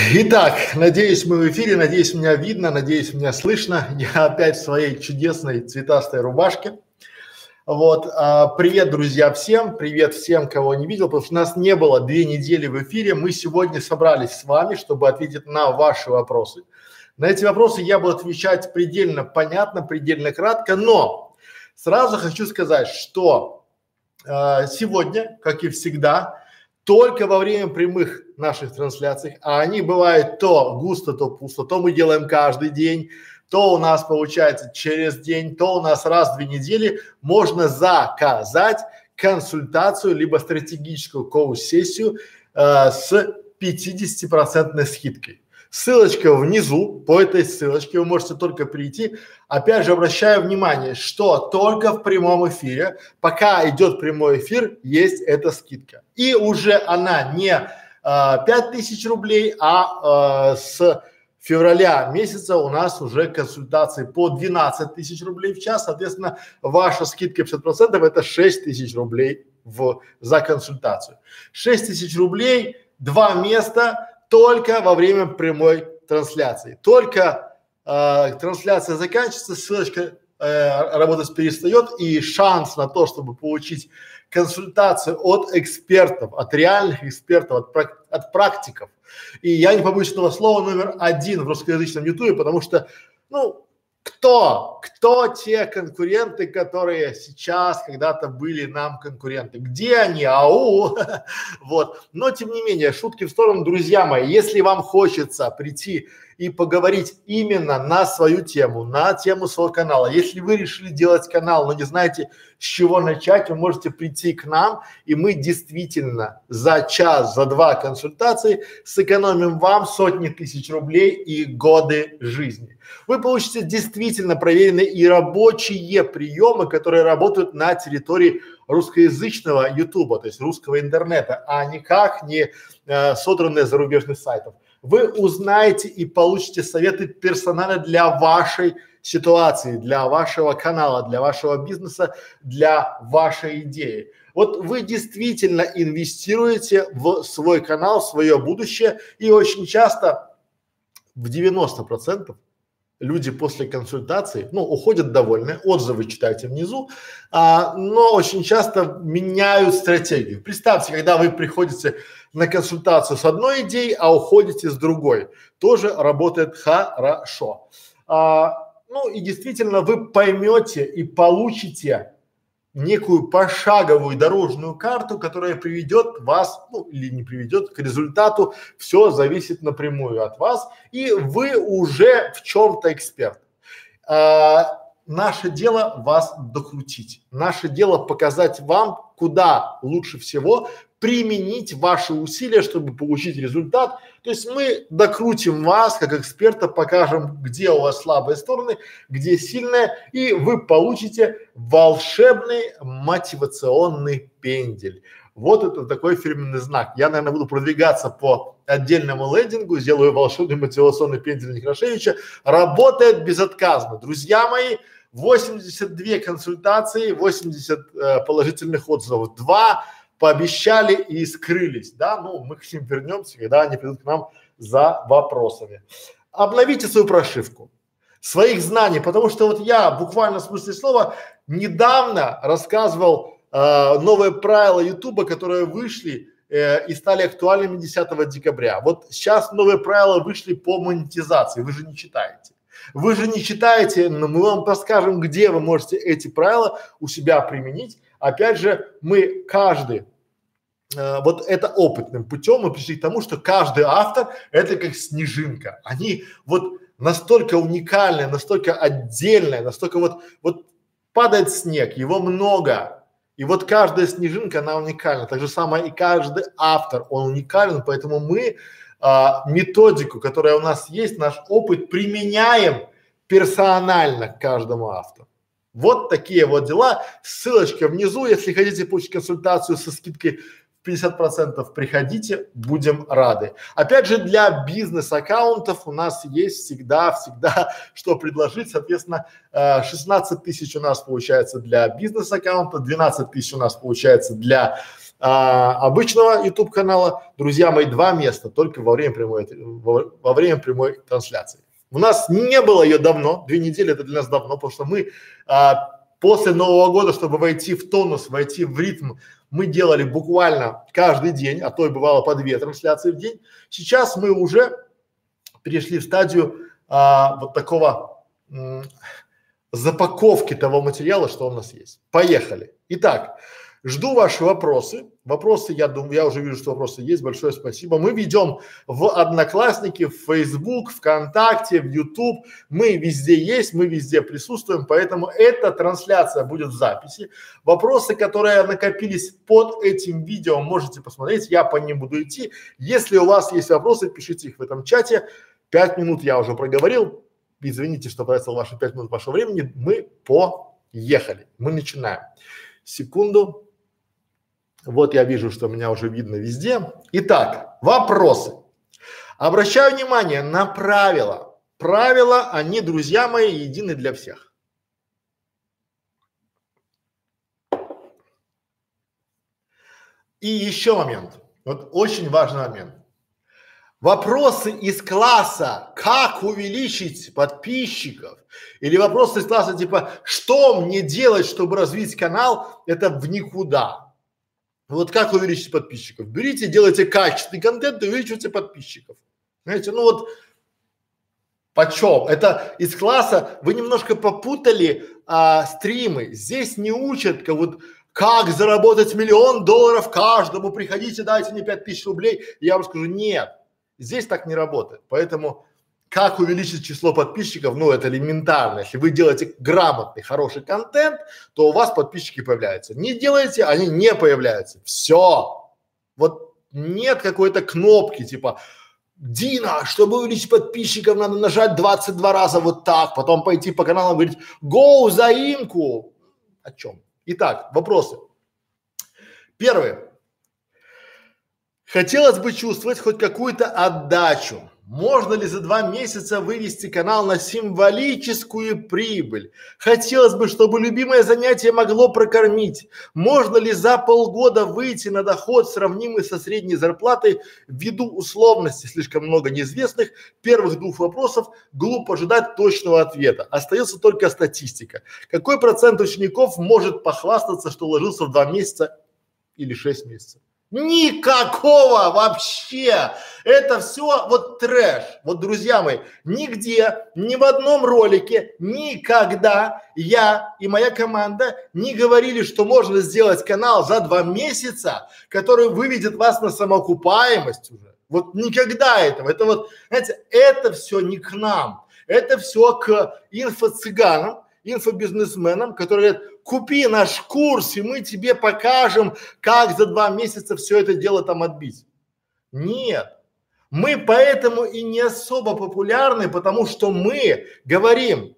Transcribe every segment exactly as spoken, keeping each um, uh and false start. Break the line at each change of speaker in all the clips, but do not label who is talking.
Итак, надеюсь, мы в эфире, надеюсь, меня видно, надеюсь, меня слышно. Я опять в своей чудесной цветастой рубашке. Вот, а, привет, друзья, всем, привет всем, кого не видел, потому что нас не было две недели в эфире. Мы сегодня собрались с вами, чтобы ответить на ваши вопросы. На эти вопросы я буду отвечать предельно понятно, предельно кратко, но сразу хочу сказать, что э, сегодня, как и всегда, только во время прямых наших трансляций, а они бывают то густо, то пусто, то мы делаем каждый день, то у нас получается через день, то у нас раз в две недели, можно заказать консультацию либо стратегическую коуч-сессию э, с пятидесятипроцентной скидкой. Ссылочка внизу, по этой ссылочке вы можете только перейти. Опять же, обращаю внимание, что только в прямом эфире, пока идет прямой эфир, есть эта скидка. И уже она не а, пять тысяч рублей, а, а с февраля месяца у нас уже консультации по двенадцать тысяч рублей в час. Соответственно, ваша скидка пятьдесят процентов это шесть тысяч рублей в, за консультацию. шесть тысяч рублей, два места. Только во время прямой трансляции. Только э, трансляция заканчивается, ссылочка э, работать перестает, и шанс на то, чтобы получить консультацию от экспертов, от реальных экспертов, от, прак, от практиков. И я не побоюсь этого слова номер один в русскоязычном ютубе, потому что, ну, кто, кто те конкуренты, которые сейчас когда-то были нам конкуренты? Где они? Ау! Вот. Но тем не менее, шутки в сторону, друзья мои, если вам хочется прийти и поговорить именно на свою тему, на тему своего канала, если вы решили делать канал, но не знаете, с чего начать, вы можете прийти к нам, и мы действительно за час, за два консультации сэкономим вам сотни тысяч рублей и годы жизни. Вы получите действительно проверенные и рабочие приемы, которые работают на территории русскоязычного ютуба, то есть русского интернета, а никак не э, содранные зарубежных сайтов. Вы узнаете и получите советы персонально для вашей ситуации, для вашего канала, для вашего бизнеса, для вашей идеи. Вот вы действительно инвестируете в свой канал, в свое будущее, и очень часто в девяносто процентов люди после консультации, ну, уходят довольны, отзывы читайте внизу, а, но очень часто меняют стратегию. Представьте, когда вы приходите на консультацию с одной идеей, а уходите с другой, тоже работает хорошо. А, ну и действительно вы поймете и получите некую пошаговую дорожную карту, которая приведет вас, ну или не приведет к результату, все зависит напрямую от вас, и вы уже в чем-то эксперт. А, наше дело вас докрутить, наше дело показать вам, куда лучше всего применить ваши усилия, чтобы получить результат. То есть мы докрутим вас как эксперта, покажем, где у вас слабые стороны, где сильные, и вы получите волшебный мотивационный пендель. Вот это такой фирменный знак. Я, наверное, буду продвигаться по отдельному лендингу, сделаю волшебный мотивационный пендель Некрашевича. Работает безотказно. Друзья мои, восемьдесят две консультации, восемьдесят э, положительных отзывов, два пообещали и скрылись, да, ну мы к ним вернемся, когда они придут к нам за вопросами. Обновите свою прошивку, своих знаний, потому что вот я буквально в смысле слова недавно рассказывал э, новые правила Ютуба, которые вышли э, и стали актуальными десятого декабря. Вот сейчас новые правила вышли по монетизации, вы же не читаете. Вы же не читаете, но мы вам подскажем, где вы можете эти правила у себя применить. Опять же, мы каждый, э, вот это опытным путем мы пришли к тому, что каждый автор это как снежинка. Они вот настолько уникальные, настолько отдельные, настолько вот, вот падает снег, его много. И вот каждая снежинка, она уникальна. Так же самое и каждый автор, он уникален, поэтому мы а, методику, которая у нас есть, наш опыт применяем персонально к каждому автору. Вот такие вот дела. Ссылочка внизу. Если хотите получить консультацию со скидкой в пятьдесят процентов, приходите, будем рады. Опять же, для бизнес-аккаунтов у нас есть всегда, всегда что предложить. Соответственно, шестнадцать тысяч у нас получается для бизнес-аккаунта, двенадцать тысяч у нас получается для а, обычного YouTube канала. Друзья мои, два места только во время прямой, во, во время прямой трансляции. У нас не было ее давно, две недели это для нас давно, потому что мы а, после Нового года, чтобы войти в тонус, войти в ритм, мы делали буквально каждый день, а то и бывало по две трансляции в день. Сейчас мы уже перешли в стадию а, вот такого м, запаковки того материала, что у нас есть. Поехали. Итак, жду ваши вопросы. Вопросы, я думаю, я уже вижу, что вопросы есть. Большое спасибо. Мы ведем в Одноклассники, в Facebook, ВКонтакте, в YouTube. Мы везде есть, мы везде присутствуем, поэтому эта трансляция будет в записи. Вопросы, которые накопились под этим видео, можете посмотреть. Я по ним буду идти. Если у вас есть вопросы, пишите их в этом чате. Пять минут я уже проговорил. Извините, что потратил ваши пять минут вашего времени. Мы поехали. Мы начинаем. Секунду. Вот я вижу, что меня уже видно везде. Итак, вопросы. Обращаю внимание на правила. Правила, они, друзья мои, едины для всех. И еще момент. Вот очень важный момент. Вопросы из класса «Как увеличить подписчиков?» или вопросы из класса типа «Что мне делать, чтобы развить канал?» это в никуда. Вот как увеличить подписчиков? Берите, делайте качественный контент и увеличивайте подписчиков. Знаете, ну вот почем? Это из класса вы немножко попутали а, стримы. Здесь не учат как вот как заработать миллион долларов каждому. Приходите, дайте мне пять тысяч рублей. Я вам скажу, нет. Здесь так не работает, поэтому как увеличить число подписчиков, ну это элементарно. Если вы делаете грамотный, хороший контент, то у вас подписчики появляются. Не делаете, они не появляются. Все. Вот нет какой-то кнопки типа Дина, чтобы увеличить подписчиков, надо нажать двадцать два раза вот так, потом пойти по каналам и говорить «Гоу, заимку». О чем? Итак, вопросы. Первый. Хотелось бы чувствовать хоть какую-то отдачу. Можно ли за два месяца вывести канал на символическую прибыль? Хотелось бы, чтобы любимое занятие могло прокормить. Можно ли за полгода выйти на доход, сравнимый со средней зарплатой, ввиду условности? Слишком много неизвестных. Первых двух вопросов глупо ожидать точного ответа. Остается только статистика. Какой процент учеников может похвастаться, что уложился в два месяца или шесть месяцев? Никакого вообще. Это все вот трэш. Вот, друзья мои, нигде, ни в одном ролике, никогда я и моя команда не говорили, что можно сделать канал за два месяца, который выведет вас на самоокупаемость уже. Вот никогда этого. Это вот, знаете, это все не к нам. Это все к инфо-цыганам, инфобизнесменам, которые говорят, купи наш курс, и мы тебе покажем, как за два месяца все это дело там отбить. Нет. Мы поэтому и не особо популярны, потому что мы говорим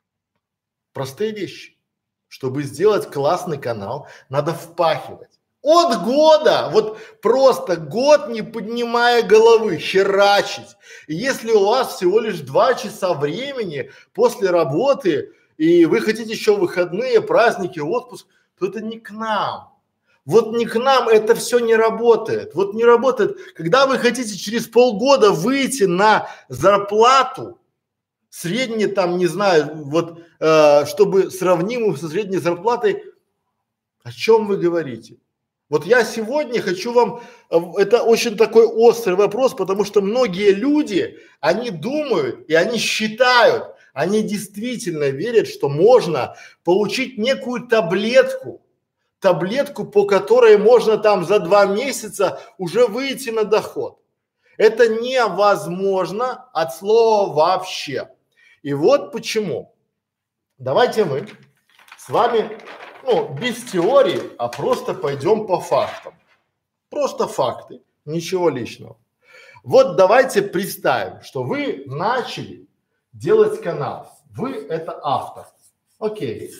простые вещи. Чтобы сделать классный канал, надо впахивать. От года, вот просто год не поднимая головы, херачить. И если у вас всего лишь два часа времени после работы, и вы хотите еще выходные, праздники, отпуск, то это не к нам. Вот не к нам это все не работает. Вот не работает. Когда вы хотите через полгода выйти на зарплату, средней там, не знаю, вот, э, чтобы сравнимую со средней зарплатой, о чем вы говорите? Вот я сегодня хочу вам, э, это очень такой острый вопрос, потому что многие люди, они думают и они считают, они действительно верят, что можно получить некую таблетку, таблетку, по которой можно там за два месяца уже выйти на доход. Это невозможно от слова вообще. И вот почему. Давайте мы с вами, ну, без теории, а просто пойдем по фактам. Просто факты, ничего личного. Вот давайте представим, что вы начали делать канал. Вы это автор. Окей.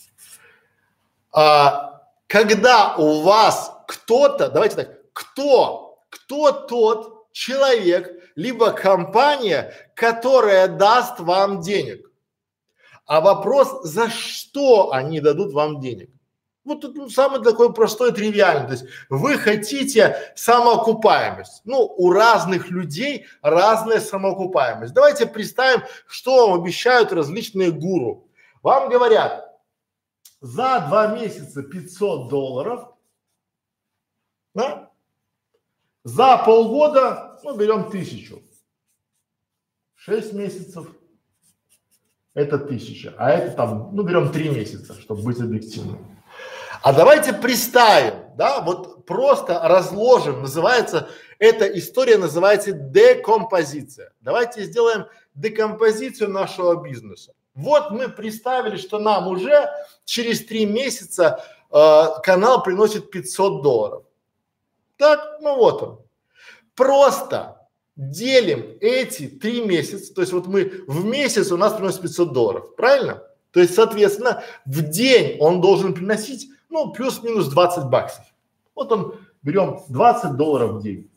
А, когда у вас кто-то, давайте так, кто, кто тот человек, либо компания, которая даст вам денег? А вопрос, за что они дадут вам денег? Вот тут ну, самый такой простой, тривиальный. То есть вы хотите самоокупаемость. Ну, у разных людей разная самоокупаемость. Давайте представим, что вам обещают различные гуру. Вам говорят, за два месяца пятьсот долларов, да? За полгода, ну, берем тысячу. Шесть месяцев это тысяча, а это там, ну, берем три месяца, чтобы быть объективным. А давайте представим, да, вот просто разложим, называется, эта история называется декомпозиция. Давайте сделаем декомпозицию нашего бизнеса. Вот мы представили, что нам уже через три месяца э, канал приносит пятьсот долларов. Так, ну вот он. Просто делим эти три месяца, то есть вот мы в месяц у нас приносит пятьсот долларов, правильно? То есть, соответственно, в день он должен приносить, ну, плюс-минус двадцать баксов. Вот он, берем двадцать долларов в день.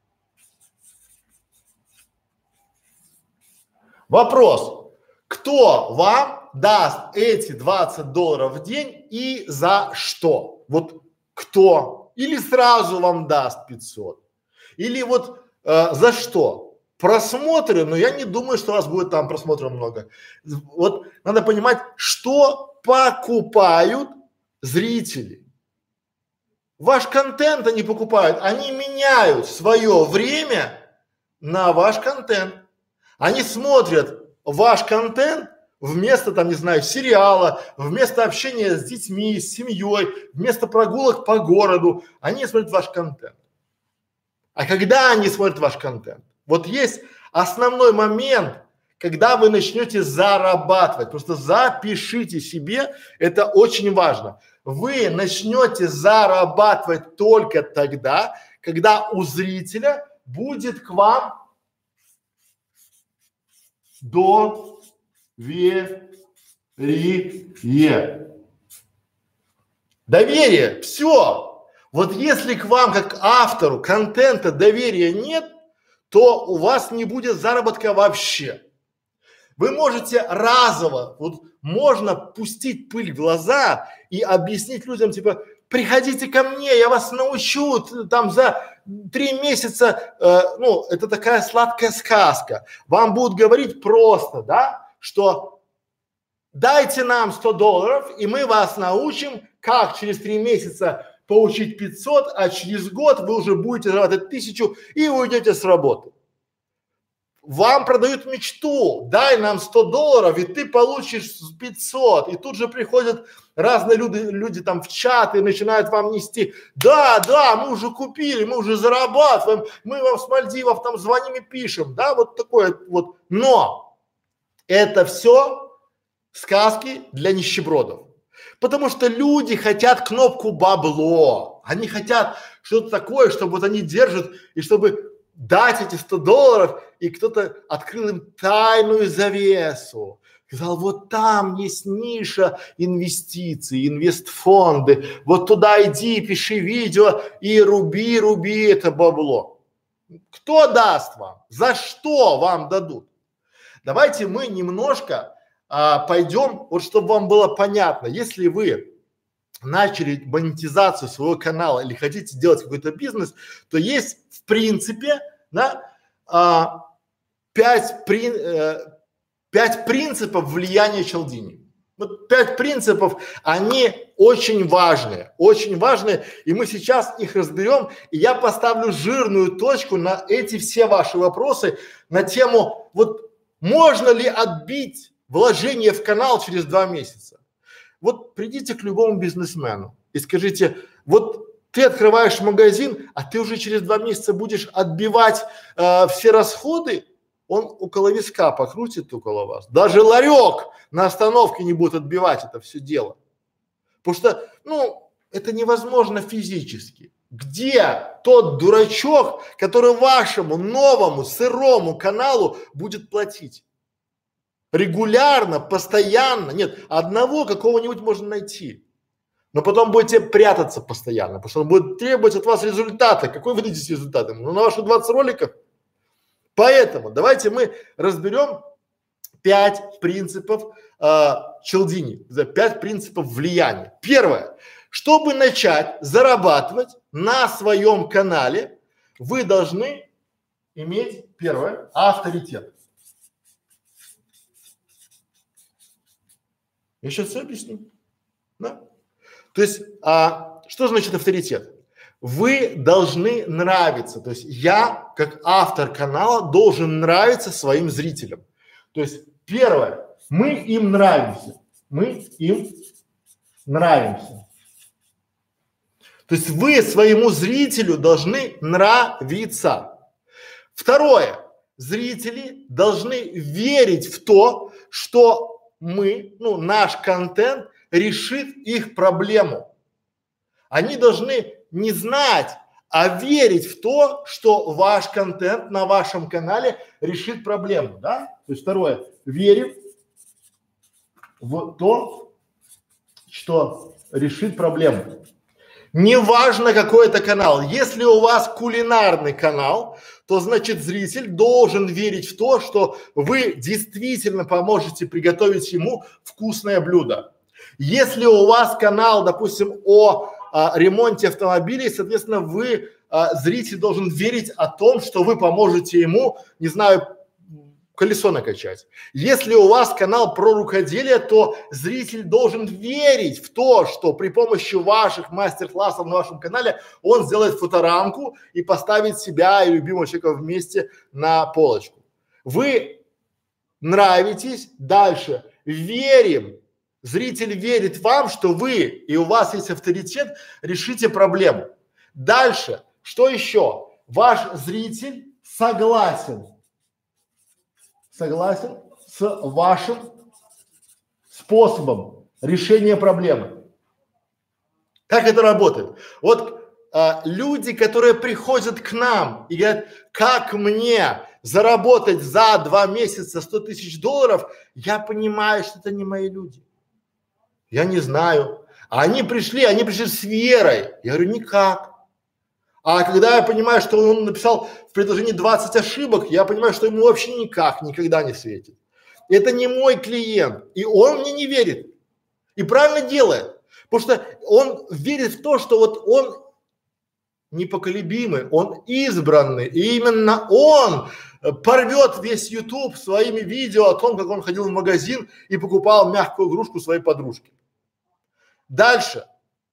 Вопрос, кто вам даст эти двадцать долларов в день и за что? Вот кто? Или сразу вам даст пятьсот? Или вот э, за что? Просмотры, но я не думаю, что у вас будет там просмотров много. Вот надо понимать, что покупают зрители. Ваш контент они покупают, они меняют свое время на ваш контент. Они смотрят ваш контент вместо, там, не знаю, сериала, вместо общения с детьми, с семьей, вместо прогулок по городу, они смотрят ваш контент. А когда они смотрят ваш контент? Вот есть основной момент, когда вы начнете зарабатывать. Просто запишите себе, это очень важно. Вы начнете зарабатывать только тогда, когда у зрителя будет к вам доверие. Доверие. Все. Вот если к вам, как автору контента, доверия нет, то у вас не будет заработка вообще. Вы можете разово, вот можно пустить пыль в глаза и объяснить людям, типа, приходите ко мне, я вас научу, там за три месяца, э, ну, это такая сладкая сказка. Вам будут говорить просто, да, что дайте нам сто долларов, и мы вас научим, как через три месяца получить пятьсот, а через год вы уже будете зарабатывать тысячу и уйдете с работы. Вам продают мечту, дай нам сто долларов, и ты получишь пятьсот. И тут же приходят разные люди, люди там в чат и начинают вам нести, да, да, мы уже купили, мы уже зарабатываем, мы вам с Мальдивов там звоним и пишем, да, вот такое вот. Но это все сказки для нищебродов. Потому что люди хотят кнопку бабло, они хотят что-то такое, чтобы вот они держат и чтобы дать эти сто долларов, и кто-то открыл им тайную завесу. Сказал, вот там есть ниша инвестиций, инвестфонды, вот туда иди, пиши видео и руби, руби это бабло. Кто даст вам? За что вам дадут? Давайте мы немножко а, пойдем, вот чтобы вам было понятно, если вы начали монетизацию своего канала или хотите делать какой-то бизнес, то есть в принципе, да, а, пять, при, э, пять принципов влияния Cialdini. Вот пять принципов, они очень важные, очень важные, и мы сейчас их разберем, и я поставлю жирную точку на эти все ваши вопросы на тему, вот можно ли отбить вложение в канал через два месяца? Вот придите к любому бизнесмену и скажите, вот ты открываешь магазин, а ты уже через два месяца будешь отбивать э, все расходы, он около виска покрутит около вас. Даже ларек на остановке не будет отбивать это все дело. Потому что, ну, это невозможно физически. Где тот дурачок, который вашему новому сырому каналу будет платить? Регулярно, постоянно. Нет, одного какого-нибудь можно найти. Но потом будете прятаться постоянно, потому что он будет требовать от вас результата. Какой вы дадите результат? Ну, на ваши двадцать роликов. Поэтому давайте мы разберем пять принципов э, Cialdini, пять принципов влияния. Первое. Чтобы начать зарабатывать на своем канале, вы должны иметь, первое, авторитет. Я сейчас все объясню. Да? То есть, а, что значит авторитет? Вы должны нравиться. То есть я, как автор канала, должен нравиться своим зрителям. То есть, первое, мы им нравимся. Мы им нравимся. То есть вы своему зрителю должны нравиться. Второе, зрители должны верить в то, что мы, ну, наш контент решит их проблему. Они должны не знать, а верить в то, что ваш контент на вашем канале решит проблему, да? То есть второе, верим в то, что решит проблему. Неважно, какой это канал. Если у вас кулинарный канал, то значит зритель должен верить в то, что вы действительно поможете приготовить ему вкусное блюдо. Если у вас канал, допустим, о а, ремонте автомобилей, соответственно, вы, а, зритель должен верить о том, что вы поможете ему, не знаю, колесо накачать. Если у вас канал про рукоделие, то зритель должен верить в то, что при помощи ваших мастер-классов на вашем канале он сделает фоторамку и поставит себя и любимого человека вместе на полочку. Вы нравитесь, дальше верим, зритель верит вам, что вы и у вас есть авторитет, решите проблему. Дальше, что еще? Ваш зритель согласен. Согласен с вашим способом решения проблемы. Как это работает? Вот а, люди, которые приходят к нам и говорят, как мне заработать за два месяца сто тысяч долларов, я понимаю, что это не мои люди. Я не знаю. А они пришли, они пришли с верой. Я говорю, никак. А когда я понимаю, что он написал в предложении двадцать ошибок, я понимаю, что ему вообще никак, никогда не светит. Это не мой клиент, и он мне не верит. И правильно делает, потому что он верит в то, что вот он непоколебимый, он избранный, и именно он порвет весь YouTube своими видео о том, как он ходил в магазин и покупал мягкую игрушку своей подружке. Дальше.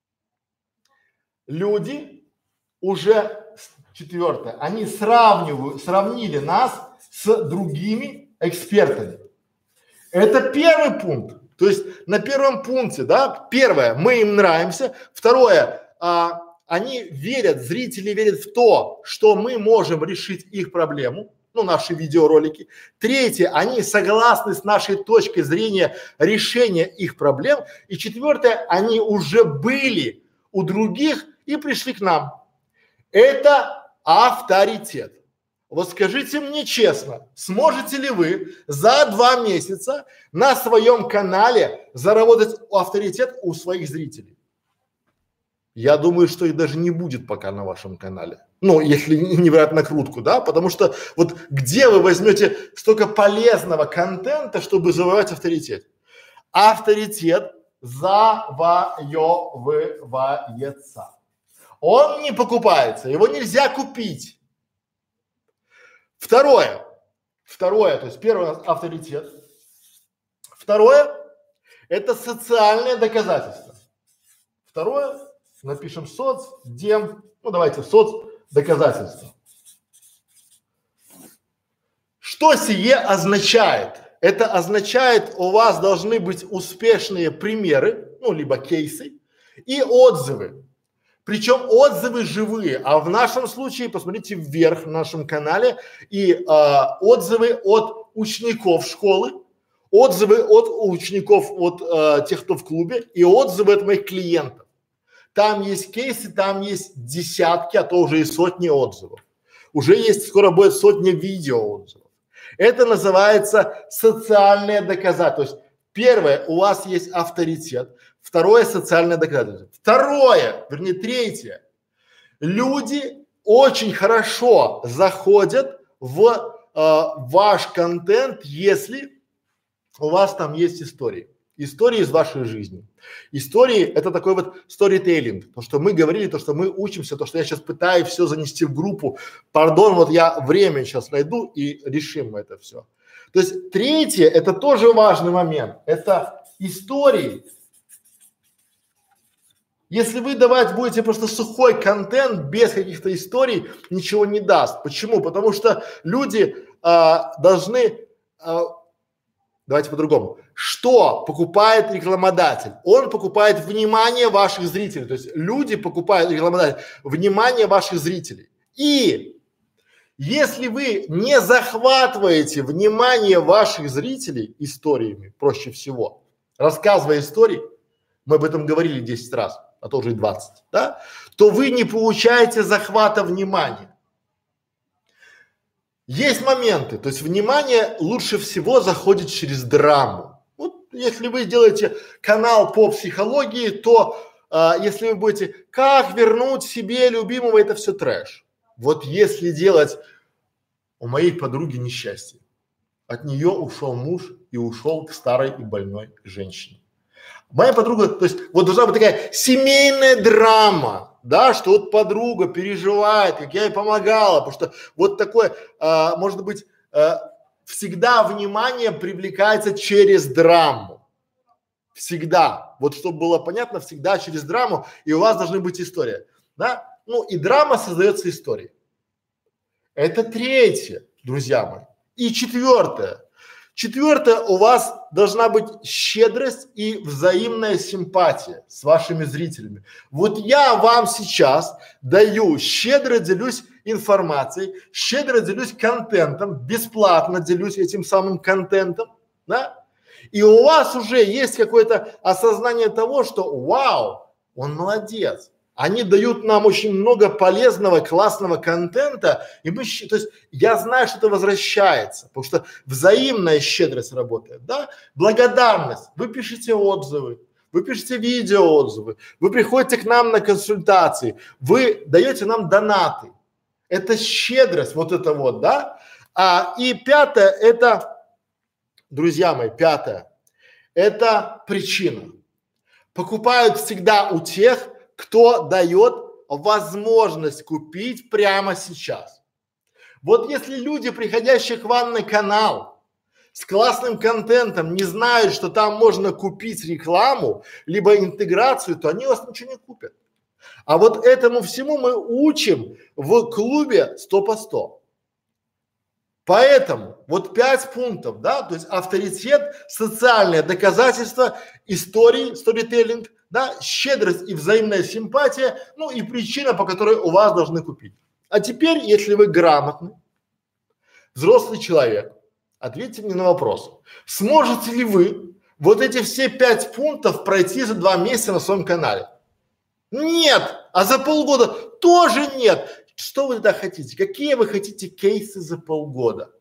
Люди уже, четвертое, они сравнивают, сравнили нас с другими экспертами. Это первый пункт. То есть на первом пункте, да, первое, мы им нравимся. Второе, а, они верят, зрители верят в то, что мы можем решить их проблему, ну, наши видеоролики. Третье, они согласны с нашей точкой зрения решения их проблем. И четвертое, они уже были у других и пришли к нам. Это авторитет. Вот скажите мне честно, сможете ли вы за два месяца на своем канале заработать авторитет у своих зрителей? Я думаю, что их даже не будет пока на вашем канале. Ну, если не брать накрутку, да, потому что вот где вы возьмете столько полезного контента, чтобы завоевать авторитет? Авторитет завоевывается. Он не покупается, его нельзя купить. Второе, второе, то есть первое авторитет. Второе – это социальное доказательство. Второе, напишем соцдем, ну давайте соцдоказательство. Что сие означает? Это означает, у вас должны быть успешные примеры, ну либо кейсы и отзывы. Причем отзывы живые, а в нашем случае посмотрите вверх в нашем канале и а, отзывы от учеников школы, отзывы от учеников, от а, тех, кто в клубе, и отзывы от моих клиентов. Там есть кейсы, там есть десятки, а то уже и сотни отзывов. Уже есть, скоро будет сотня видео отзывов. Это называется социальное доказательство. То есть первое, у вас есть авторитет. Второе – социальное доказательство. Второе, вернее третье, люди очень хорошо заходят в э, ваш контент, если у вас там есть истории. Истории из вашей жизни. Истории – это такой вот сторителлинг, то, что мы говорили, то, что мы учимся, то, что я сейчас пытаюсь все занести в группу. Пардон, вот я время сейчас найду и решим мы это все. То есть третье – это тоже важный момент. Это истории. Если вы давать будете просто сухой контент без каких-то историй, ничего не даст. Почему? Потому что люди а, должны, а, давайте по-другому, что покупает рекламодатель? Он покупает внимание ваших зрителей, то есть люди покупают рекламодатель, внимание ваших зрителей. И если вы не захватываете внимание ваших зрителей историями, проще всего, рассказывая истории, мы об этом говорили десять раз, а то уже и двадцать, да, то вы не получаете захвата внимания. Есть моменты, то есть внимание лучше всего заходит через драму. Вот если вы делаете канал по психологии, то а, если вы будете как вернуть себе любимого, это все трэш. Вот если делать у моей подруги несчастье, от нее ушел муж и ушел к старой и больной женщине. Моя подруга, то есть вот должна быть такая семейная драма, да, что вот подруга переживает, как я ей помогала, потому что вот такое, а, может быть, а, всегда внимание привлекается через драму, всегда, вот чтобы было понятно, всегда через драму, и у вас должны быть история, да, ну и драма создается историей. Это третье, друзья мои. И четвертое. Четвертое, у вас должна быть щедрость и взаимная симпатия с вашими зрителями. Вот я вам сейчас даю, щедро делюсь информацией, щедро делюсь контентом, бесплатно делюсь этим самым контентом, да? И у вас уже есть какое-то осознание того, что вау, он молодец. Они дают нам очень много полезного, классного контента, и мы, то есть я знаю, что это возвращается, потому что взаимная щедрость работает, да, благодарность, вы пишете отзывы, вы пишете видеоотзывы, вы приходите к нам на консультации, вы даете нам донаты, это щедрость, вот это вот, да, а и пятое, это, друзья мои, пятое, это причина, покупают всегда у тех, кто дает возможность купить прямо сейчас. Вот если люди, приходящие к вам на канал с классным контентом, не знают, что там можно купить рекламу, либо интеграцию, то они у вас ничего не купят. А вот этому всему мы учим в клубе сто по сто. Поэтому вот пять пунктов, да, то есть авторитет, социальное доказательство, истории, сторителлинг, да, щедрость и взаимная симпатия, ну и причина, по которой у вас должны купить. А теперь, если вы грамотный, взрослый человек, ответьте мне на вопрос, сможете ли вы вот эти все пять пунктов пройти за два месяца на своем канале? Нет, а за полгода тоже нет. Что вы тогда хотите? Какие вы хотите кейсы за полгода?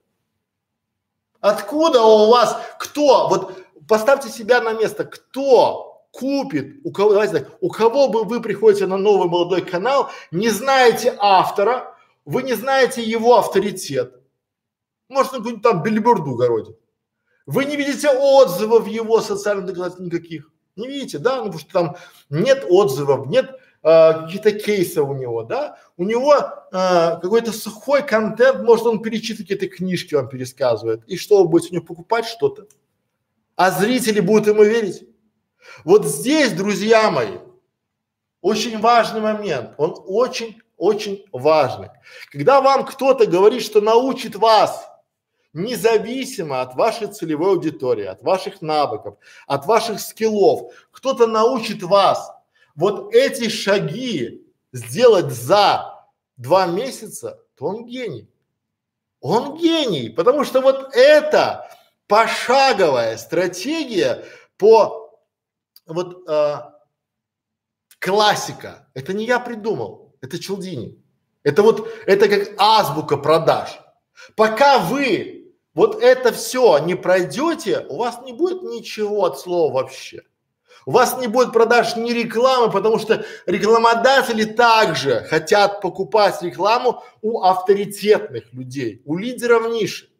Откуда у вас, кто, вот поставьте себя на место, кто купит, у кого, давайте так, у кого бы вы приходите на новый молодой канал, не знаете автора, вы не знаете его авторитет, может он какую-нибудь там бельберду городит, вы не видите отзывов его социальных доказательств никаких, не видите, да, ну потому что там нет отзывов, нет а, каких-то кейсов у него, да, у него а, какой-то сухой контент, может он перечитывает какие-то книжки, вам пересказывает, и что вы будете у него покупать что-то, а зрители будут ему верить? Вот здесь, друзья мои, очень важный момент, он очень-очень важный. Когда вам кто-то говорит, что научит вас, независимо от вашей целевой аудитории, от ваших навыков, от ваших скиллов, кто-то научит вас вот эти шаги сделать за два месяца, то он гений. Он гений, потому что вот это пошаговая стратегия по вот а, классика, это не я придумал, это Челдини. Это вот, это как азбука продаж. Пока вы вот это все не пройдете, у вас не будет ничего от слова вообще. У вас не будет продаж ни рекламы, потому что рекламодатели также хотят покупать рекламу у авторитетных людей, у лидеров ниши.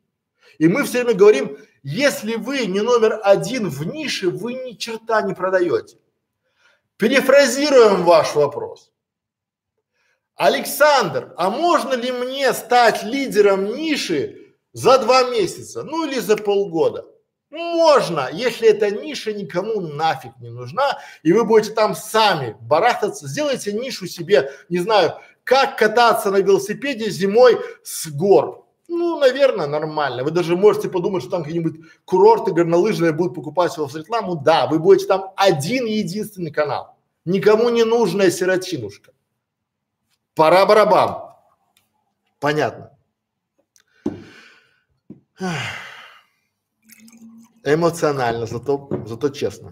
И мы все время говорим, если вы не номер один в нише, вы ни черта не продаете. Перефразируем ваш вопрос. Александр, а можно ли мне стать лидером ниши за два месяца, ну или за полгода? Можно, если эта ниша никому нафиг не нужна, и вы будете там сами барахтаться, сделайте нишу себе, не знаю, как кататься на велосипеде зимой с гор. Ну, наверное, нормально. Вы даже можете подумать, что там какие-нибудь курорты горнолыжные будут покупать вас рекламу. Да, вы будете там один единственный канал. Никому не нужная сиротинушка. Пора барабан. Понятно. Эмоционально, зато, зато честно.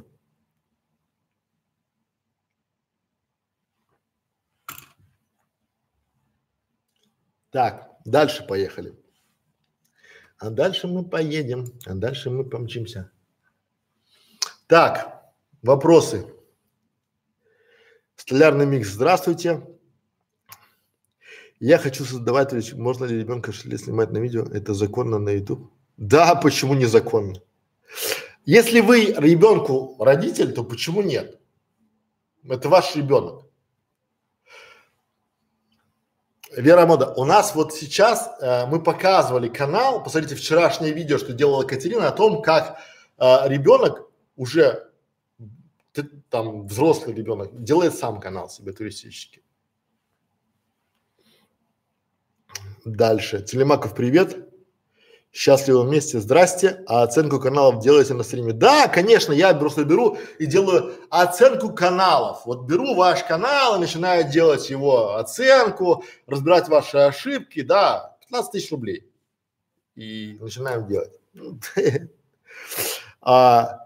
Так, дальше поехали. А дальше мы поедем, а дальше мы помчимся. Так, вопросы. Столярный микс, здравствуйте. Я хочу создавать, можно ли ребенка снимать на видео? Это законно на YouTube? Да, почему незаконно? Если вы ребенку родитель, то почему нет? Это ваш ребенок. Вера Мода, у нас вот сейчас э, мы показывали канал, посмотрите вчерашнее видео, что делала Катерина, о том, как э, ребенок уже, ты, там взрослый ребенок, делает сам канал себе туристический. Дальше. Телемаков, привет. Счастливы вместе, здрасте. А оценку каналов делаете на стриме? Да, конечно, я просто беру и делаю оценку каналов. Вот беру ваш канал и начинаю делать его оценку, разбирать ваши ошибки, да, пятнадцать тысяч рублей. И начинаем делать. а,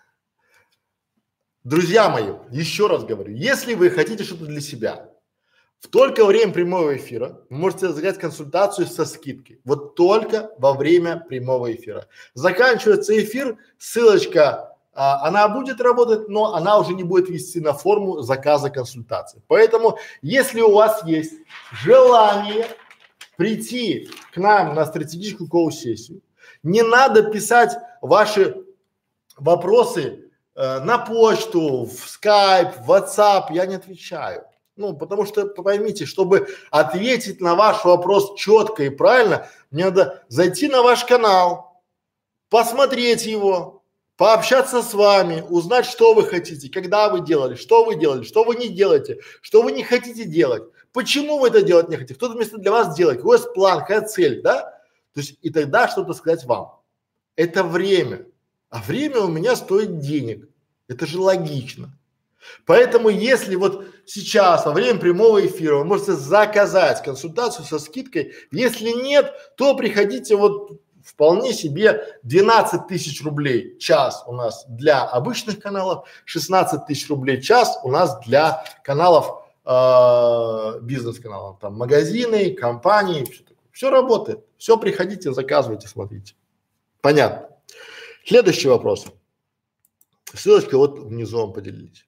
друзья мои, еще раз говорю, если вы хотите что-то для себя, в только во время прямого эфира вы можете заказать консультацию со скидкой. Вот только во время прямого эфира. Заканчивается эфир, ссылочка, а, она будет работать, но она уже не будет вести на форму заказа консультации. Поэтому, если у вас есть желание прийти к нам на стратегическую коуч-сессию, не надо писать ваши вопросы э, на почту, в скайп, в ватсап, я не отвечаю. Ну, потому что поймите, чтобы ответить на ваш вопрос четко и правильно, мне надо зайти на ваш канал, посмотреть его, пообщаться с вами, узнать, что вы хотите, когда вы делали, что вы делали, что вы не делаете, что вы не хотите делать, почему вы это делать не хотите, кто-то вместо для вас делает, какой у вас план, какая цель, да? То есть и тогда что-то сказать вам. Это время, а время у меня стоит денег, это же логично. Поэтому, если вот сейчас во время прямого эфира вы можете заказать консультацию со скидкой, если нет, то приходите вот вполне себе двенадцать тысяч рублей час у нас для обычных каналов, шестнадцать тысяч рублей час у нас для каналов э, бизнес-каналов, там магазины, компании, все такое. Все работает, все приходите, заказывайте, смотрите. Понятно. Следующий вопрос. Ссылочка вот внизу вам поделились.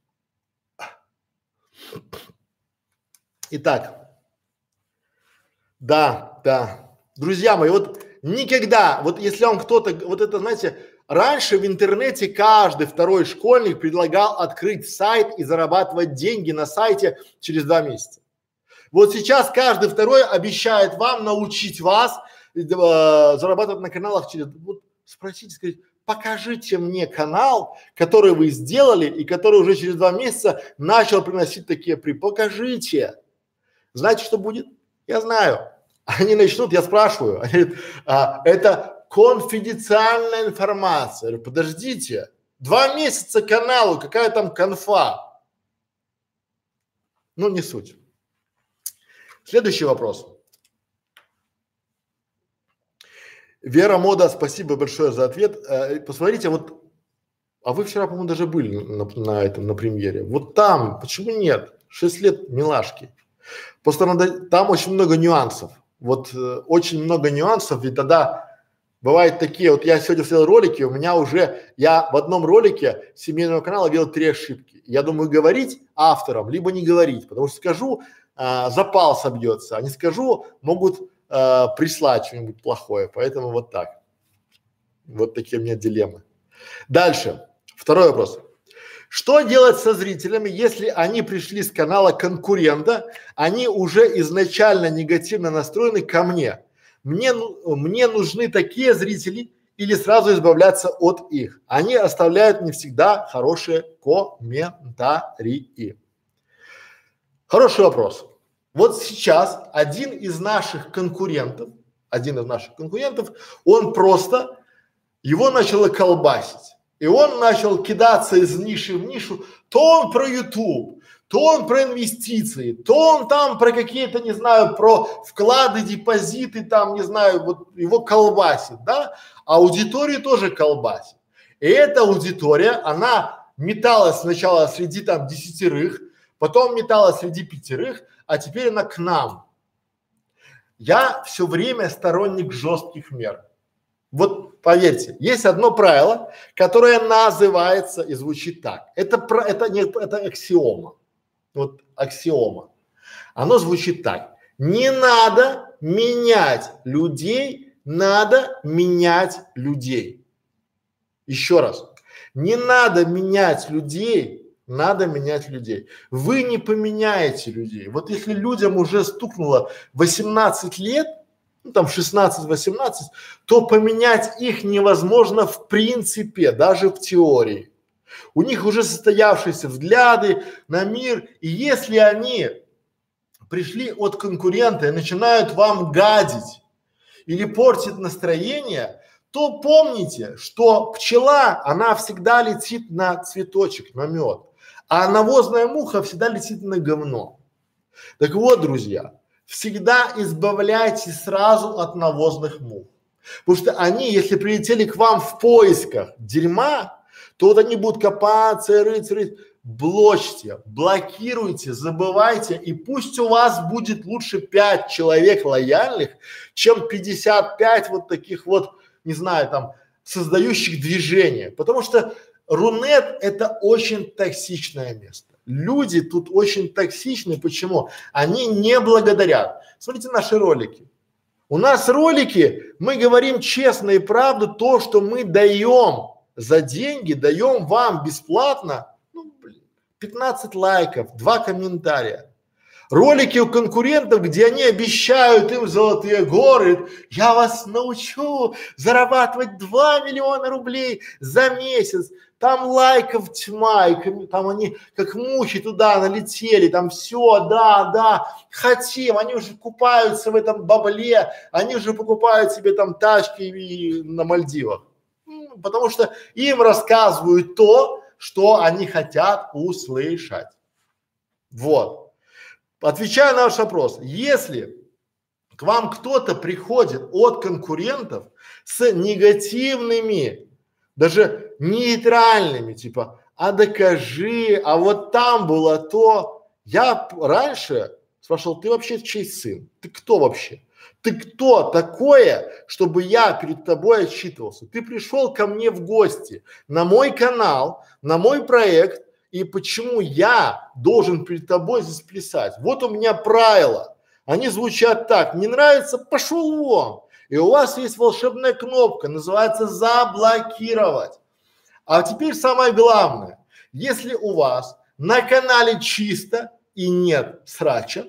Итак, да, да, друзья мои, вот никогда, вот если вам кто-то, вот это, знаете, раньше в интернете каждый второй школьник предлагал открыть сайт и зарабатывать деньги на сайте через два месяца. Вот сейчас каждый второй обещает вам научить вас э, зарабатывать на каналах через, вот спросите, скажите, покажите мне канал, который вы сделали и который уже через два месяца начал приносить такие при. Покажите. Знаете, что будет? Я знаю. Они начнут, я спрашиваю, они говорят, а, это конфиденциальная информация. Я говорю, подождите, два месяца каналу, какая там конфа? Ну, не суть. Следующий вопрос. Вера Мода, спасибо большое за ответ. Э, посмотрите, вот, а вы вчера, по-моему, даже были на, на этом, на премьере. Вот там, почему нет? Шесть лет милашки. Просто надо, там очень много нюансов. Вот э, очень много нюансов, и тогда бывают такие, вот я сегодня смотрел ролики, у меня уже, я в одном ролике семейного канала видел три ошибки. Я думаю, говорить авторам, либо не говорить, потому что скажу, э, запал собьется, а не скажу, могут э, прислать что-нибудь плохое, поэтому вот так. Вот такие у меня дилеммы. Дальше. Второй вопрос. Что делать со зрителями, если они пришли с канала конкурента, они уже изначально негативно настроены ко мне? Мне, ну, мне нужны такие зрители или сразу избавляться от их? Они оставляют не всегда хорошие комментарии. Хороший вопрос. Вот сейчас один из наших конкурентов, один из наших конкурентов, он просто, его начало колбасить. И он начал кидаться из ниши в нишу, то он про YouTube, то он про инвестиции, то он там про какие-то, не знаю, про вклады, депозиты, там, не знаю, вот его колбасит, да, а аудиторию тоже колбасит. И эта аудитория, она металась сначала среди там десятерых, потом металась среди пятерых, а теперь она к нам. Я все время сторонник жестких мер. Вот поверьте, есть одно правило, которое называется и звучит так. Это про, это не, это аксиома. Вот аксиома. Оно звучит так. Не надо менять людей, надо менять людей. Еще раз. Не надо менять людей, надо менять людей. Вы не поменяете людей. Вот если людям уже стукнуло восемнадцать лет, ну там шестнадцать-восемнадцать, то поменять их невозможно в принципе, даже в теории. У них уже состоявшиеся взгляды на мир, и если они пришли от конкурента и начинают вам гадить или портить настроение, то помните, что пчела, она всегда летит на цветочек, на мед, а навозная муха всегда летит на говно. Так вот, друзья, всегда избавляйтесь сразу от навозных мух. Потому что они, если прилетели к вам в поисках дерьма, то вот они будут копаться, рыть, рыть. Блочьте, блокируйте, забывайте, и пусть у вас будет лучше пять человек лояльных, чем пятьдесят пять вот таких вот, не знаю, там, создающих движение. Потому что Рунет – это очень токсичное место. Люди тут очень токсичны. Почему? Они не благодарят. Смотрите наши ролики. У нас ролики, мы говорим честно и правду то, что мы даем за деньги, даем вам бесплатно, ну, блин, пятнадцать лайков, два комментария. Ролики у конкурентов, где они обещают им золотые горы, я вас научу зарабатывать два миллиона рублей за месяц. Там лайков тьма, и ком- там они как мухи туда налетели, там все, да, да, хотим, они уже купаются в этом бабле, они уже покупают себе там тачки и на Мальдивах. М, Потому что им рассказывают то, что они хотят услышать. Вот. Отвечая на ваш вопрос, если к вам кто-то приходит от конкурентов с негативными, даже нейтральными, типа, а докажи, а вот там было то. Я п- раньше спрашивал, ты вообще чей сын? Ты кто вообще? Ты кто такое, чтобы я перед тобой отчитывался? Ты пришел ко мне в гости на мой канал, на мой проект, и почему я должен перед тобой здесь плясать? Вот у меня правила. Они звучат так. Не нравится? Пошел вон. И у вас есть волшебная кнопка, называется заблокировать. А теперь самое главное. Если у вас на канале чисто и нет срача,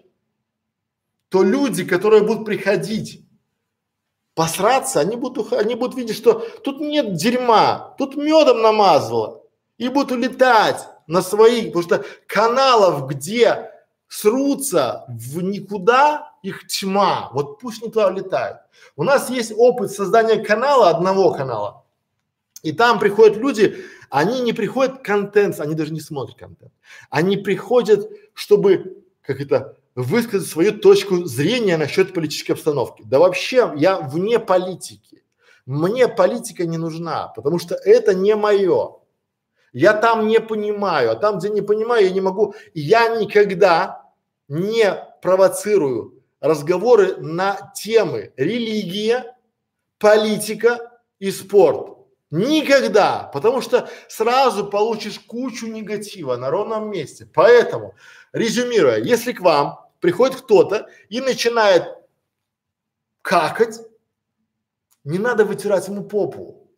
то люди, которые будут приходить посраться, они будут, ух- они будут видеть, что тут нет дерьма, тут медом намазало, и будут улетать на своих, потому что каналов, где срутся в никуда, их тьма, вот пусть не туда улетают. У нас есть опыт создания канала, одного канала, и там приходят люди, они не приходят контент, они даже не смотрят контент, они приходят, чтобы, как это, высказать свою точку зрения насчет политической обстановки. Да вообще я вне политики, мне политика не нужна, потому что это не мое. Я там не понимаю, а там, где не понимаю, я не могу. И я никогда не провоцирую разговоры на темы религия, политика и спорт. Никогда, потому что сразу получишь кучу негатива на ровном месте. Поэтому, резюмируя, если к вам приходит кто-то и начинает какать, не надо вытирать ему попу.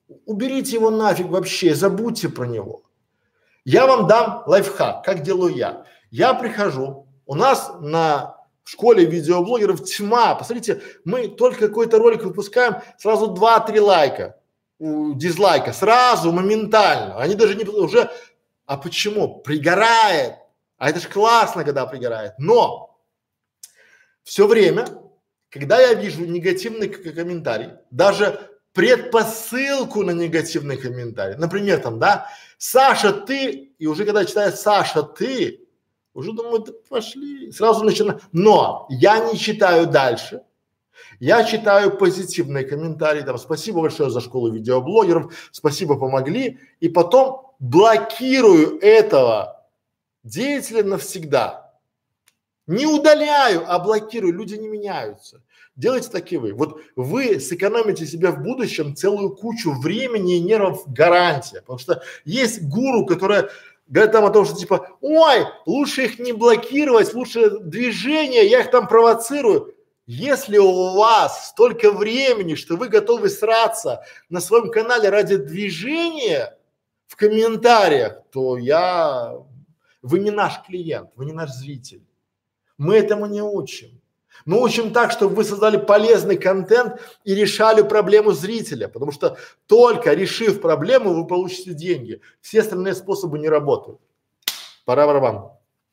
уберите его нафиг вообще, забудьте про него. Я вам дам лайфхак, как делаю я. Я прихожу, у нас на школе видеоблогеров тьма, посмотрите, мы только какой-то ролик выпускаем, сразу два-три лайка, у, дизлайка, сразу, моментально, они даже не, уже, а почему? Пригорает, а это ж классно, когда пригорает, но все время, когда я вижу негативный к- комментарий, даже предпосылку на негативный комментарий, например, там, да, Саша, ты, и уже когда читаю Саша, ты, уже думаю, да пошли, сразу начинаю, но я не читаю дальше, я читаю позитивные комментарии, там, спасибо большое за школу видеоблогеров, спасибо, помогли, и потом блокирую этого деятеля навсегда. Не удаляю, а блокирую, люди не меняются. Делайте такие вы. Вот вы сэкономите себе в будущем целую кучу времени и нервов, гарантия. Потому что есть гуру, которые говорят там о том, что типа, ой, лучше их не блокировать, лучше движение, я их там провоцирую. Если у вас столько времени, что вы готовы сраться на своем канале ради движения в комментариях, то я, вы не наш клиент, вы не наш зритель. Мы этому не учим. Мы учим так, чтобы вы создали полезный контент и решали проблему зрителя, потому что только решив проблему, вы получите деньги. Все остальные способы не работают. Пора барабан.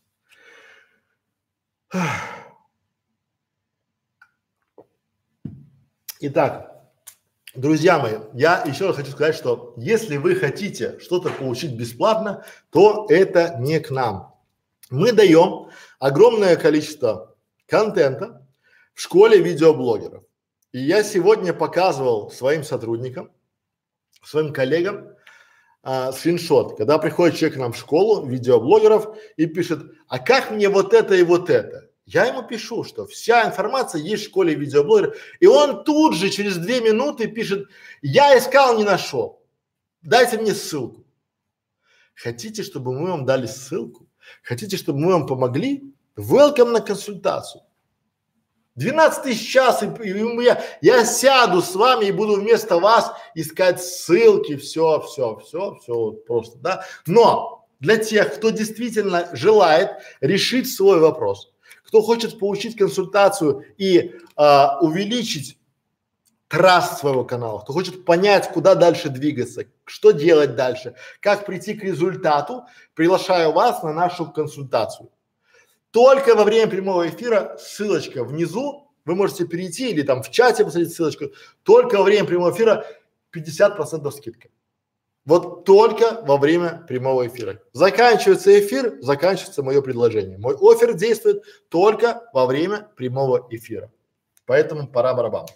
Итак, друзья мои, я еще раз хочу сказать, что если вы хотите что-то получить бесплатно, то это не к нам. Мы даем огромное количество контента в школе видеоблогеров. И я сегодня показывал своим сотрудникам, своим коллегам а, скриншот, когда приходит человек к нам в школу видеоблогеров и пишет, а как мне вот это и вот это? Я ему пишу, что вся информация есть в школе видеоблогеров, и он тут же через две минуты пишет, я искал, не нашел, дайте мне ссылку. Хотите, чтобы мы вам дали ссылку? Хотите, чтобы мы вам помогли? Welcome на консультацию. двенадцать тысяч час, и, и я, я сяду с вами и буду вместо вас искать ссылки, все, все, все, все вот просто, да. Но для тех, кто действительно желает решить свой вопрос, кто хочет получить консультацию и а, увеличить траст своего канала, кто хочет понять, куда дальше двигаться, что делать дальше, как прийти к результату, приглашаю вас на нашу консультацию. Только во время прямого эфира, ссылочка внизу, вы можете перейти или там в чате посмотреть ссылочку, только во время прямого эфира пятьдесят процентов скидка. Вот только во время прямого эфира. Заканчивается эфир, заканчивается мое предложение. Мой оффер действует только во время прямого эфира. Поэтому пора барабан.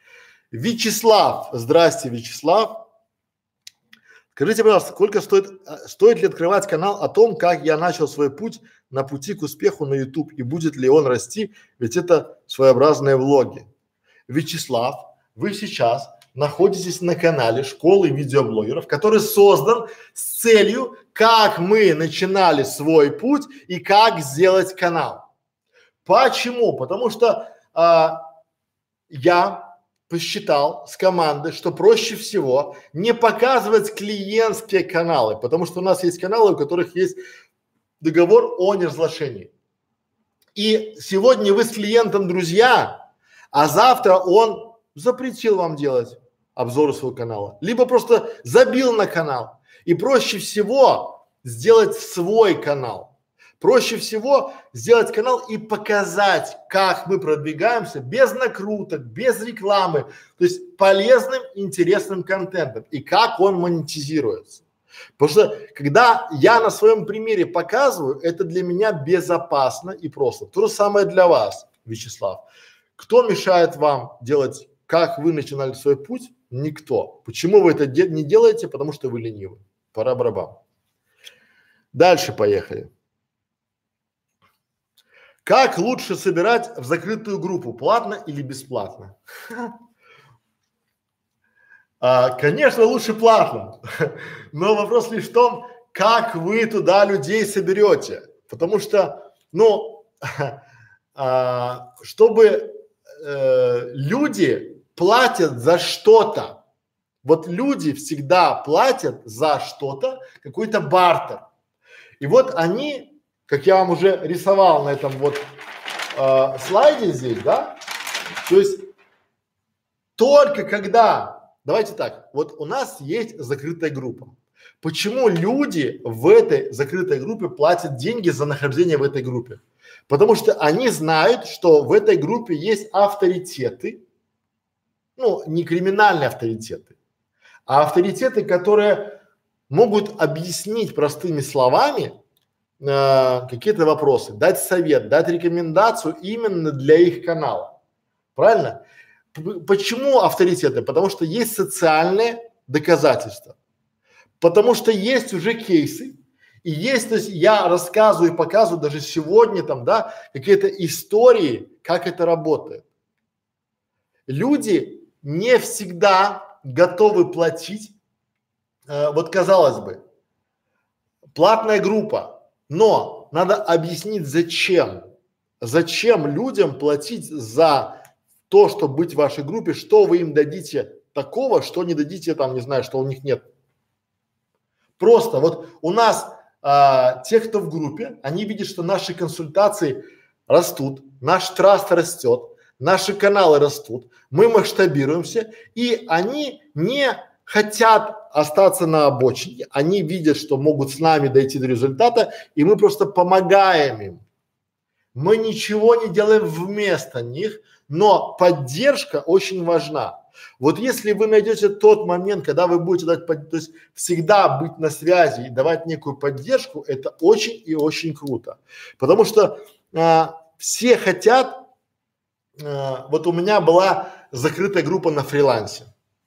Вячеслав, здрасте, Вячеслав. Скажите, пожалуйста, сколько стоит, стоит ли открывать канал о том, как я начал свой путь на пути к успеху на YouTube и будет ли он расти, ведь это своеобразные влоги. Вячеслав, вы сейчас находитесь на канале школы видеоблогеров, который создан с целью, как мы начинали свой путь и как сделать канал. Почему? Потому что а, я посчитал с командой, что проще всего не показывать клиентские каналы, потому что у нас есть каналы, у которых есть договор о неразглашении. И сегодня вы с клиентом друзья, а завтра он запретил вам делать обзоры своего канала, либо просто забил на канал. И проще всего сделать свой канал. Проще всего сделать канал и показать, как мы продвигаемся без накруток, без рекламы, то есть полезным, интересным контентом и как он монетизируется. Потому что когда я на своем примере показываю, это для меня безопасно и просто. То же самое для вас, Вячеслав. Кто мешает вам делать, как вы начинали свой путь? Никто. Почему вы это де- не делаете? Потому что вы ленивы. Пора барабан. Дальше поехали. Как лучше собирать в закрытую группу, платно или бесплатно? А, конечно, лучше платно, но вопрос лишь в том, как вы туда людей соберете, потому что, ну, а, чтобы э, люди платят за что-то, Вот люди всегда платят за что-то, какой-то бартер. И вот они, как я вам уже рисовал на этом вот э, слайде здесь, да, то есть только когда, давайте так, вот у нас есть закрытая группа. Почему люди в этой закрытой группе платят деньги за нахождение в этой группе? Потому что они знают, что в этой группе есть авторитеты, ну, не криминальные авторитеты, а авторитеты, которые могут объяснить простыми словами э, какие-то вопросы, дать совет, дать рекомендацию именно для их канала. Правильно? П- почему авторитеты? Потому что есть социальные доказательства. Потому что есть уже кейсы, и есть, то есть я рассказываю и показываю даже сегодня там, да, какие-то истории, как это работает. Люди не всегда готовы платить, э, вот казалось бы, платная группа, но надо объяснить зачем. Зачем людям платить за то, чтобы быть в вашей группе, что вы им дадите такого, что не дадите там, не знаю, что у них нет. Просто вот у нас а, те, кто в группе, они видят, что наши консультации растут, наш траст растет, наши каналы растут, мы масштабируемся, и они не хотят остаться на обочине, они видят, что могут с нами дойти до результата, и мы просто помогаем им. Мы ничего не делаем вместо них, но поддержка очень важна. Вот если вы найдете тот момент, когда вы будете дать, под, то есть всегда быть на связи и давать некую поддержку, это очень и очень круто. Потому что а, все хотят, а, вот у меня была закрытая группа на фрилансе,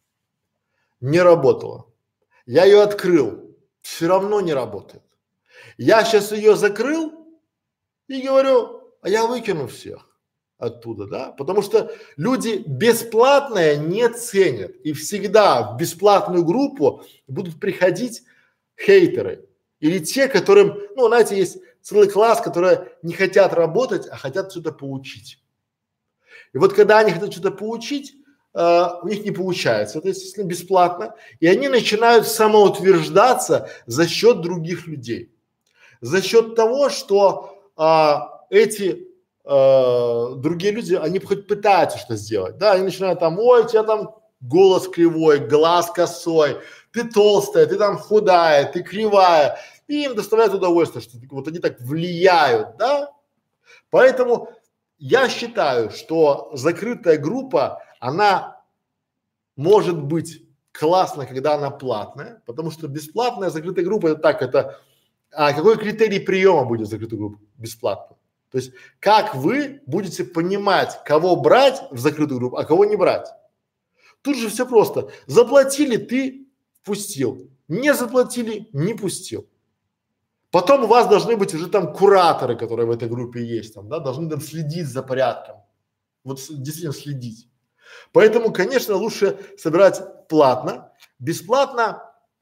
не работала. Я ее открыл, все равно не работает. Я сейчас ее закрыл и говорю, а я выкину всех оттуда, да, потому что люди бесплатное не ценят, и всегда в бесплатную группу будут приходить хейтеры или те, которым, ну, знаете, есть целый класс, которые не хотят работать, а хотят что-то получить. И вот когда они хотят что-то получить, э, у них не получается, это естественно бесплатно, и они начинают самоутверждаться за счет других людей, за счет того, что а, эти а, другие люди, они хоть пытаются что сделать, да, они начинают там, ой, у тебя там голос кривой, глаз косой, ты толстая, ты там худая, ты кривая, и им доставляет удовольствие, что вот они так влияют, да, поэтому я считаю, что закрытая группа, она может быть классно, когда она платная, потому что бесплатная закрытая группа это так, это а какой критерий приема будет в закрытую группу? Бесплатно. То есть как вы будете понимать, кого брать в закрытую группу, а кого не брать? Тут же все просто. Заплатили, ты впустил. Не заплатили, не пустил. Потом у вас должны быть уже там кураторы, которые в этой группе есть, там, да, должны там следить за порядком. Вот с- действительно следить. Поэтому, конечно, лучше собирать платно. Бесплатно,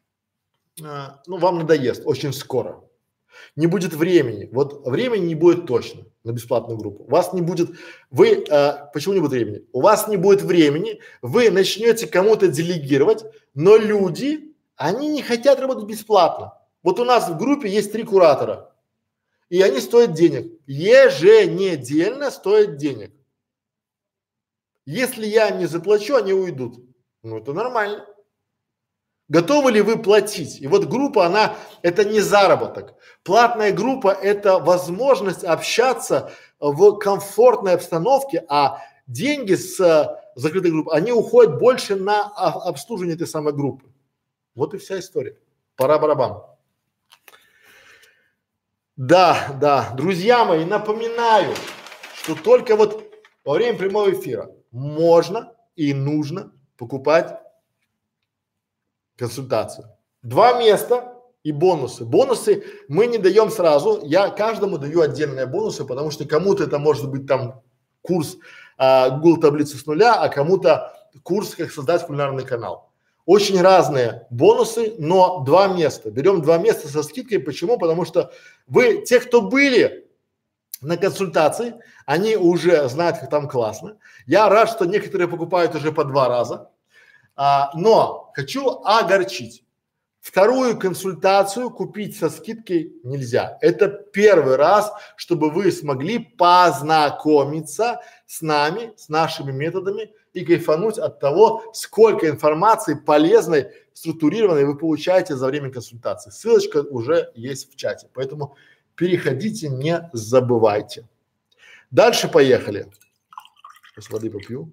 а, ну, вам надоест очень скоро. Не будет времени. Вот времени не будет точно на бесплатную группу. У вас не будет, вы, а, почему не будет времени? У вас не будет времени, вы начнете кому-то делегировать, но люди, они не хотят работать бесплатно. Вот у нас в группе есть три куратора, и они стоят денег. Еженедельно стоят денег. Если я не заплачу, они уйдут. Ну, это нормально. Готовы ли вы платить? И вот группа, она, это не заработок. Платная группа – это возможность общаться в комфортной обстановке, а деньги с э, закрытой группы, они уходят больше на а, обслуживание этой самой группы. Вот и вся история. Пора барабан. Да, да, друзья мои, напоминаю, что только вот во время прямого эфира можно и нужно покупать консультацию. Два места и бонусы. Бонусы мы не даем сразу, я каждому даю отдельные бонусы, потому что кому-то это может быть там курс а, Google таблицы с нуля, а кому-то курс, как создать кулинарный канал. Очень разные бонусы, но два места. Берем два места со скидкой. Почему? Потому что вы, те, кто были на консультации, они уже знают, как там классно. Я рад, что некоторые покупают уже по два раза. А, но хочу огорчить. Вторую консультацию купить со скидкой нельзя. Это первый раз, чтобы вы смогли познакомиться с нами, с нашими методами и кайфануть от того, сколько информации полезной, структурированной вы получаете за время консультации. Ссылочка уже есть в чате, поэтому переходите, не забывайте. Дальше поехали. Сейчас воды попью.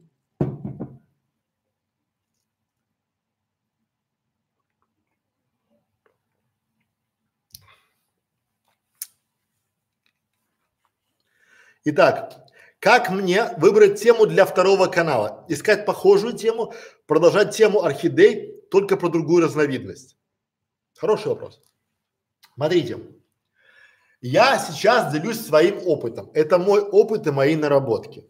Итак, как мне выбрать тему для второго канала? Искать похожую тему, продолжать тему орхидей, только про другую разновидность? Хороший вопрос. Смотрите, я сейчас делюсь своим опытом. Это мой опыт и мои наработки.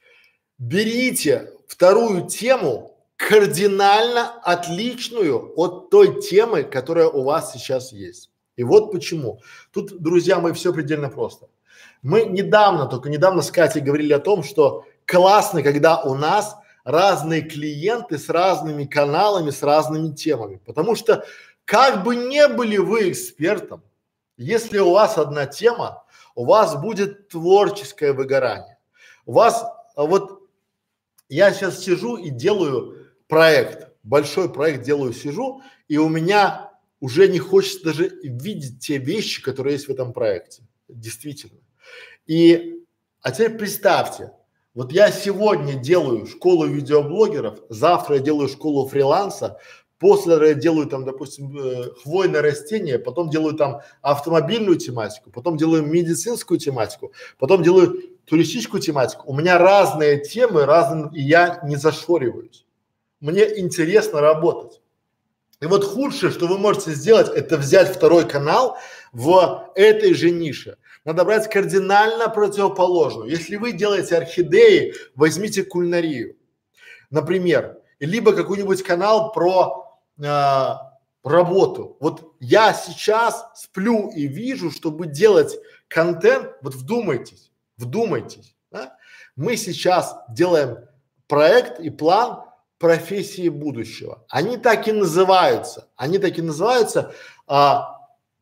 Берите вторую тему кардинально отличную от той темы, которая у вас сейчас есть. И вот почему. Тут, друзья мои, все предельно просто. Мы недавно, только недавно с Катей говорили о том, что классно, когда у нас разные клиенты с разными каналами, с разными темами. Потому что как бы не были вы экспертом, если у вас одна тема, у вас будет творческое выгорание. У вас, а вот я сейчас сижу и делаю проект, большой проект делаю, сижу, и у меня уже не хочется даже видеть те вещи, которые есть в этом проекте. Действительно. И, а теперь представьте, вот я сегодня делаю школу видеоблогеров, завтра я делаю школу фриланса, после я делаю там, допустим, э, хвойное растение, потом делаю там автомобильную тематику, потом делаю медицинскую тематику, потом делаю туристическую тематику. У меня разные темы, разные, и я не зашориваюсь. Мне интересно работать. И вот худшее, что вы можете сделать, это взять второй канал в этой же нише. Надо брать кардинально противоположную. Если вы делаете орхидеи, возьмите кулинарию, например, либо какой-нибудь канал про э, работу. Вот я сейчас сплю и вижу, чтобы делать контент, вот вдумайтесь, вдумайтесь, да? Мы сейчас делаем проект и план профессии будущего. Они так и называются, они так и называются а,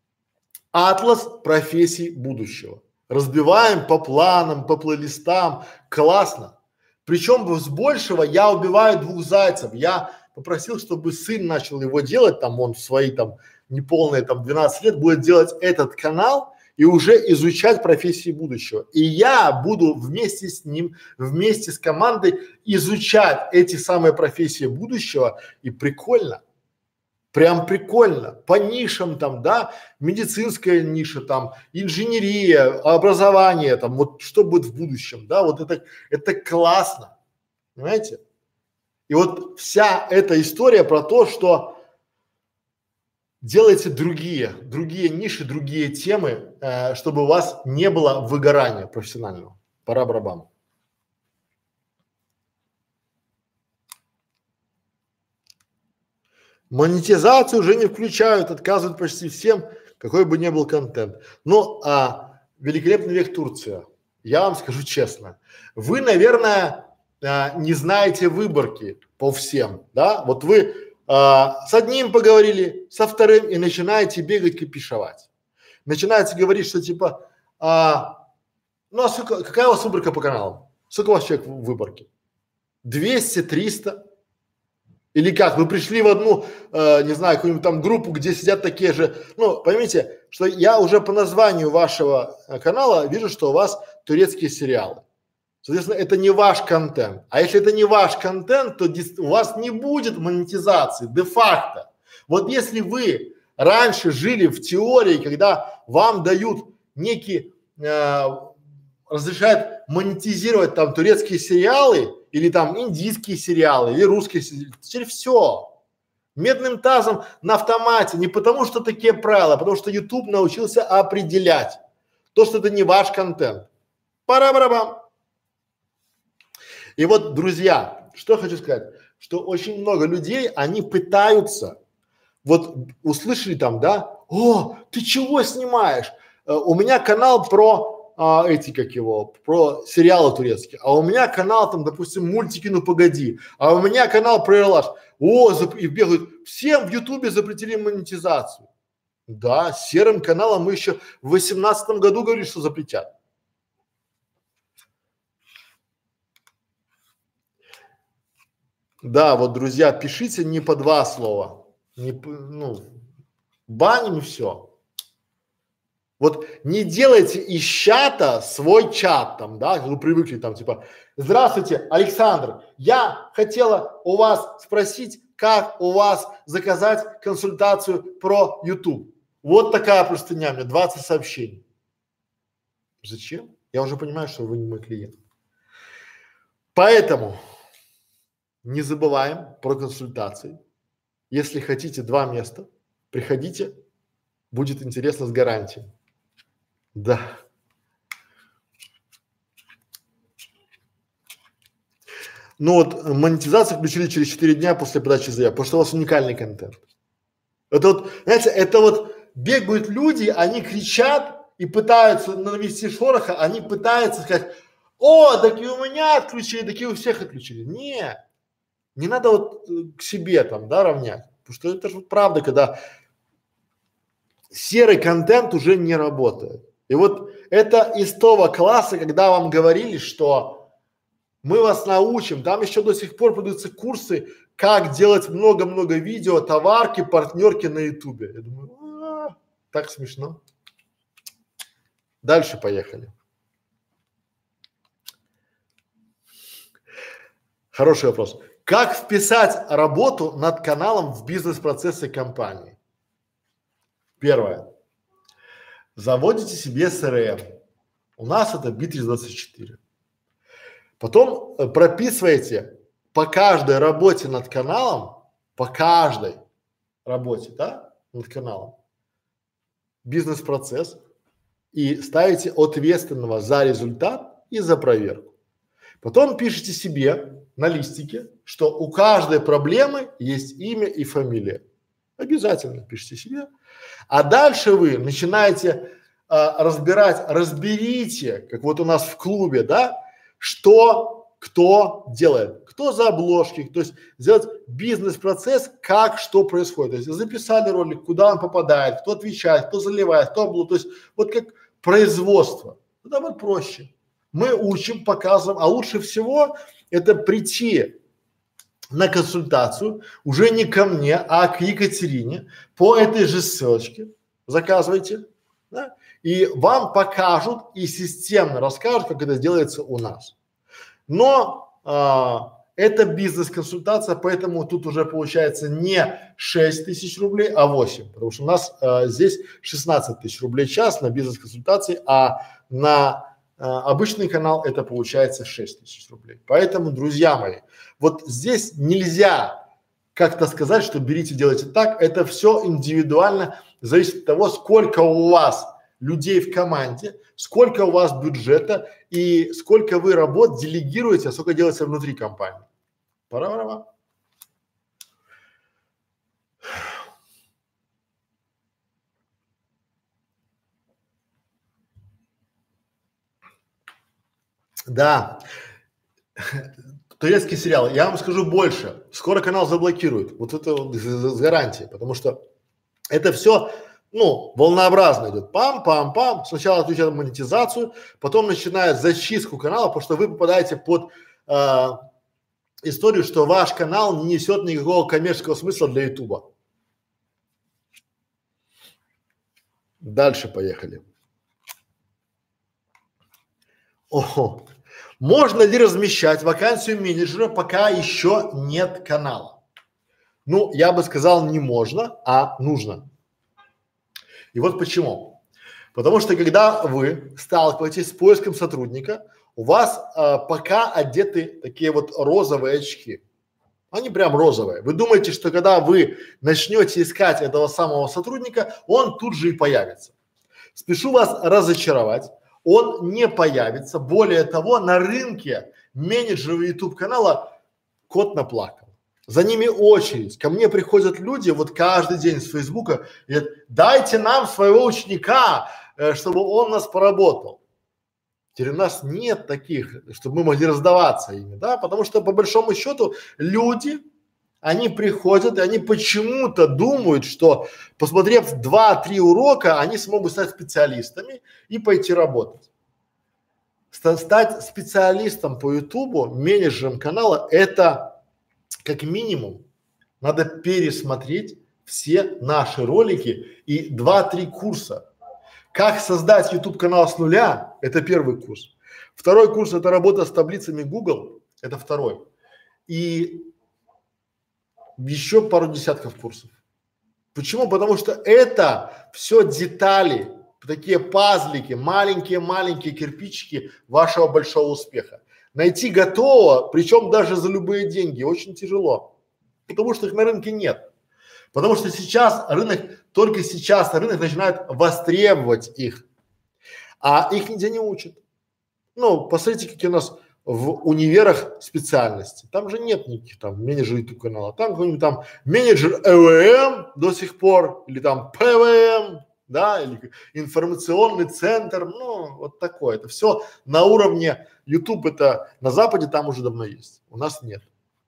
атлас профессий будущего. Разбиваем по планам, по плейлистам, классно. Причем с большего я убиваю двух зайцев. Я попросил, чтобы сын начал его делать, там он в свои там неполные там двенадцать лет будет делать этот канал и уже изучать профессии будущего. И я буду вместе с ним, вместе с командой изучать эти самые профессии будущего. И прикольно. Прям прикольно, по нишам там, да, медицинская ниша там, инженерия, образование там, вот что будет в будущем, да, вот это, это классно, понимаете? И вот вся эта история про то, что делайте другие, другие ниши, другие темы, э, чтобы у вас не было выгорания профессионального. Пора барабан. Монетизацию уже не включают, отказывают почти всем, какой бы ни был контент. Ну, а великолепный век Турция, я вам скажу честно, вы, наверное, а, не знаете выборки по всем, да? Вот вы а, с одним поговорили, со вторым и начинаете бегать, кипишевать. Начинаете говорить, что типа, а, ну а сколько, какая у вас выборка по каналам? Сколько у вас человек в выборке? двести, триста? Или как? Вы пришли в одну, э, не знаю, какую-нибудь там группу, где сидят такие же, ну, поймите, что я уже по названию вашего э, канала вижу, что у вас турецкие сериалы. Соответственно, это не ваш контент. А если это не ваш контент, то у вас не будет монетизации де-факто. Вот если вы раньше жили в теории, когда вам дают некий, э, разрешают монетизировать там турецкие сериалы, или там индийские сериалы, или русские сериалы, теперь все. Медным тазом на автомате, не потому что такие правила, а потому что YouTube научился определять то, что это не ваш контент. Пара-барабам. И вот, друзья, что хочу сказать, что очень много людей, они пытаются, вот услышали там, да, о, ты чего снимаешь? Э, у меня канал про А, эти, как его, про сериалы турецкие, а у меня канал там, допустим, мультики, ну погоди, а у меня канал про Ералаш. о, зап... и бегают, всем в Ютубе запретили монетизацию. Да, серым каналам мы еще в восемнадцатом году говорили, что запретят. Да, вот, друзья, пишите не по два слова, не, п- ну, баним и все. Вот не делайте из чата свой чат там, да, как вы привыкли там, типа, здравствуйте, Александр, я хотела у вас спросить, как у вас заказать консультацию про YouTube. Вот такая простыня, у меня двадцать сообщений. Зачем? Я уже понимаю, что вы не мой клиент. Поэтому не забываем про консультации. Если хотите два места, приходите, будет интересно с гарантией. Да. Ну вот монетизацию включили через четыре дня после подачи заявки, потому что у вас уникальный контент. Это вот, знаете, это вот бегают люди, они кричат и пытаются навести шороха, они пытаются сказать, о, так и у меня отключили, так и у всех отключили. Не, не надо вот э, к себе там, да, равнять. Потому что это же вот правда, когда серый контент уже не работает. И вот это из того класса, когда вам говорили, что мы вас научим, там еще до сих пор продаются курсы, как делать много-много видео, товарки, партнерки на ютубе. Я думаю, а, так смешно. Дальше поехали. Хороший вопрос. Как вписать работу над каналом в бизнес-процессы компании? Первое. Заводите себе эс эр эм. У нас это Битрикс двадцать четыре. Потом э, прописываете по каждой работе над каналом, по каждой работе, да, над каналом, бизнес-процесс и ставите ответственного за результат и за проверку. Потом пишите себе на листике, что у каждой проблемы есть имя и фамилия. Обязательно пишите себе. А дальше вы начинаете а, разбирать, разберите, как вот у нас в клубе, да, что кто делает, кто за обложки, то есть сделать бизнес-процесс, как что происходит. То есть записали ролик, куда он попадает, кто отвечает, кто заливает, кто облу, то есть вот как производство. Тогда вот проще. Мы учим, показываем, а лучше всего это прийти на консультацию уже не ко мне, а к Екатерине по этой же ссылочке. Заказывайте, да, и вам покажут и системно расскажут, как это делается у нас. Но а, это бизнес-консультация, поэтому тут уже получается не шесть тысяч рублей, а восемь, потому что у нас а, здесь шестнадцать тысяч рублей в час на бизнес-консультации, а на а, обычный канал это получается шесть тысяч рублей. Поэтому, друзья мои, вот здесь нельзя как-то сказать, что берите, делайте так. Это все индивидуально, зависит от того, сколько у вас людей в команде, сколько у вас бюджета и сколько вы работ делегируете, а сколько делается внутри компании. Пора-пора. Да. Турецкий сериал. Я вам скажу больше. Скоро канал заблокируют. Вот это вот с, с гарантией, потому что это все, ну, волнообразно идет. Пам-пам-пам. Сначала отключают монетизацию, потом начинают зачистку канала, потому что вы попадаете под э, историю, что ваш канал не несет никакого коммерческого смысла для Ютуба. Дальше поехали. Ого. Можно ли размещать вакансию менеджера, пока еще нет канала? Ну, я бы сказал, не можно, а нужно. И вот почему. Потому что когда вы сталкиваетесь с поиском сотрудника, у вас а, пока одеты такие вот розовые очки. Они прям розовые. Вы думаете, что когда вы начнете искать этого самого сотрудника, он тут же и появится. Спешу вас разочаровать. Он не появится. Более того, на рынке менеджеры YouTube канала кот наплакал. За ними очередь. Ко мне приходят люди вот каждый день с Фейсбука и говорят, дайте нам своего ученика, э, чтобы он у нас поработал. Теперь у нас нет таких, чтобы мы могли раздаваться ими, да, потому что по большому счету люди Они приходят, и они почему-то думают, что, посмотрев два-три урока, они смогут стать специалистами и пойти работать. Ста- Стать специалистом по Ютубу, менеджером канала – это как минимум надо пересмотреть все наши ролики и два-три курса. Как создать YouTube канал с нуля – это первый курс. Второй курс – это работа с таблицами Google, это второй. И еще пару десятков курсов. Почему? Потому что это все детали, такие пазлики, маленькие-маленькие кирпичики вашего большого успеха. Найти готового, причем даже за любые деньги, очень тяжело, потому что их на рынке нет. Потому что сейчас рынок, только сейчас рынок начинает востребовать их, а их нигде не учат. Ну, посмотрите, какие у нас в универах специальности. Там же нет никаких там менеджеров YouTube канала. Там какой-нибудь там менеджер Э В М до сих пор, или там П В М, да, или информационный центр, ну, вот такое. Это все на уровне YouTube, это на Западе там уже давно есть, у нас нет.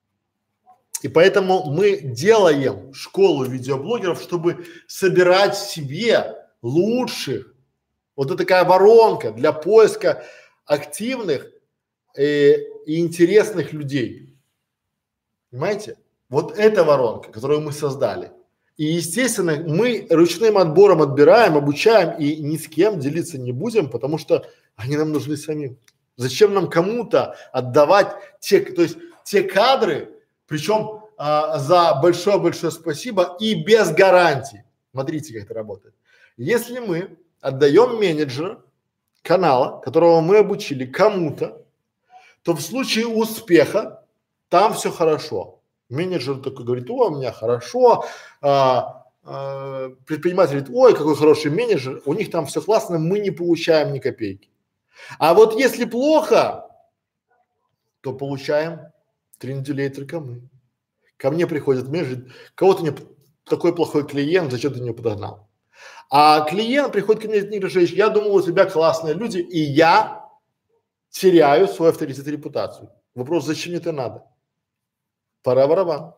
И поэтому мы делаем школу видеоблогеров, чтобы собирать себе лучших. Вот это такая воронка для поиска активных э, и интересных людей. Понимаете? Вот эта воронка, которую мы создали. И естественно, мы ручным отбором отбираем, обучаем и ни с кем делиться не будем, потому что они нам нужны самим. Зачем нам кому-то отдавать те, то есть те кадры, причем а, за большое-большое спасибо и без гарантий. Смотрите, как это работает. Если мы отдаем менеджера канала, которого мы обучили кому-то, то в случае успеха там все хорошо. Менеджер такой говорит: о, у меня хорошо, а, а, предприниматель говорит: ой, какой хороший менеджер, у них там все классно, мы не получаем ни копейки. А вот если плохо, то получаем три недели только мы. Ко мне приходит менеджер, кого-то мне такой плохой клиент, зачем ты меня подогнал? А клиент приходит ко мне и говорит: я думал, у тебя классные люди, и я теряю свой авторитет и репутацию. Вопрос: зачем мне это надо? Пора барабан.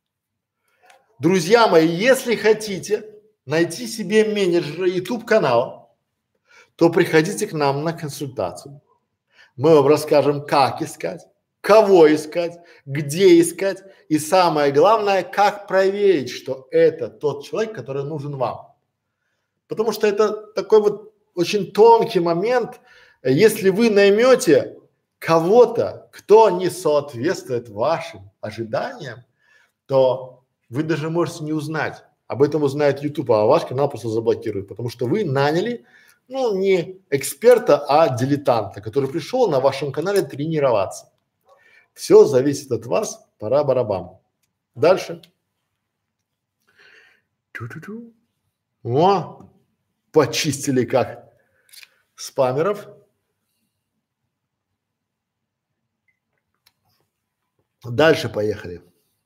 Друзья мои, если хотите найти себе менеджера YouTube канала, то приходите к нам на консультацию. Мы вам расскажем, как искать, кого искать, где искать и самое главное, как проверить, что это тот человек, который нужен вам. Потому что это такой вот очень тонкий момент. Если вы наймете кого-то, кто не соответствует вашим ожиданиям, то вы даже можете не узнать. Об этом узнает YouTube, а ваш канал просто заблокирует, потому что вы наняли, ну, не эксперта, а дилетанта, который пришел на вашем канале тренироваться. Все зависит от вас, пора барабан. Дальше. Тю-тю-тю. О, почистили как спамеров. Дальше поехали.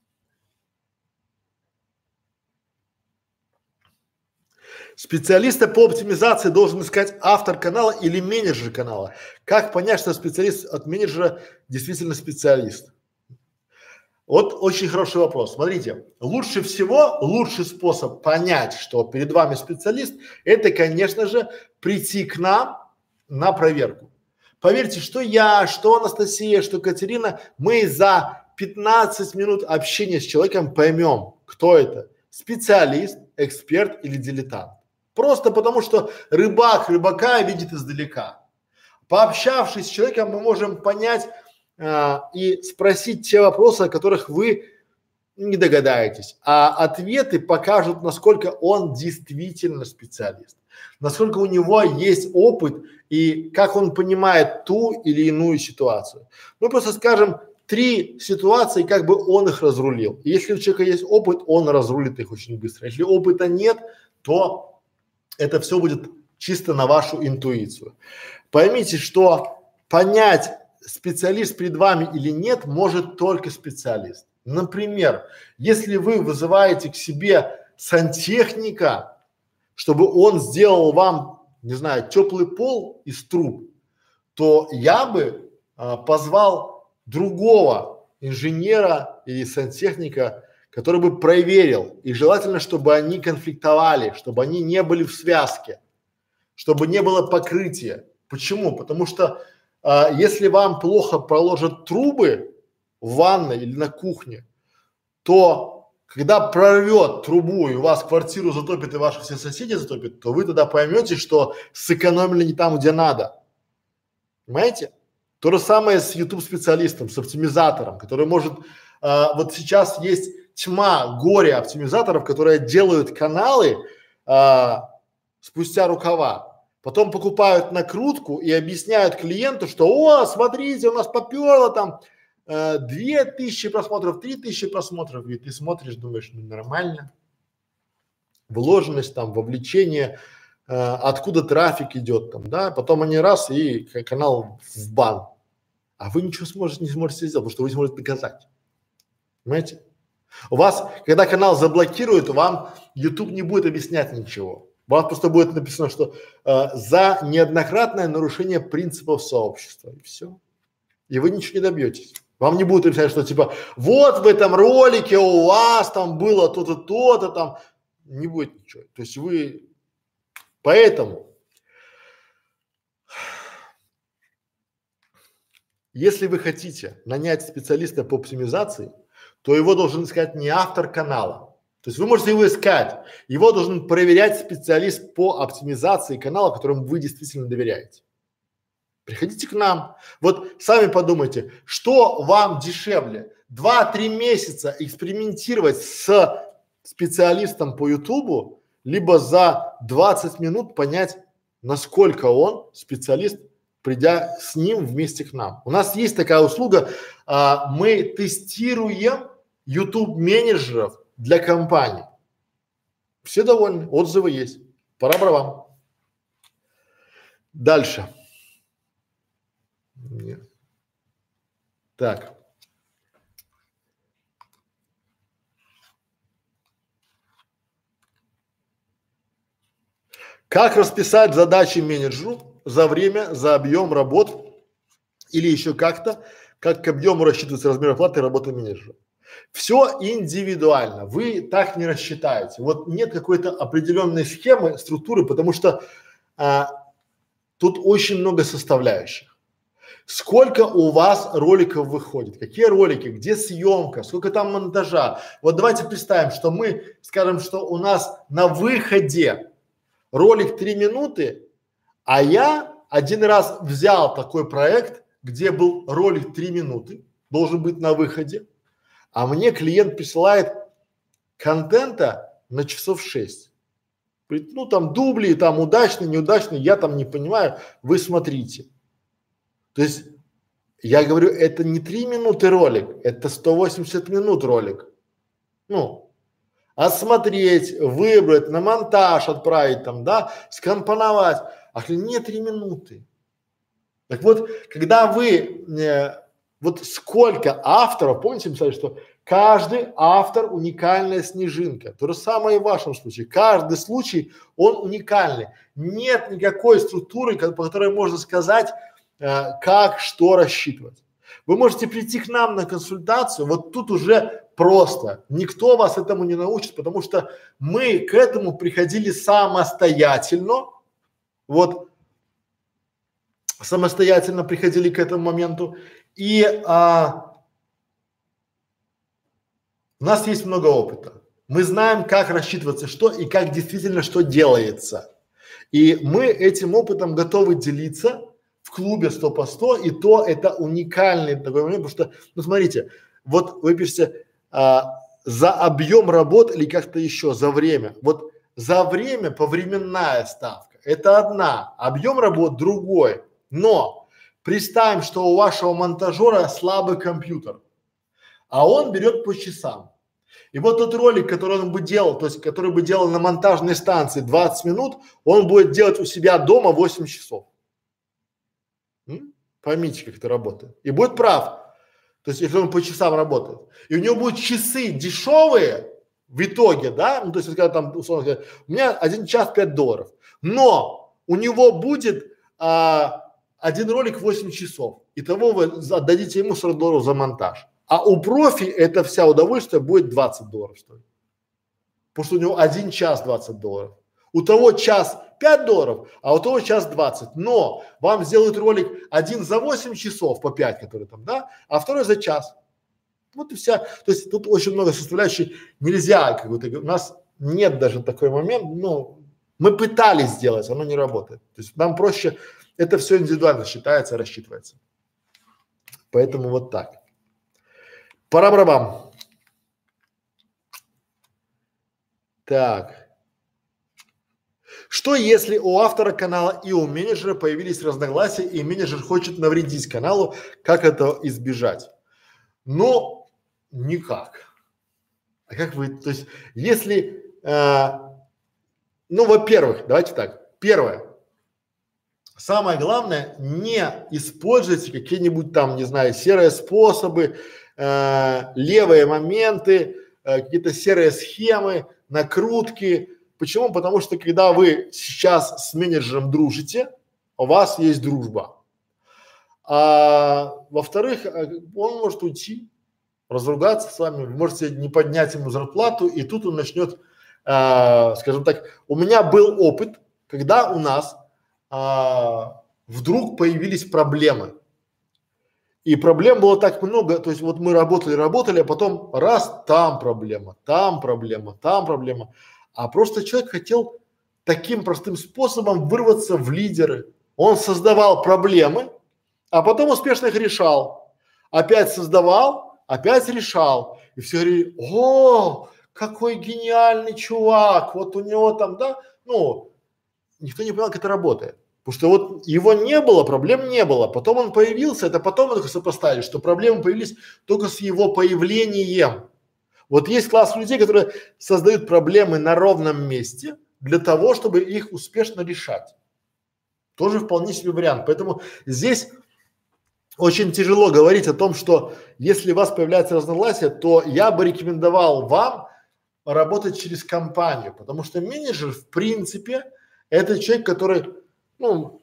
Специалиста по оптимизации должен искать автор канала или менеджер канала. Как понять, что специалист от менеджера действительно специалист? Вот очень хороший вопрос. Смотрите, лучше всего, лучший способ понять, что перед вами специалист, это, конечно же, прийти к нам на проверку. Поверьте, что я, что Анастасия, что Катерина, мы за пятнадцать минут общения с человеком поймем, кто это – специалист, эксперт или дилетант. Просто потому, что рыбак рыбака видит издалека. Пообщавшись с человеком, мы можем понять а, и спросить те вопросы, о которых вы не догадаетесь, а ответы покажут, насколько он действительно специалист, насколько у него есть опыт и как он понимает ту или иную ситуацию. Мы просто скажем три ситуации, как бы он их разрулил. И если у человека есть опыт, он разрулит их очень быстро. Если опыта нет, то это все будет чисто на вашу интуицию. Поймите, что понять, специалист перед вами или нет, может только специалист. Например, если вы вызываете к себе сантехника, чтобы он сделал вам, не знаю, теплый пол из труб, то я бы а, позвал другого инженера или сантехника, который бы проверил, и желательно, чтобы они конфликтовали, чтобы они не были в связке, чтобы не было покрытия. Почему? Потому что а, если вам плохо проложат трубы в ванной или на кухне, то когда прорвет трубу и у вас квартиру затопит и ваши все соседи затопит, то вы тогда поймете, что сэкономили не там, где надо. Понимаете? То же самое с YouTube специалистом, с оптимизатором, который может, а, вот сейчас есть тьма, горе оптимизаторов, которые делают каналы а, спустя рукава, потом покупают накрутку и объясняют клиенту, что о, смотрите, у нас поперло там э, две тысячи просмотров, три тысячи просмотров, и ты смотришь, думаешь, ну нормально, вложенность там, вовлечение, э, откуда трафик идет там, да, потом они раз и к- канал в бан, а вы ничего сможете, не сможете сделать, потому что вы не сможете доказать, понимаете? У вас, когда канал заблокируют, вам YouTube не будет объяснять ничего. У вас просто будет написано, что э, за неоднократное нарушение принципов сообщества, и все. И вы ничего не добьетесь. Вам не будут объяснять, что типа вот в этом ролике у вас там было то-то, то-то там. Не будет ничего. То есть вы… Поэтому, если вы хотите нанять специалиста по оптимизации, то его должен искать не автор канала. То есть вы можете его искать, его должен проверять специалист по оптимизации канала, которому вы действительно доверяете. Приходите к нам. Вот сами подумайте, что вам дешевле? Два-три месяца экспериментировать с специалистом по Ютубу, либо за двадцать минут понять, насколько он специалист, придя с ним вместе к нам. У нас есть такая услуга, а, мы тестируем YouTube менеджеров для компаний. Все довольны, отзывы есть. Пора бравам. Дальше. Нет. Так. Как расписать задачи менеджеру за время, за объем работ или еще как-то, как к объему рассчитывается размер оплаты работы менеджера? Все индивидуально, вы так не рассчитаете. Вот нет какой-то определенной схемы, структуры, потому что а, тут очень много составляющих. Сколько у вас роликов выходит, какие ролики, где съемка, сколько там монтажа. Вот давайте представим, что мы скажем, что у нас на выходе ролик три минуты, а я один раз взял такой проект, где был ролик три минуты, должен быть на выходе, а мне клиент присылает контента на часов шесть. Говорит, ну там дубли, там удачный, неудачный, я там не понимаю, вы смотрите. То есть я говорю, это не три минуты ролик, это сто восемьдесят минут ролик. Ну, осмотреть, выбрать, на монтаж отправить там, да, скомпоновать. А не три минуты. Так вот, когда вы, э, вот сколько авторов, помните, мы сказали, что каждый автор уникальная снежинка. То же самое и в вашем случае. Каждый случай, он уникальный. Нет никакой структуры, как, по которой можно сказать, э, как, что рассчитывать. Вы можете прийти к нам на консультацию, вот тут уже просто. Никто вас этому не научит, потому что мы к этому приходили самостоятельно. Вот самостоятельно приходили к этому моменту. И а, у нас есть много опыта. Мы знаем, как рассчитываться, что и как действительно что делается. И мы этим опытом готовы делиться в клубе сто по сто, и то это уникальный такой момент, потому что, ну смотрите, вот вы пишете а, за объем работ или как-то еще, за время. Вот за время повременная ставка – это одна, объем работ другой. Но представим, что у вашего монтажера слабый компьютер, а он берет по часам. И вот тот ролик, который он бы делал, то есть который бы делал на монтажной станции двадцать минут, он будет делать у себя дома восемь часов. М? Поймите, как это работает. И будет прав. То есть если он по часам работает. И у него будут часы дешевые в итоге, да, ну то есть когда там условно говоря, у меня один час пять долларов, но у него будет а, один ролик восемь часов. Итого вы отдадите ему сорок долларов за монтаж. А у профи это вся удовольствие будет двадцать долларов стоить. Потому что у него один час двадцать долларов. У того час пять долларов, а у того час двадцать. Но вам сделают ролик один за восемь часов по пять, который там, да, а второй за час. Вот и вся. То есть тут очень много составляющих. Нельзя, как бы, у нас нет даже такой момент, ну, мы пытались сделать, оно не работает. То есть нам проще, это все индивидуально считается, рассчитывается. Поэтому вот так. Пара-барабам. Так. Что если у автора канала и у менеджера появились разногласия, и менеджер хочет навредить каналу, как это избежать? Ну, никак. А как вы, то есть, если, э, ну, во-первых, давайте так, первое, самое главное, не используйте какие-нибудь там, не знаю, серые способы, э, левые моменты, э, какие-то серые схемы, накрутки. Почему? Потому что когда вы сейчас с менеджером дружите, у вас есть дружба. А во-вторых, он может уйти, разругаться с вами, вы можете не поднять ему зарплату, и тут он начнет, а, скажем так, у меня был опыт, когда у нас а, вдруг появились проблемы. И проблем было так много, то есть вот мы работали, работали, а потом раз, там проблема, там проблема, там проблема. А просто человек хотел таким простым способом вырваться в лидеры. Он создавал проблемы, а потом успешно их решал. Опять создавал, опять решал. И все говорили: о, какой гениальный чувак, вот у него там, да, ну, никто не понял, как это работает. Потому что вот его не было, проблем не было. Потом он появился, это потом мы только сопоставили, что проблемы появились только с его появлением. Вот есть класс людей, которые создают проблемы на ровном месте для того, чтобы их успешно решать. Тоже вполне себе вариант. Поэтому здесь очень тяжело говорить о том, что если у вас появляется разногласия, то я бы рекомендовал вам работать через компанию, потому что менеджер, в принципе, это человек, который, ну,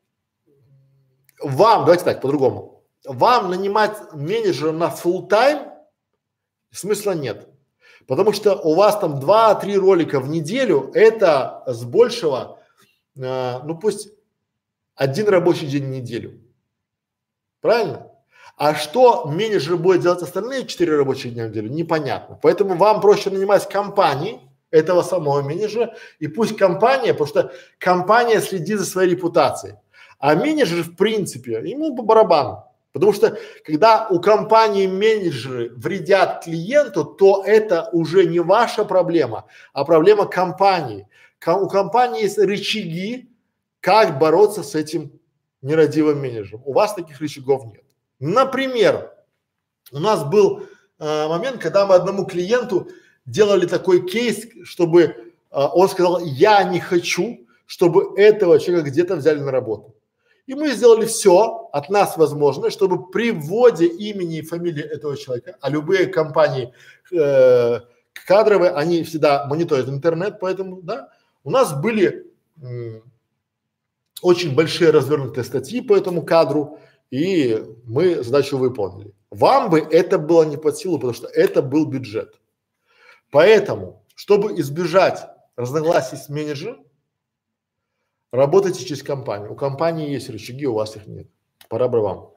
вам, давайте так, по-другому, вам нанимать менеджера на full time смысла нет, потому что у вас там два-три ролика в неделю, это с большего, э, ну пусть один рабочий день в неделю, правильно? А что менеджер будет делать остальные четыре рабочих дня в неделю, непонятно. Поэтому вам проще нанимать компании этого самого менеджера, и пусть компания, потому что компания следит за своей репутацией, а менеджер в принципе ему по барабану. Потому что когда у компании менеджеры вредят клиенту, то это уже не ваша проблема, а проблема компании. Ко- у компании есть рычаги, как бороться с этим нерадивым менеджером. У вас таких рычагов нет. Например, у нас был э, момент, когда мы одному клиенту делали такой кейс, чтобы э, он сказал: я не хочу, чтобы этого человека где-то взяли на работу. И мы сделали все от нас возможное, чтобы при вводе имени и фамилии этого человека, а любые компании э, кадровые, они всегда мониторят интернет, поэтому, да, у нас были м, очень большие развернутые статьи по этому кадру, и мы задачу выполнили. Вам бы это было не под силу, потому что это был бюджет. Поэтому, чтобы избежать разногласий с менеджером, работайте через компанию. У компании есть рычаги, у вас их нет. Пора бы вам.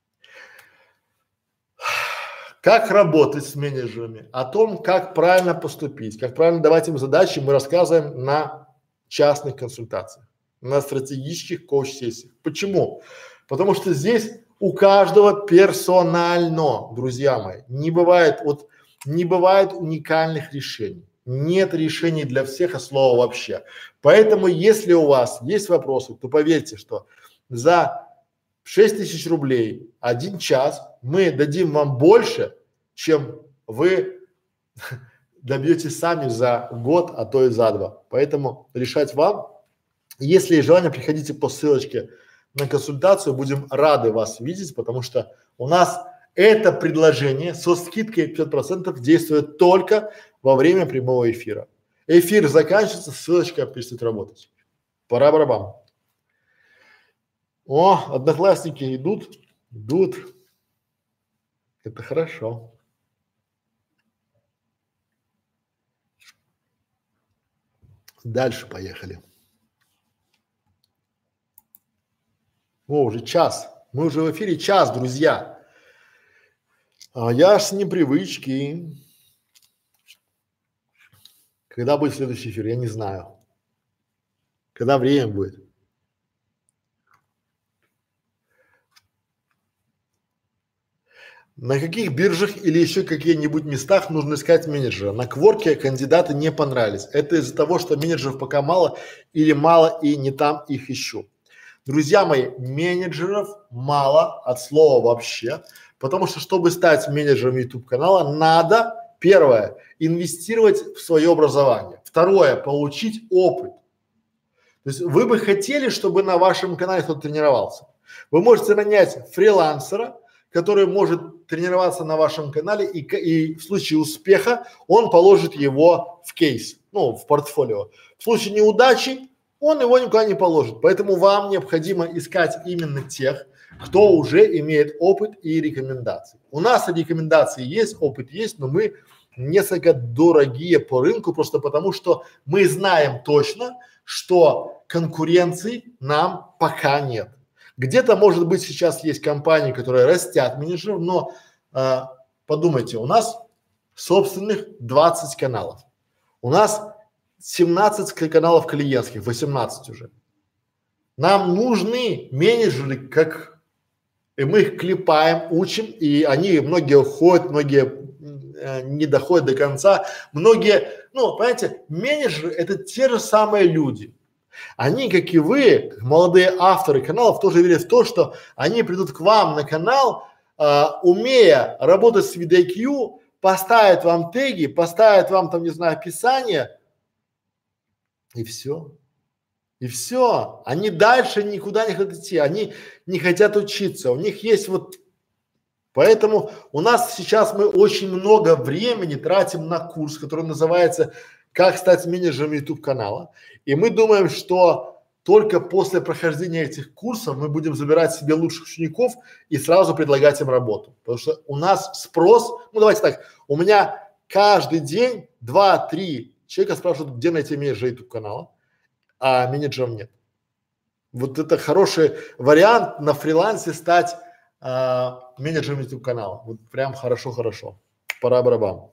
Как работать с менеджерами? О том, как правильно поступить, как правильно давать им задачи, мы рассказываем на частных консультациях, на стратегических коуч-сессиях. Почему? Потому что здесь у каждого персонально, друзья мои. Не бывает, вот не бывает уникальных решений. Нет решений для всех, а слова вообще. Поэтому, если у вас есть вопросы, то поверьте, что за шесть тысяч рублей один час мы дадим вам больше, чем вы добьетесь сами за год, а то и за два. Поэтому решать вам. Если есть желание, приходите по ссылочке на консультацию, будем рады вас видеть, потому что у нас это предложение со скидкой пятьдесят процентов действует только во время прямого эфира. Эфир заканчивается, ссылочка перестает работать. Пора барабан. О, одноклассники идут, идут. Это хорошо. Дальше поехали. О, уже час. Мы уже в эфире час, друзья. А я ж с непривычки. Когда будет следующий эфир, я не знаю. Когда время будет. На каких биржах или еще каких-нибудь местах нужно искать менеджера? На Кворке кандидаты не понравились. Это из-за того, что менеджеров пока мало или мало и не там их ищу. Друзья мои, менеджеров мало от слова вообще, потому что чтобы стать менеджером YouTube канала, надо, первое, инвестировать в свое образование. Второе, получить опыт. То есть вы бы хотели, чтобы на вашем канале кто-то тренировался. Вы можете нанять фрилансера, который может тренироваться на вашем канале, и, и в случае успеха он положит его в кейс, ну, в портфолио. В случае неудачи он его никуда не положит. Поэтому вам необходимо искать именно тех, кто уже имеет опыт и рекомендации. У нас рекомендации есть, опыт есть, но мы несколько дорогие по рынку, просто потому что мы знаем точно, что конкуренции нам пока нет. Где-то, может быть, сейчас есть компании, которые растят менеджеров, но а, подумайте, у нас собственных двадцать каналов, у нас семнадцать каналов клиентских, восемнадцать уже. Нам нужны менеджеры, как и мы их клепаем, учим, и они, многие уходят, многие э, не доходят до конца, многие, ну, понимаете, менеджеры это те же самые люди. Они, как и вы, как молодые авторы каналов, тоже верят в то, что они придут к вам на канал, а, умея работать с видео, поставят вам теги, поставят вам там, не знаю, описание, и все. И все. Они дальше никуда не хотят идти, они не хотят учиться, у них есть вот… Поэтому у нас сейчас мы очень много времени тратим на курс, который называется «Как стать менеджером YouTube канала». И мы думаем, что только после прохождения этих курсов мы будем забирать себе лучших учеников и сразу предлагать им работу. Потому что у нас спрос, ну давайте так, у меня каждый день два-три человека спрашивают, где найти менеджера YouTube канала, а менеджеров нет. Вот это хороший вариант на фрилансе стать а, менеджером YouTube канала. Вот прям хорошо-хорошо. Пора барабан.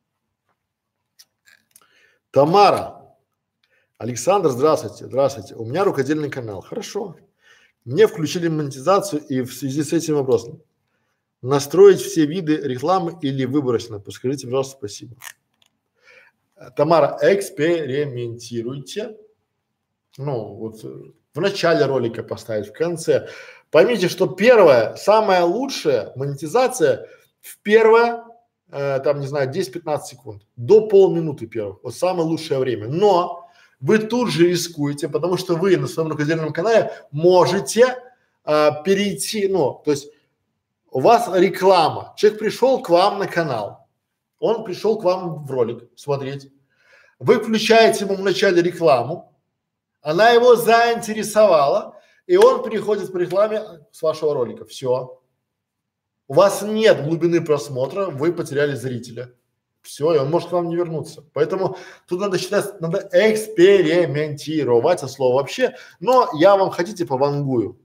Тамара. Александр, здравствуйте, здравствуйте. У меня рукодельный канал. Хорошо. Мне включили монетизацию, и в связи с этим вопросом. Настроить все виды рекламы или выборочно? Подскажите, пожалуйста, спасибо. Тамара, экспериментируйте. Ну, вот в начале ролика поставить, в конце. Поймите, что первое, самая лучшая монетизация в первое, э, там, не знаю, десять-пятнадцать секунд, до полминуты первых, вот самое лучшее время. Но вы тут же рискуете, потому что вы на своем рукодельном канале можете э, перейти, ну, то есть у вас реклама, человек пришел к вам на канал, он пришел к вам в ролик смотреть, вы включаете ему в начале рекламу, она его заинтересовала, и он переходит в рекламе с вашего ролика. Все. У вас нет глубины просмотра, вы потеряли зрителя. Все, и он может к вам не вернуться. Поэтому тут надо считать, надо экспериментировать, это слово вообще. Но я вам хотите повангую.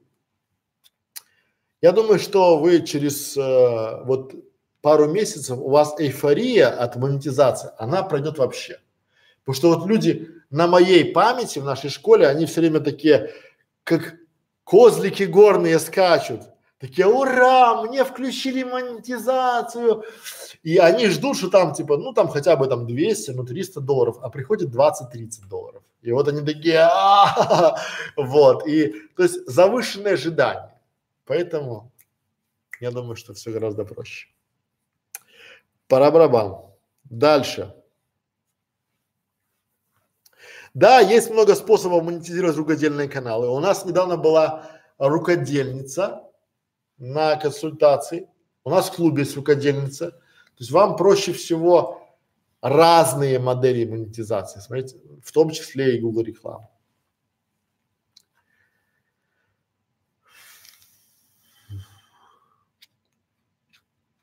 Я думаю, что вы через э, вот пару месяцев у вас эйфория от монетизации, она пройдет вообще. Потому что вот люди на моей памяти в нашей школе, они все время такие, как козлики горные скачут. Такие, ура, мне включили монетизацию. И они ждут, что там типа, ну там хотя бы там двести, ну триста долларов, а приходит двадцать-тридцать долларов. И вот они такие, вот. И то есть завышенные ожидания. Поэтому я думаю, что все гораздо проще. Пора барабан. Дальше. Да, есть много способов монетизировать рукодельные каналы. У нас недавно была рукодельница на консультации. У нас в клубе есть рукодельница. То есть вам проще всего разные модели монетизации, смотрите, в том числе и Google рекламу.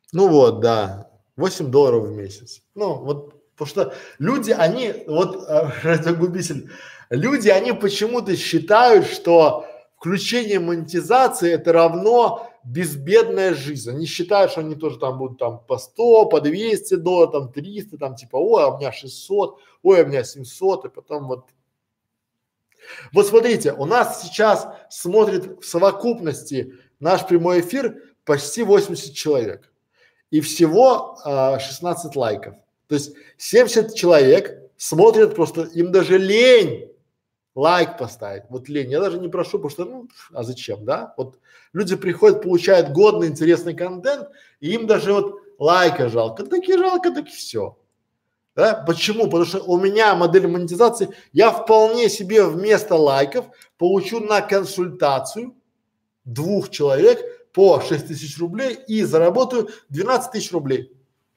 Ну вот, да, восемь долларов в месяц. Ну вот, потому что люди, они, вот э, радиогубитель, люди, они почему-то считают, что включение монетизации это равно безбедная жизнь. Они считают, что они тоже там будут там по сто, по двести долларов, там триста, там типа, ой, а у меня шестьсот, ой, а у меня семьсот, и потом вот. Вот смотрите, у нас сейчас смотрит в совокупности наш прямой эфир почти восемьдесят человек. И всего а, шестнадцать лайков. То есть семьдесят человек смотрят просто, им даже лень лайк поставить. Вот лень. Я даже не прошу, потому что, ну, а зачем, да? Вот люди приходят, получают годный, интересный контент, и им даже вот лайка жалко. Таки жалко, так и все. Да? Почему? Потому что у меня модель монетизации, я вполне себе вместо лайков получу на консультацию двух человек по шесть тысяч рублей и заработаю двенадцать тысяч рублей.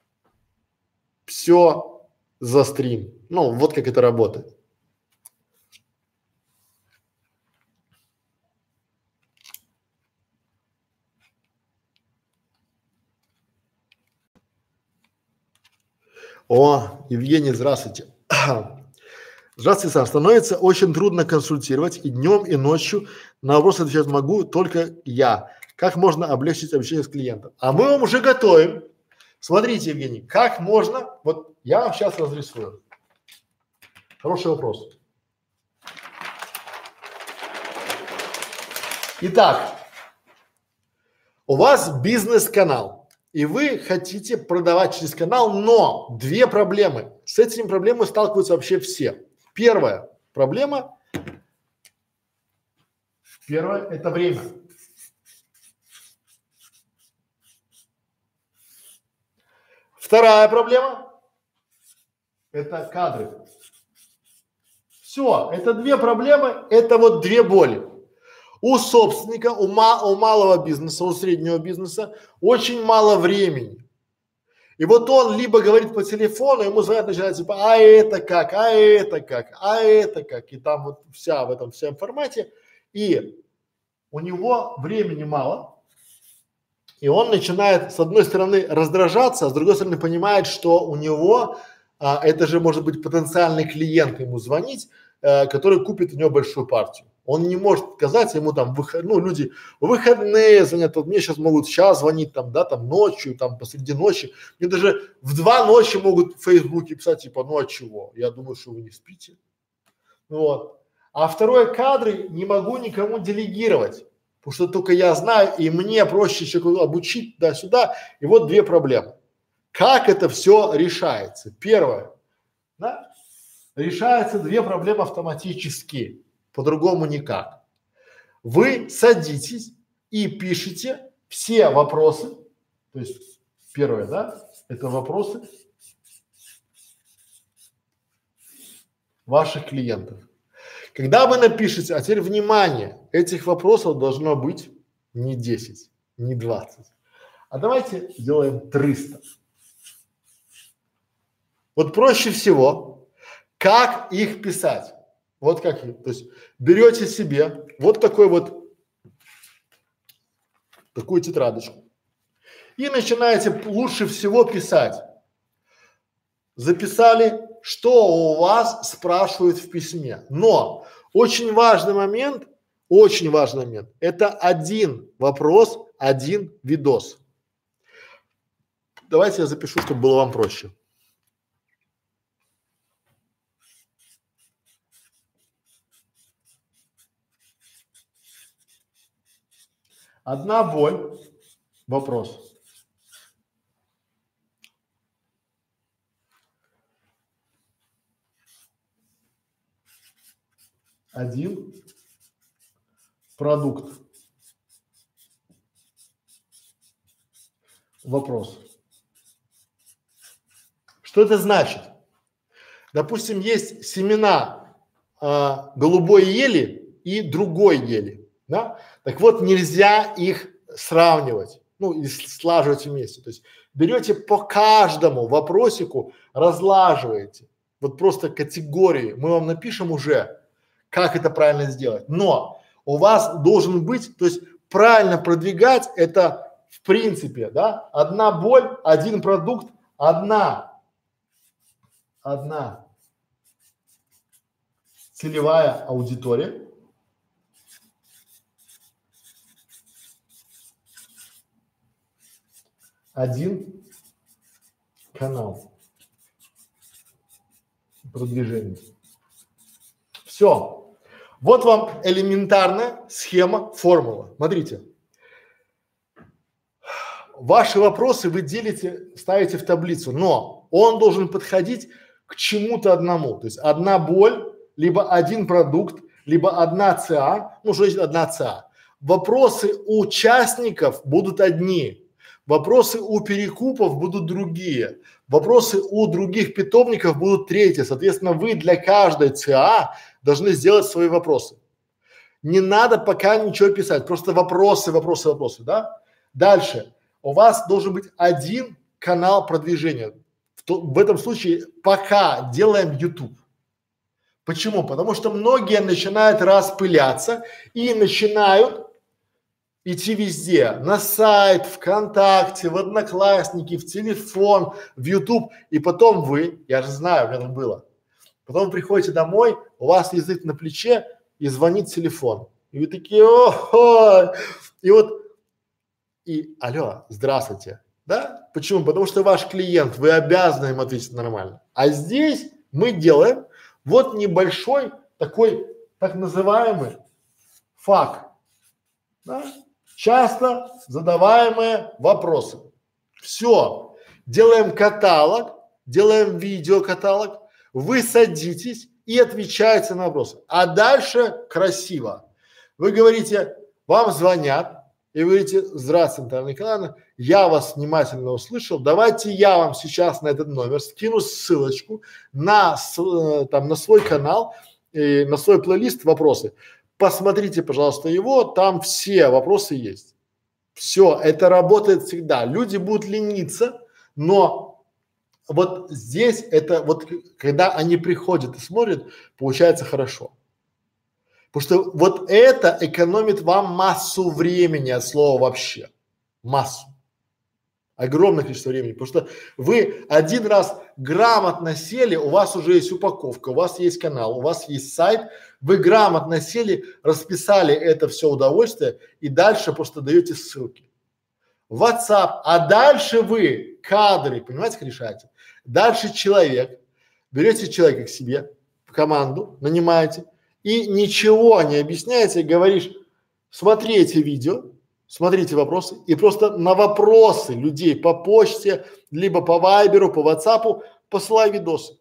Все за стрим. Ну, вот как это работает. О, Евгений, здравствуйте. Здравствуйте, Саш. Становится очень трудно консультировать и днем, и ночью. На вопросы отвечать могу только я. Как можно облегчить общение с клиентом? А мы вам уже готовим. Смотрите, Евгений, как можно, вот я вам сейчас разрисую. Хороший вопрос. Итак, у вас бизнес-канал, и вы хотите продавать через канал, но две проблемы. С этими проблемами сталкиваются вообще все. Первая проблема, первая – это время. Вторая проблема – это кадры. Все, это две проблемы, это вот две боли. У собственника, у, ма, у малого бизнеса, у среднего бизнеса очень мало времени. И вот он либо говорит по телефону, ему звонят, начинают типа, а это как, а это как, а это как, и там вот вся в этом всем формате, и у него времени мало, и он начинает с одной стороны раздражаться, а с другой стороны понимает, что у него, а, это же может быть потенциальный клиент ему звонить, а, который купит у него большую партию. Он не может отказаться, ему там, выход, ну, люди в выходные звонят, вот мне сейчас могут сейчас звонить там, да, там ночью, там посреди ночи, мне даже в два ночи могут в Фейсбуке писать, типа, ну а чего, я думаю, что вы не спите. Вот. А второе, кадры не могу никому делегировать, потому что только я знаю, и мне проще человеку обучить туда-сюда, и вот две проблемы. Как это все решается? Первое, да, решается две проблемы автоматически. По-другому никак. Вы садитесь и пишите все вопросы, то есть первое, да, это вопросы ваших клиентов. Когда вы напишете, а теперь внимание, этих вопросов должно быть не десять, не двадцать, а давайте сделаем триста. Вот проще всего, как их писать. Вот как, то есть берете себе вот такой вот, такую тетрадочку и начинаете лучше всего писать. Записали, что у вас спрашивают в письме. Но очень важный момент, очень важный момент, это один вопрос, один видос. Давайте я запишу, чтобы было вам проще. Одна боль, вопрос. Один продукт. Вопрос. Что это значит? Допустим, есть семена а, голубой ели и другой ели, да? Так вот, нельзя их сравнивать, ну, и слаживать вместе. То есть берете по каждому вопросику, разлаживаете, вот просто категории. Мы вам напишем уже, как это правильно сделать. Но у вас должен быть, то есть правильно продвигать это в принципе, да, одна боль, один продукт, одна, одна целевая аудитория. Один канал продвижения. Все. Вот вам элементарная схема, формула. Смотрите. Ваши вопросы вы делите, ставите в таблицу, но он должен подходить к чему-то одному. То есть одна боль, либо один продукт, либо одна ЦА, ну что значит одна ЦА. Вопросы у участников будут одни, вопросы у перекупов будут другие, вопросы у других питомников будут третьи. Соответственно, вы для каждой ЦА должны сделать свои вопросы. Не надо пока ничего писать, просто вопросы, вопросы, вопросы, да? Дальше. У вас должен быть один канал продвижения. В, то, в этом случае пока делаем YouTube. Почему? Потому что многие начинают распыляться и начинают идти везде. На сайт, ВКонтакте, в Одноклассники, в телефон, в YouTube. И потом вы, я же знаю, как это было. Потом вы приходите домой, у вас язык на плече и звонит телефон. И вы такие, о, и вот И алло, здравствуйте, да? Почему? Потому что ваш клиент, вы обязаны им ответить нормально. А здесь мы делаем вот небольшой такой так называемый факт, да? Часто задаваемые вопросы. Все, делаем каталог, делаем видеокаталог, вы садитесь и отвечаете на вопросы. А дальше красиво. Вы говорите, вам звонят. И вы говорите, здравствуйте, Наталья Николаевна, я вас внимательно услышал, давайте я вам сейчас на этот номер скину ссылочку на, с, э, там, на свой канал, э, на свой плейлист вопросы. Посмотрите, пожалуйста, его, там все вопросы есть. Все, это работает всегда. Люди будут лениться, но вот здесь это вот, когда они приходят и смотрят, получается хорошо. Потому что вот это экономит вам массу времени от слова вообще. Массу. Огромное количество времени. Потому что вы один раз грамотно сели, у вас уже есть упаковка, у вас есть канал, у вас есть сайт, вы грамотно сели, расписали это все удовольствие и дальше просто даете ссылки. WhatsApp, а дальше вы кадры, понимаете, как решаете? Дальше человек, берете человека к себе, в команду, нанимаете, и ничего не объясняете, говоришь, смотрите видео, смотрите вопросы и просто на вопросы людей по почте, либо по вайберу, по ватсапу посылай видосы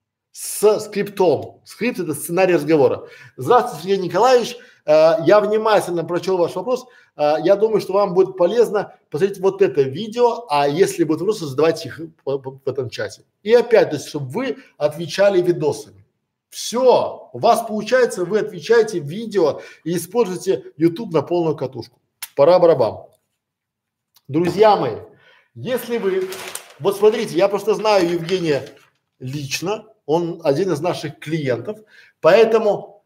с скриптом. Скрипт – это сценарий разговора. Здравствуйте, Сергей Николаевич, э, я внимательно прочел ваш вопрос, э, я думаю, что вам будет полезно посмотреть вот это видео, а если будут вопросы, задавайте их в, в, в этом чате. И опять, то есть, чтобы вы отвечали видосами. Все, у вас получается, вы отвечаете видео и используете YouTube на полную катушку. Пора барабан. Друзья мои, если вы, вот смотрите, я просто знаю Евгения лично, он один из наших клиентов, поэтому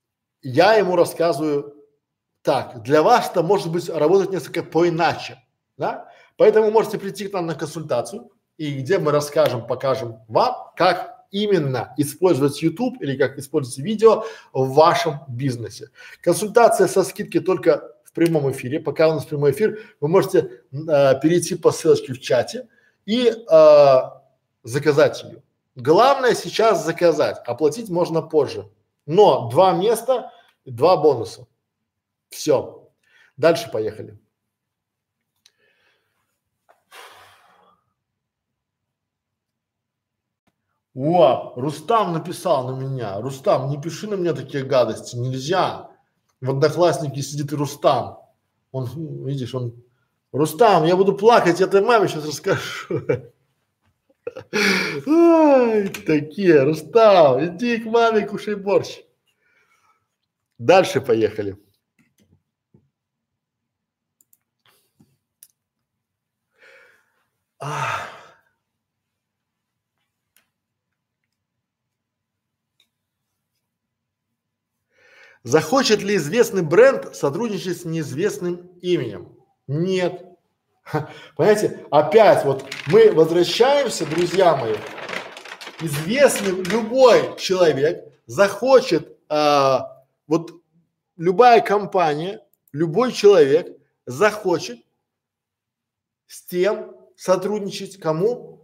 я ему рассказываю так, для вас это может быть работать несколько поиначе, да? Поэтому можете прийти к нам на консультацию, и где мы расскажем, покажем вам, как именно использовать YouTube или как использовать видео в вашем бизнесе. Консультация со скидкой только в прямом эфире. Пока у нас прямой эфир, вы можете э, перейти по ссылочке в чате и э, заказать ее. Главное сейчас заказать, оплатить можно позже. Но два места, два бонуса. Все. Дальше поехали. О, Рустам написал на меня. Рустам, не пиши на меня такие гадости, нельзя. В Одноклассники сидит и Рустам. Он, видишь, он, Рустам, я буду плакать, я твоей маме сейчас расскажу. Ай, такие, Рустам, иди к маме, кушай борщ. Дальше поехали. Ах. Захочет ли известный бренд сотрудничать с неизвестным именем? Нет. Понимаете, опять вот мы возвращаемся, друзья мои, известный любой человек захочет, а, вот любая компания, любой человек захочет с тем сотрудничать, кому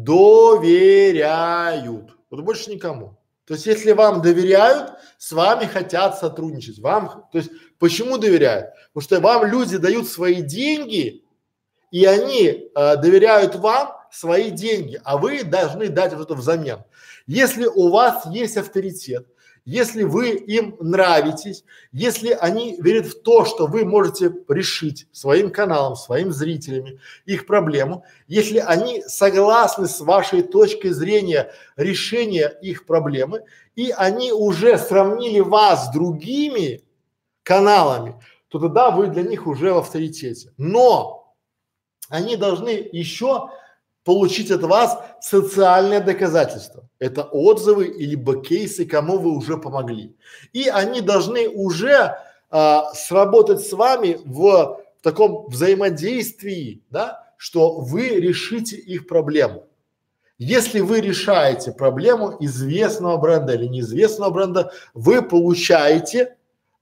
доверяют, вот больше никому. То есть, если вам доверяют, с вами хотят сотрудничать. Вам, то есть, почему доверяют? Потому что вам люди дают свои деньги, и они э, доверяют вам свои деньги, а вы должны дать что-то взамен. Если у вас есть авторитет, если вы им нравитесь, если они верят в то, что вы можете решить своим каналом, своим зрителями их проблему, если они согласны с вашей точкой зрения решения их проблемы, и они уже сравнили вас с другими каналами, то тогда вы для них уже в авторитете. Но они должны еще получить от вас социальное доказательство. Это отзывы либо кейсы, кому вы уже помогли. И они должны уже а, сработать с вами в, в таком взаимодействии, да, что вы решите их проблему. Если вы решаете проблему известного бренда или неизвестного бренда, вы получаете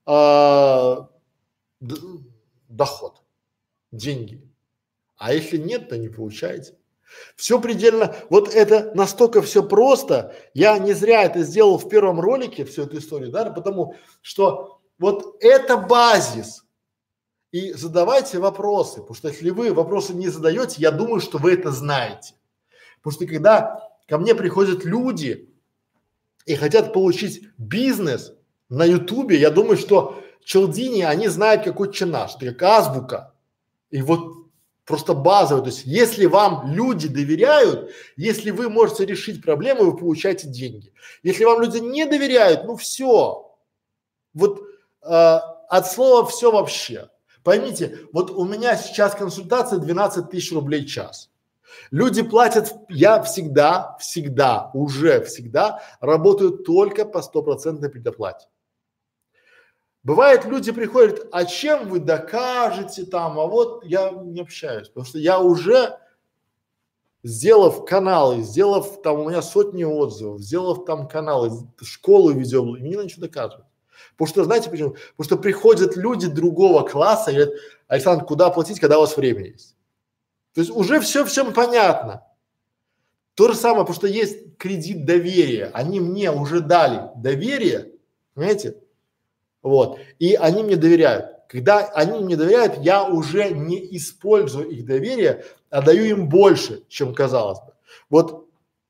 а, д- доход, деньги. А если нет, то не получаете. Все предельно, вот это настолько все просто, я не зря это сделал в первом ролике, всю эту историю, да, потому что вот это базис. И задавайте вопросы, потому что если вы вопросы не задаете, я думаю, что вы это знаете. Потому что когда ко мне приходят люди и хотят получить бизнес на ютубе, я думаю, что Челдини, они знают какой чинаш, это как азбука. И вот просто базово, то есть если вам люди доверяют, если вы можете решить проблему, вы получаете деньги. Если вам люди не доверяют, ну все, вот э, от слова все вообще. Поймите, вот у меня сейчас консультация двенадцать тысяч рублей в час. Люди платят, я всегда, всегда, уже всегда работаю только по стопроцентной предоплате. Бывает, люди приходят, а чем вы докажете там, а вот я не общаюсь, потому что я уже, сделав каналы, сделав там у меня сотни отзывов, сделав там каналы, школу видео, не надо ничего доказывать. Потому что, знаете почему? Потому что приходят люди другого класса и говорят, Александр, куда платить, когда у вас время есть? То есть уже все всем понятно. То же самое, потому что есть кредит доверия, они мне уже дали доверие, понимаете? Вот. И они мне доверяют. Когда они мне доверяют, я уже не использую их доверие, а даю им больше, чем казалось бы. Вот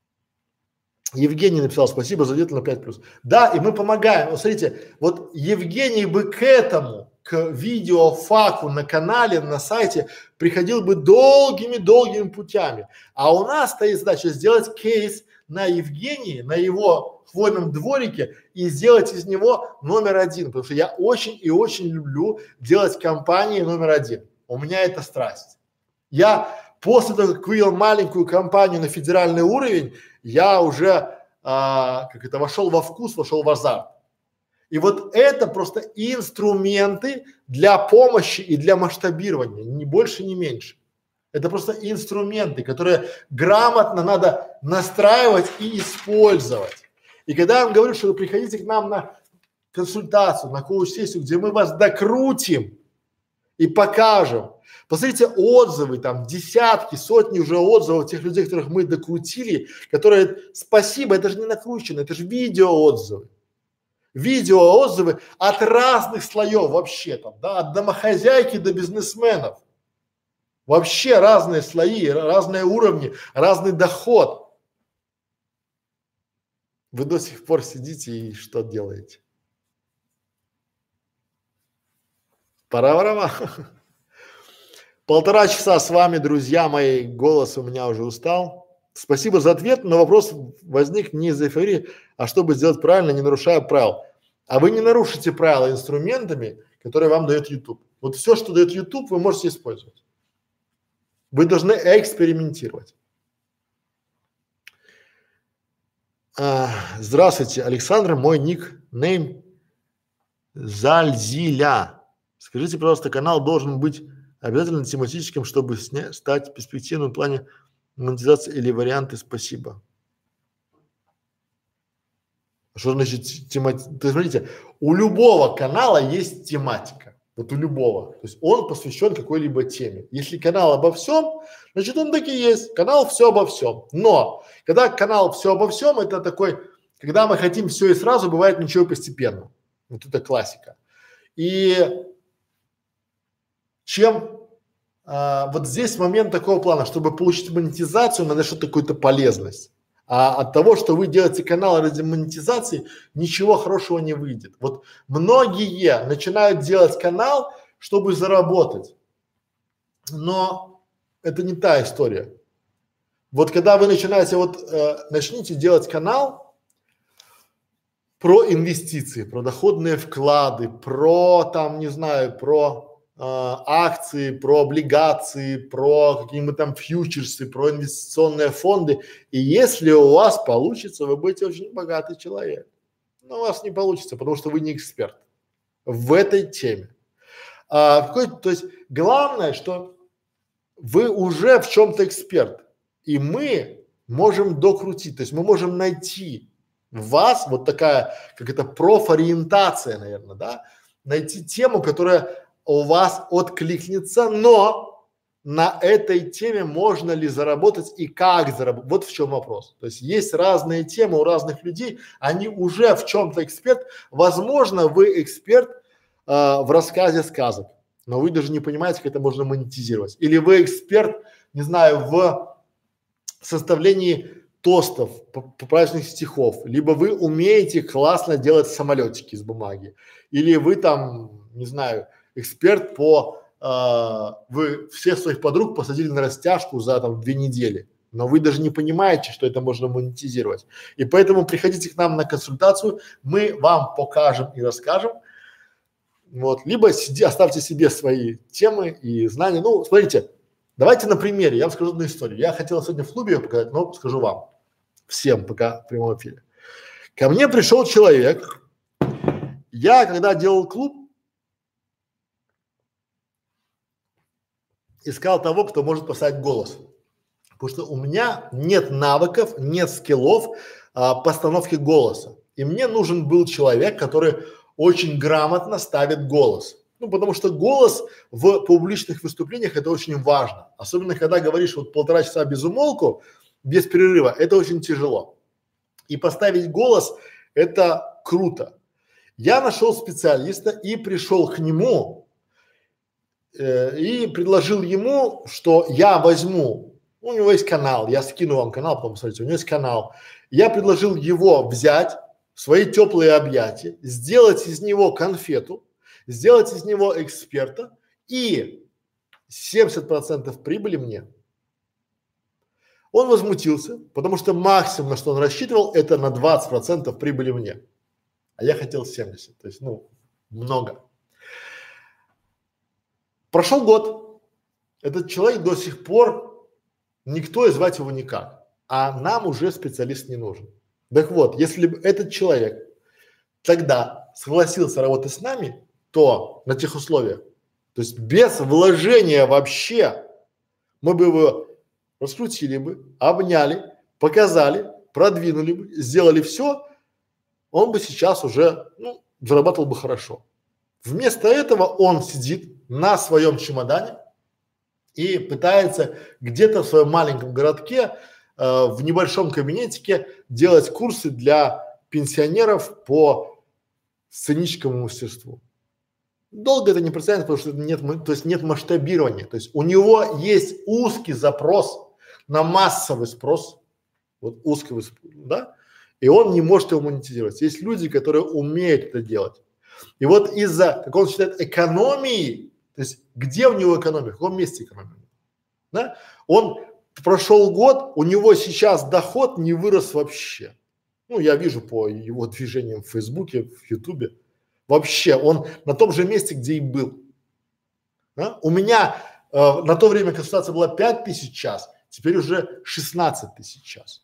Евгений написал, спасибо за ответ на пять плюс. Да, и мы помогаем. Вот смотрите, вот Евгений бы к этому, к видеофаку на канале, на сайте приходил бы долгими-долгими путями. А у нас стоит задача сделать кейс на Евгении, на его хвойном дворике и сделать из него номер один, потому что я очень и очень люблю делать компании номер один. У меня это страсть. Я после того, как вывел маленькую компанию на федеральный уровень, я уже а, как это вошел во вкус, вошел в азарт. И вот это просто инструменты для помощи и для масштабирования, ни больше, ни меньше. Это просто инструменты, которые грамотно надо настраивать и использовать. И когда я вам говорю, что вы приходите к нам на консультацию, на коуч-сессию, где мы вас докрутим и покажем. Посмотрите отзывы, там десятки, сотни уже отзывов тех людей, которых мы докрутили, которые спасибо, это же не накручено, это же видеоотзывы. Видеоотзывы от разных слоев вообще там, да, от домохозяйки до бизнесменов. Вообще разные слои, разные уровни, разный доход. Вы до сих пор сидите и что делаете? Пора-пора. Полтора часа с вами, друзья мои, голос у меня уже устал. Спасибо за ответ, но вопрос возник не из эйфории, а чтобы сделать правильно, не нарушая правил. А вы не нарушите правила инструментами, которые вам дает YouTube. Вот все, что дает YouTube, вы можете использовать. Вы должны экспериментировать. А, здравствуйте, Александр, мой никнейм Зальзиля. Скажите, пожалуйста, канал должен быть Обязательно тематическим, чтобы сня- стать перспективным в плане монетизации или варианты? Спасибо. Что значит тематика? То есть, смотрите, у любого канала есть тематика. Вот у любого. То есть он посвящен какой-либо теме. Если канал обо всем, значит он таки есть. Канал все обо всем. Но когда канал все обо всем, это такой, когда мы хотим все и сразу, бывает ничего постепенно. Вот это классика. И чем а, вот здесь момент такого плана, чтобы получить монетизацию, надо что-то какую-то полезность. А от того, что вы делаете канал ради монетизации, ничего хорошего не выйдет. Вот многие начинают делать канал, чтобы заработать, но это не та история. Вот когда вы начинаете, вот э, начните делать канал про инвестиции, про доходные вклады, про там, не знаю, про э, акции, про облигации, про какие-нибудь там фьючерсы, про инвестиционные фонды. И если у вас получится, вы будете очень богатый человек. Но у вас не получится, потому что вы не эксперт в этой теме. А, какой, то есть главное, что вы уже в чем-то эксперт, и мы можем докрутить, то есть мы можем найти в вас вот такая, как это профориентация, наверное, да, найти тему, которая у вас откликнется, но на этой теме можно ли заработать и как заработать, вот в чем вопрос. То есть есть разные темы у разных людей, они уже в чем-то эксперт, возможно, вы эксперт э, в рассказе сказок, но вы даже не понимаете, как это можно монетизировать. Или вы эксперт, не знаю, в составлении тостов, праздничных стихов, либо вы умеете классно делать самолетики из бумаги, или вы там, не знаю, эксперт по, э, вы всех своих подруг посадили на растяжку за там две недели, но вы даже не понимаете, что это можно монетизировать. И поэтому приходите к нам на консультацию, мы вам покажем и расскажем. Вот, либо сиди, оставьте себе свои темы и знания. Ну, смотрите, давайте на примере, я вам скажу одну историю. Я хотел сегодня в клубе ее показать, но скажу вам, всем пока в прямом эфире. Ко мне пришел человек, я когда делал клуб, искал того, кто может поставить голос. Потому что у меня нет навыков, нет скиллов а, постановки голоса. И мне нужен был человек, который очень грамотно ставит голос. Ну, потому что голос в публичных выступлениях это очень важно. Особенно, когда говоришь вот полтора часа без умолку, без перерыва, это очень тяжело. И поставить голос это круто. Я нашел специалиста и пришел к нему э, и предложил ему, что я возьму, у него есть канал, я скину вам канал, потом посмотрите, у него есть канал. Я предложил его взять в свои теплые объятия, сделать из него конфету, сделать из него эксперта и семьдесят процентов прибыли мне. Он возмутился, потому что максимум, на что он рассчитывал, это на двадцать процентов прибыли мне. А я хотел семьдесят, то есть, ну, много. Прошел год. Этот человек до сих пор, никто и звать его никак. А нам уже специалист не нужен. Так вот, если бы этот человек тогда согласился работать с нами, то на тех условиях, то есть без вложения вообще, мы бы его раскрутили бы, обняли, показали, продвинули бы, сделали все, он бы сейчас уже, ну, зарабатывал бы хорошо. Вместо этого он сидит на своем чемодане и пытается где-то в своем маленьком городке, э, в небольшом кабинетике делать курсы для пенсионеров по сценическому мастерству. Долго это не протянет, потому что нет, то есть нет масштабирования. То есть у него есть узкий запрос на массовый спрос, вот узкий, да, и он не может его монетизировать. Есть люди, которые умеют это делать. И вот из-за, как он считает, экономии, то есть где у него экономия, в каком месте экономия, да, он прошел год, у него сейчас доход не вырос вообще. Ну, я вижу по его движениям в Фейсбуке, в Ютубе. Вообще, он на том же месте, где и был. Да? У меня э, на то время консультация была пять тысяч в час, теперь уже шестнадцать тысяч в час.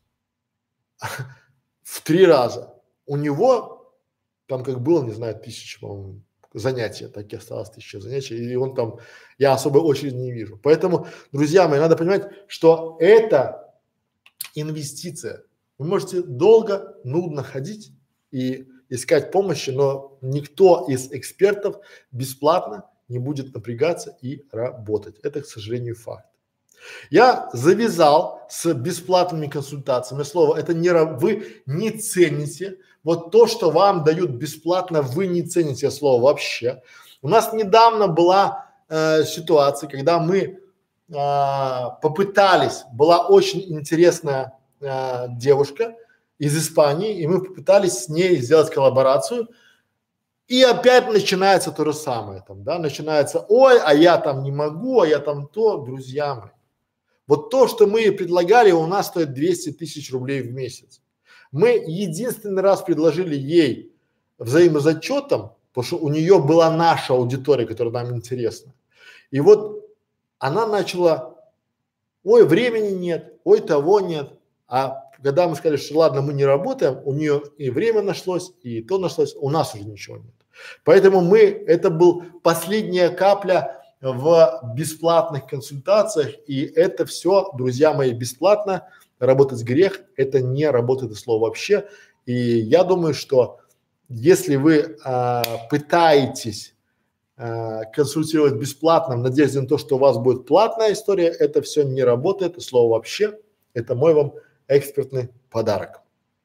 В три раза. У него там как было, не знаю, тысяча, по-моему, занятия, так и осталось тысяча занятий, и он там, я особой очереди не вижу. Поэтому, друзья мои, надо понимать, что это инвестиция. Вы можете долго, нудно ходить и искать помощи, но никто из экспертов бесплатно не будет напрягаться и работать. Это, к сожалению, факт. Я завязал с бесплатными консультациями. Слово, это не ра- вы не цените вот то, что вам дают бесплатно, вы не цените слово вообще. У нас недавно была э, ситуация, когда мы э, попытались, была очень интересная э, девушка из Испании, и мы попытались с ней сделать коллаборацию. И опять начинается то же самое, там, да, начинается, ой, а я там не могу, а я там то, друзья мои. Вот то, что мы предлагали, у нас стоит двести тысяч рублей в месяц. Мы единственный раз предложили ей взаимозачетом, потому что у нее была наша аудитория, которая нам интересна. И вот она начала, ой, времени нет, ой, того нет. А когда мы сказали, что ладно, мы не работаем, у нее и время нашлось, и то нашлось, у нас уже ничего нет. Поэтому мы, это был последняя капля в бесплатных консультациях, и это все, друзья мои, бесплатно. Работать грех, это не работает слово вообще. И я думаю, что если вы а, пытаетесь а, консультировать бесплатно в надежде на то, что у вас будет платная история, это все не работает, это слово вообще. Это мой вам экспертный подарок.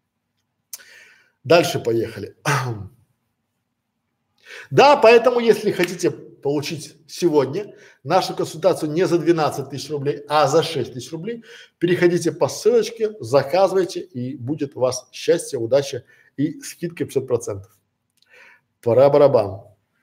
Дальше поехали. Да, поэтому, если хотите получить сегодня нашу консультацию не за двенадцать тысяч рублей, а за шесть тысяч рублей, переходите по ссылочке, заказывайте, и будет у вас счастье, удача и скидка пятьдесят процентов. Пора барабан.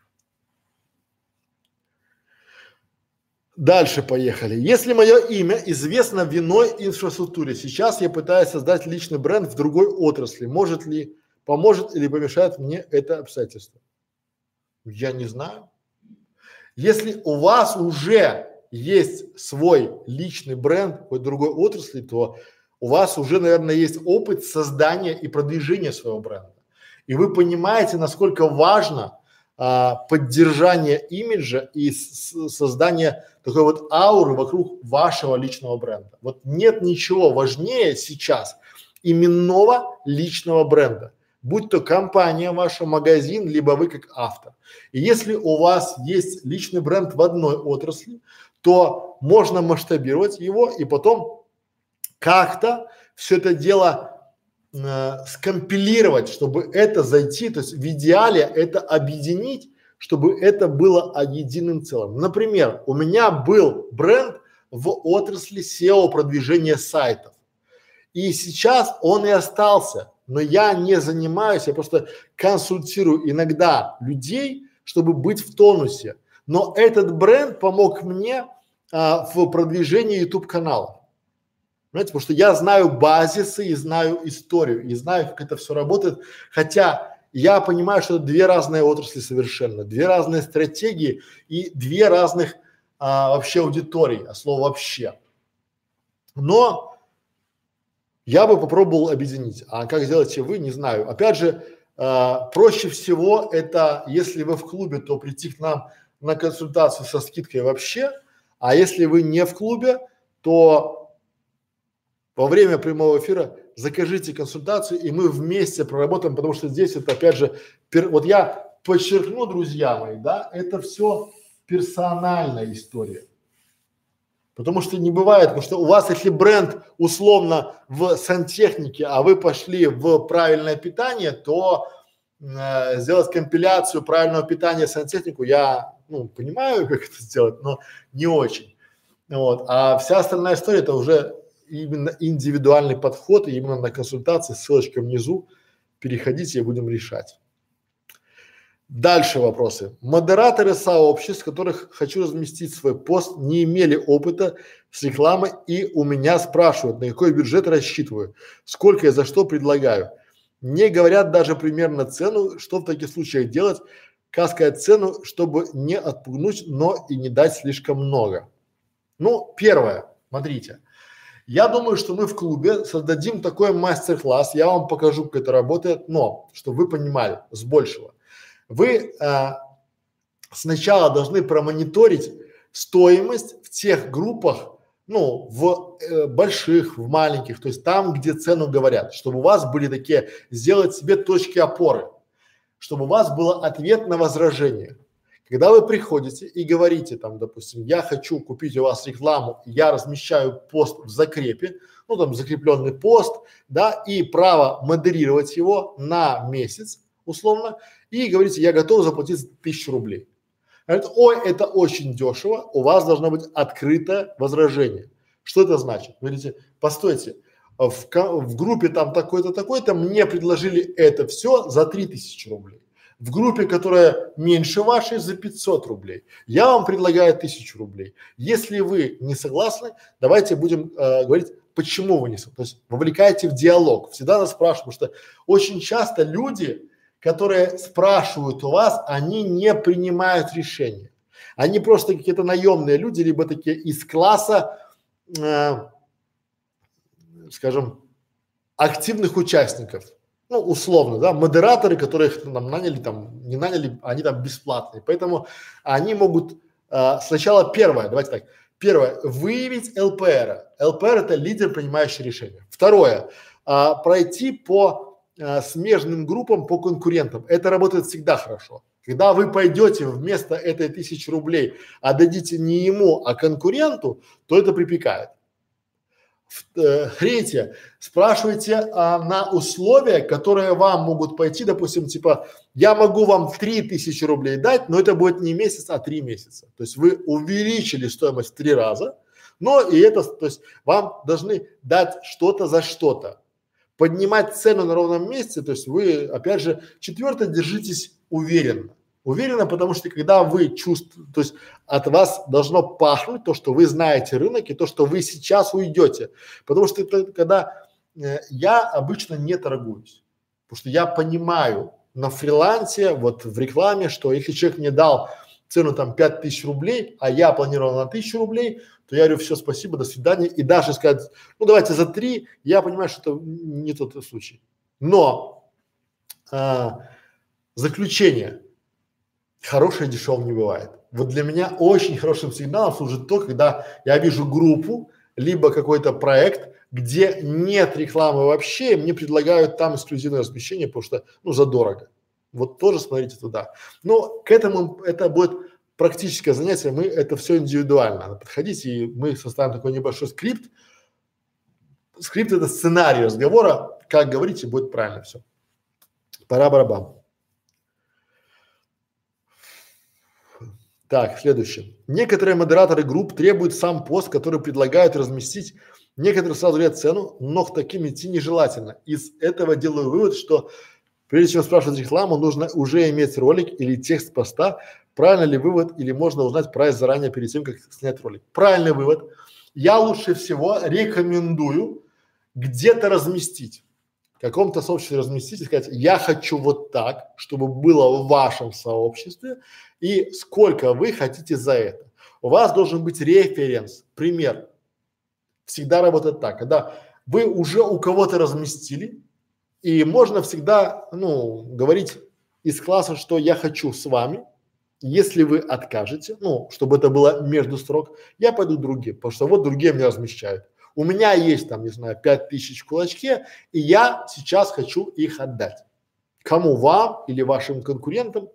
Дальше поехали. Если мое имя известно в винной инфраструктуре, сейчас я пытаюсь создать личный бренд в другой отрасли. Может ли, поможет или помешает мне это обстоятельство? Я не знаю. Если у вас уже есть свой личный бренд в какой-то другой отрасли, то у вас уже, наверное, есть опыт создания и продвижения своего бренда. И вы понимаете, насколько важно а, поддержание имиджа и с, создание такой вот ауры вокруг вашего личного бренда. Вот нет ничего важнее сейчас именного личного бренда. Будь то компания, ваш магазин, либо вы как автор. И если у вас есть личный бренд в одной отрасли, то можно масштабировать его и потом как-то все это дело э, скомпилировать, чтобы это зайти, то есть в идеале это объединить, чтобы это было единым целым. Например, у меня был бренд в отрасли сео продвижения сайтов. И сейчас он и остался. Но я не занимаюсь, я просто консультирую иногда людей, чтобы быть в тонусе. Но этот бренд помог мне а, в продвижении YouTube канала. Понимаете, потому что я знаю базисы и знаю историю, и знаю, как это все работает. Хотя я понимаю, что это две разные отрасли совершенно, две разные стратегии и две разных а, вообще аудитории, а слово вообще. Но я бы попробовал объединить, а как сделаете вы, не знаю. Опять же, э, проще всего это, если вы в клубе, то прийти к нам на консультацию со скидкой вообще, а если вы не в клубе, то во время прямого эфира закажите консультацию, и мы вместе проработаем, потому что здесь это опять же, пер, вот я подчеркну, друзья мои, да, это все персональная история. Потому что не бывает, потому что у вас, если бренд условно в сантехнике, а вы пошли в правильное питание, то э, сделать компиляцию правильного питания сантехнику я, ну, понимаю, как это сделать, но не очень. Вот. А вся остальная история это уже именно индивидуальный подход, и именно на консультации, ссылочка внизу, переходите и будем решать. Дальше вопросы. Модераторы сообществ, в которых хочу разместить свой пост, не имели опыта с рекламой и у меня спрашивают, на какой бюджет рассчитываю, сколько и за что предлагаю. Не говорят даже примерно цену, что в таких случаях делать, как сказать цену, чтобы не отпугнуть, но и не дать слишком много. Ну, первое, смотрите. Я думаю, что мы в клубе создадим такой мастер-класс, я вам покажу, как это работает, но, чтобы вы понимали, с большего. Вы а, сначала должны промониторить стоимость в тех группах, ну, в э, больших, в маленьких, то есть там, где цену говорят, чтобы у вас были такие, сделать себе точки опоры, чтобы у вас был ответ на возражение. Когда вы приходите и говорите там, допустим, я хочу купить у вас рекламу, я размещаю пост в закрепе, ну там закрепленный пост, да, и право модерировать его на месяц, условно, и говорите, я готов заплатить тысячу рублей. Говорит, ой, это очень дешево, у вас должно быть открытое возражение. Что это значит? Вы говорите, постойте, в, в группе там такой-то, такой-то мне предложили это все за три тысячи рублей. В группе, которая меньше вашей, за пятьсот рублей. Я вам предлагаю тысячу рублей. Если вы не согласны, давайте будем э, говорить, почему вы не согласны. То есть вовлекайте в диалог. Всегда нас спрашивают, потому что очень часто люди, которые спрашивают у вас, они не принимают решения. Они просто какие-то наемные люди, либо такие из класса, э, скажем, активных участников. Ну, условно, да, модераторы, которых там наняли, там, не наняли, они там бесплатные. Поэтому они могут э, сначала первое, давайте так, первое, выявить эл пэ эр. эл пэ эр это лидер, принимающий решения. Второе, э, пройти по э, смежным группам, по конкурентам. Это работает всегда хорошо. Когда вы пойдете вместо этой тысячи рублей, отдадите не ему, а конкуренту, то это припекает. В, э, третье, спрашивайте а, на условия, которые вам могут пойти, допустим, типа, я могу вам три тысячи рублей дать, но это будет не месяц, а три месяца. То есть вы увеличили стоимость в три раза, но и это, то есть вам должны дать что-то за что-то. Поднимать цену на ровном месте, то есть вы, опять же, четвертое, держитесь уверенно. Уверенно, потому что когда вы чувствуете, то есть от вас должно пахнуть то, что вы знаете рынок и то, что вы сейчас уйдете. Потому что это когда э, я обычно не торгуюсь, потому что я понимаю на фрилансе, вот в рекламе, что если человек мне дал цену там пять тысяч рублей, а я планировал на тысячу рублей, то я говорю, все, спасибо, до свидания. И даже сказать, ну давайте за три, я понимаю, что это не тот случай. Но а, заключение. Хорошее дешевым не бывает. Вот для меня очень хорошим сигналом служит то, когда я вижу группу, либо какой-то проект, где нет рекламы вообще, и мне предлагают там эксклюзивное размещение, потому что, ну, задорого. Вот тоже смотрите туда. Но к этому это будет практическое занятие, мы это все индивидуально. Надо подходить, и мы составим такой небольшой скрипт. Скрипт – это сценарий разговора, как говорите, будет правильно все. Пора барабан. Так, следующее. Некоторые модераторы групп требуют сам пост, который предлагают разместить. Некоторые сразу говорят цену, но к таким идти нежелательно. Из этого делаю вывод, что прежде чем спрашивать рекламу, нужно уже иметь ролик или текст поста. Правильно ли вывод или можно узнать прайс заранее перед тем, как снять ролик? Правильный вывод. Я лучше всего рекомендую где-то разместить. В каком-то сообществе разместить и сказать, я хочу вот так, чтобы было в вашем сообществе, и сколько вы хотите за это. У вас должен быть референс, пример. Всегда работает так, когда вы уже у кого-то разместили, и можно всегда, ну, говорить из класса, что я хочу с вами, если вы откажете, ну, чтобы это было между строк, я пойду к другим, потому что вот другие меня размещают. У меня есть там, не знаю, пять тысяч в кулачке, и я сейчас хочу их отдать. Кому? Вам или вашим конкурентам?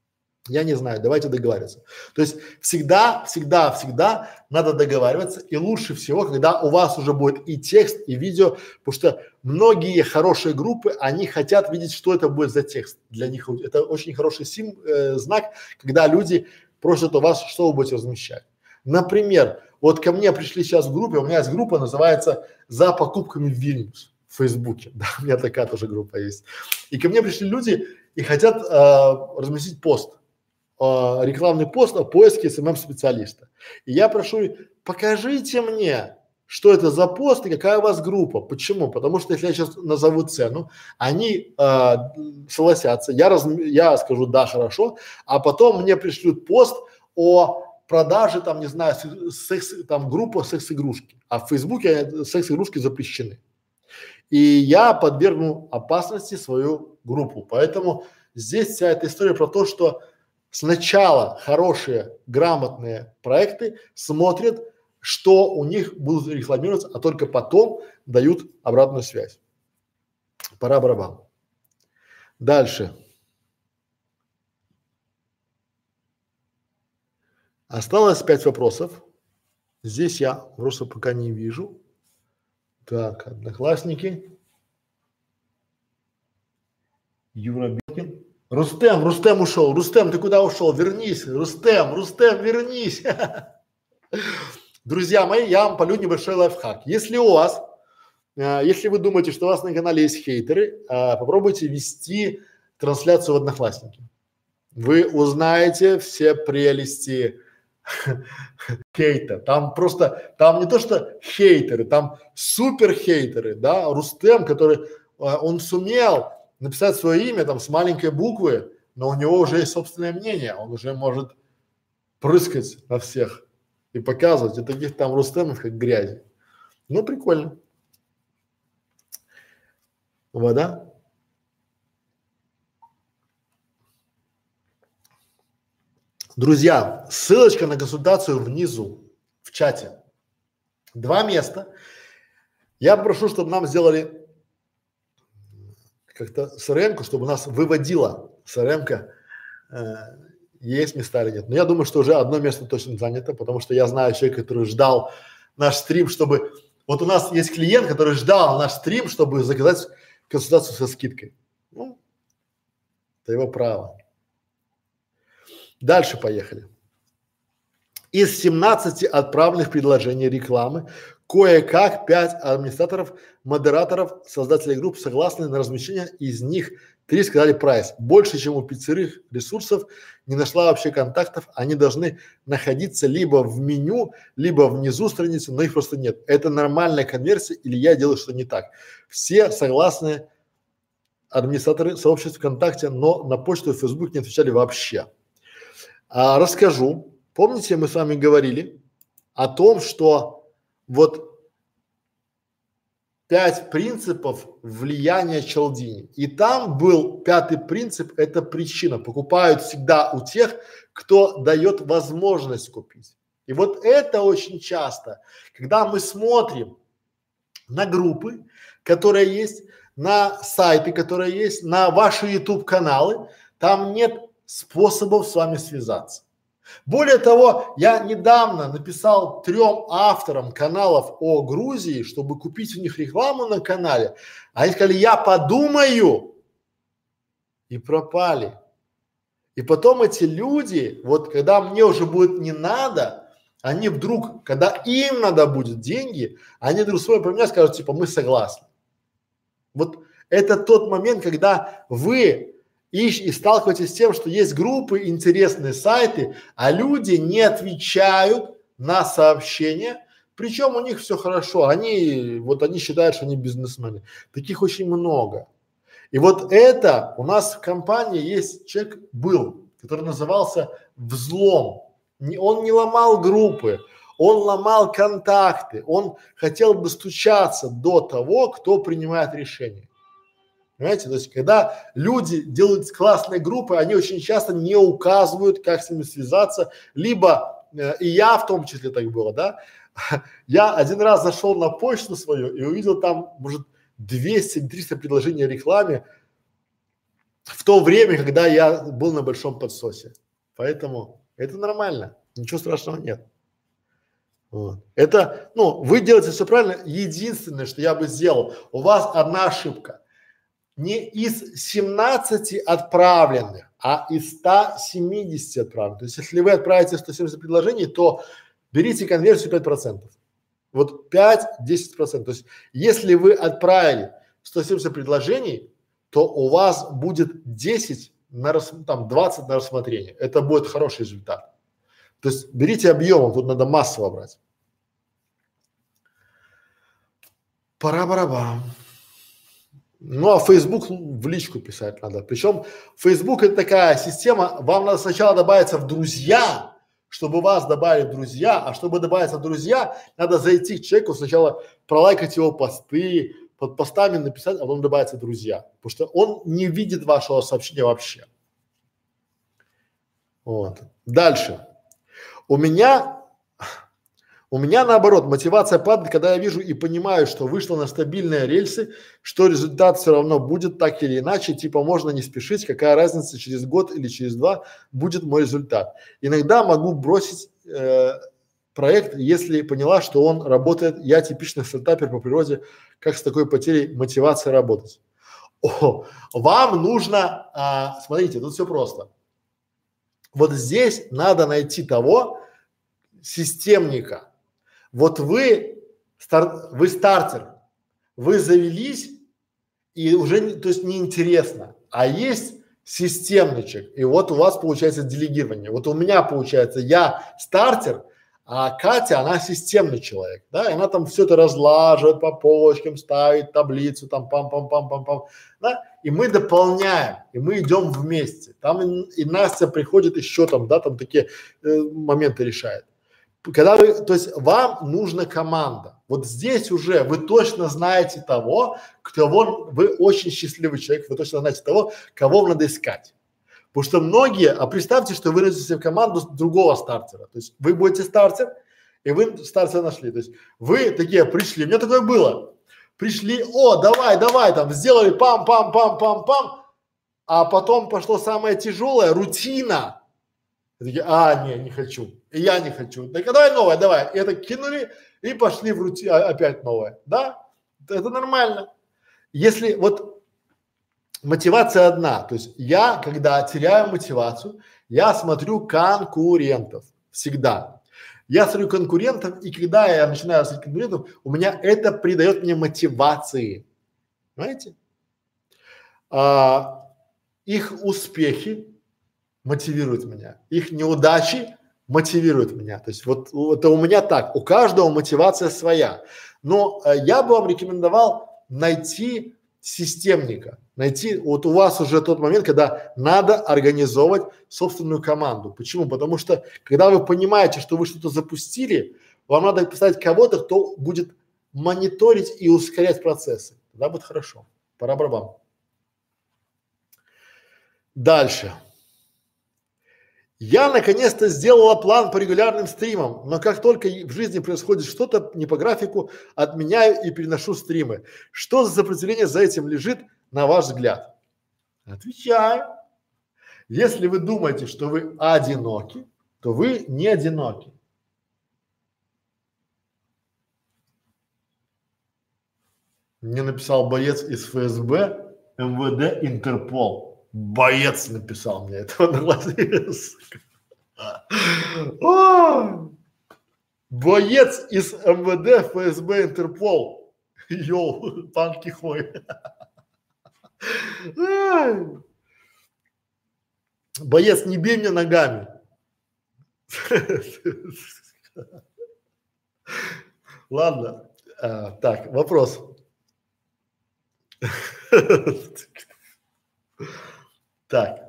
Я не знаю, давайте договариваться. То есть всегда, всегда, всегда надо договариваться, и лучше всего, когда у вас уже будет и текст, и видео, потому что многие хорошие группы, они хотят видеть, что это будет за текст. Для них это очень хороший сим, э, знак, когда люди просят у вас, что вы будете размещать. Например, вот ко мне пришли сейчас в группе, у меня есть группа, называется «За покупками в Вильнюс» в Фейсбуке, да, у меня такая тоже группа есть. И ко мне пришли люди и хотят э, разместить пост, э, рекламный пост о поиске эс эм эм-специалиста. И я прошу, покажите мне, что это за пост и какая у вас группа. Почему? Потому что если я сейчас назову цену, они э, согласятся, я, раз, я скажу «да, хорошо», а потом мне пришлют пост о продажи, там, не знаю, секс, там, группа секс-игрушки, а в Фейсбуке секс-игрушки запрещены. И я подвергну опасности свою группу. Поэтому здесь вся эта история про то, что Сначала хорошие, грамотные проекты смотрят, что у них будут рекламироваться, а только потом дают обратную связь. Пора барабан. Дальше. Осталось пять вопросов. Здесь я просто пока не вижу. Так, одноклассники. Юра Белкин. Рустем, Рустем ушел. Рустем, ты куда ушел? Вернись. Рустем, Рустем, вернись. Друзья мои, я вам полю небольшой лайфхак. Если у вас, э, если вы думаете, что у вас на канале есть хейтеры, э, попробуйте вести трансляцию в Одноклассники. Вы узнаете все прелести хейта. Там просто, там не то что хейтеры, там супер хейтеры, да. Рустем, который, э, он сумел написать свое имя там с маленькой буквы, но у него уже есть собственное мнение, он уже может прыскать на всех и показывать, и таких там Рустемов как грязи. Ну, прикольно. Вода. Друзья, ссылочка на консультацию внизу, в чате. Два места. Я прошу, чтобы нам сделали как-то си эр эм-ку, чтобы нас выводила си эр эм-ка, э, есть места или нет. Но я думаю, что уже одно место точно занято, потому что я знаю человека, который ждал наш стрим, чтобы… Вот у нас есть клиент, который ждал наш стрим, чтобы заказать консультацию со скидкой. Ну, это его право. Дальше поехали. Из семнадцати отправленных предложений рекламы кое-как пять администраторов, модераторов, создателей групп согласны на размещение, из них три сказали прайс. Больше, чем у пятерых ресурсов не нашла вообще контактов, они должны находиться либо в меню, либо внизу страницы, но их просто нет. Это нормальная конверсия или я делаю что не так? Все согласны администраторы сообществ ВКонтакте, но на почту и Фейсбук не отвечали вообще. А, расскажу. Помните, мы с вами говорили о том, что вот пять принципов влияния Чалдини. И там был пятый принцип – это причина. Покупают всегда у тех, кто дает возможность купить. И вот это очень часто, когда мы смотрим на группы, которые есть, на сайты, которые есть, на ваши YouTube каналы, там нет способов с вами связаться. Более того, я недавно написал трем авторам каналов о Грузии, чтобы купить у них рекламу на канале. Они сказали, я подумаю, и пропали. И потом эти люди, вот когда мне уже будет не надо, они вдруг, когда им надо будет деньги, они друг свой про меня скажут, типа, мы согласны. Вот это тот момент, когда вы И, и сталкиваетесь с тем, что есть группы, интересные сайты, а люди не отвечают на сообщения, причем у них все хорошо, они, вот они считают, что они бизнесмены. Таких очень много. И вот это у нас в компании есть человек был, который назывался Взлом. Не, он не ломал группы, он ломал контакты, он хотел достучаться до того, кто принимает решения. Понимаете, то есть, когда люди делают классные группы, они очень часто не указывают, как с ними связаться, либо, э, и я в том числе так было, да, я один раз зашел на почту свою и увидел там, может, двести-триста предложений о рекламе в то время, когда я был на большом подсосе. Поэтому это нормально, ничего страшного нет. Вот. Это, ну, вы делаете все правильно. Единственное, что я бы сделал, у вас одна ошибка. Не из семнадцати отправленных, а из ста семидесяти отправленных. То есть, если вы отправите сто семьдесят предложений, то берите конверсию пять процентов. Вот пять-десять процентов. То есть, если вы отправили сто семьдесят предложений, то у вас будет десять на рас, там двадцать на рассмотрение. Это будет хороший результат. То есть, берите объемом, тут надо массово брать. Пора-барабам. Ну, а Facebook в личку писать надо. Причем Facebook это такая система, вам надо сначала добавиться в друзья, чтобы вас добавили в друзья, а чтобы добавиться в друзья, надо зайти к человеку, сначала пролайкать его посты, под постами написать, а потом добавиться в друзья. Потому что он не видит вашего сообщения вообще. Вот. Дальше. У меня У меня наоборот, мотивация падает, когда я вижу и понимаю, что вышло на стабильные рельсы, что результат все равно будет так или иначе, типа можно не спешить, какая разница, через год или через два будет мой результат. Иногда могу бросить э, проект, если поняла, что он работает, я типичный стартапер по природе, как с такой потерей мотивации работать. О, вам нужно, а, смотрите, тут все просто. Вот здесь надо найти того системника. Вот вы, стар, вы стартер, вы завелись и уже, не, то есть неинтересно, а есть системничек, и вот у вас получается делегирование. Вот у меня получается, я стартер, а Катя, она системный человек, да, и она там все это разлаживает по полочкам, ставит таблицу, там пам-пам-пам-пам-пам, да, и мы дополняем, и мы идем вместе. Там и, и Настя приходит еще там, да, там такие э, моменты решает. Когда вы, то есть вам нужна команда. Вот здесь уже вы точно знаете того, кого вы очень счастливый человек, вы точно знаете того, кого надо искать. Потому что многие, а представьте, что вы найдете в команду другого стартера. То есть вы будете стартер, и вы стартера нашли. То есть вы такие пришли, у меня такое было. Пришли, о, давай, давай, там, сделали пам-пам-пам-пам-пам, а потом пошло самое тяжелое, рутина. И такие, а, не, не хочу, и я не хочу. Так давай новое, давай. И это кинули и пошли в рути, а, опять новое. Да, это нормально. Если вот мотивация одна, то есть я, когда теряю мотивацию, я смотрю конкурентов всегда. Я смотрю конкурентов, и когда я начинаю смотреть конкурентов, у меня это придает мне мотивации. Понимаете? А, их успехи мотивирует меня, их неудачи мотивируют меня. То есть вот это у меня так, у каждого мотивация своя. Но э, я бы вам рекомендовал найти системника, найти, вот у вас уже тот момент, когда надо организовывать собственную команду. Почему? Потому что когда вы понимаете, что вы что-то запустили, вам надо поставить кого-то, кто будет мониторить и ускорять процессы. Тогда будет хорошо. Пора-барабам. Дальше. Я наконец-то сделала план по регулярным стримам, но как только в жизни происходит что-то не по графику, отменяю и переношу стримы. Что за сопротивление за этим лежит, на ваш взгляд? Отвечаю. Если вы думаете, что вы одиноки, то вы не одиноки. Мне написал боец из эф эс бэ, эм вэ дэ, Интерпол. Боец написал мне это. Боец из эм вэ дэ, эф эс бэ, Интерпол. Йоу, панки хой. Боец, не бей меня ногами. Ладно, а, так, вопрос. Так.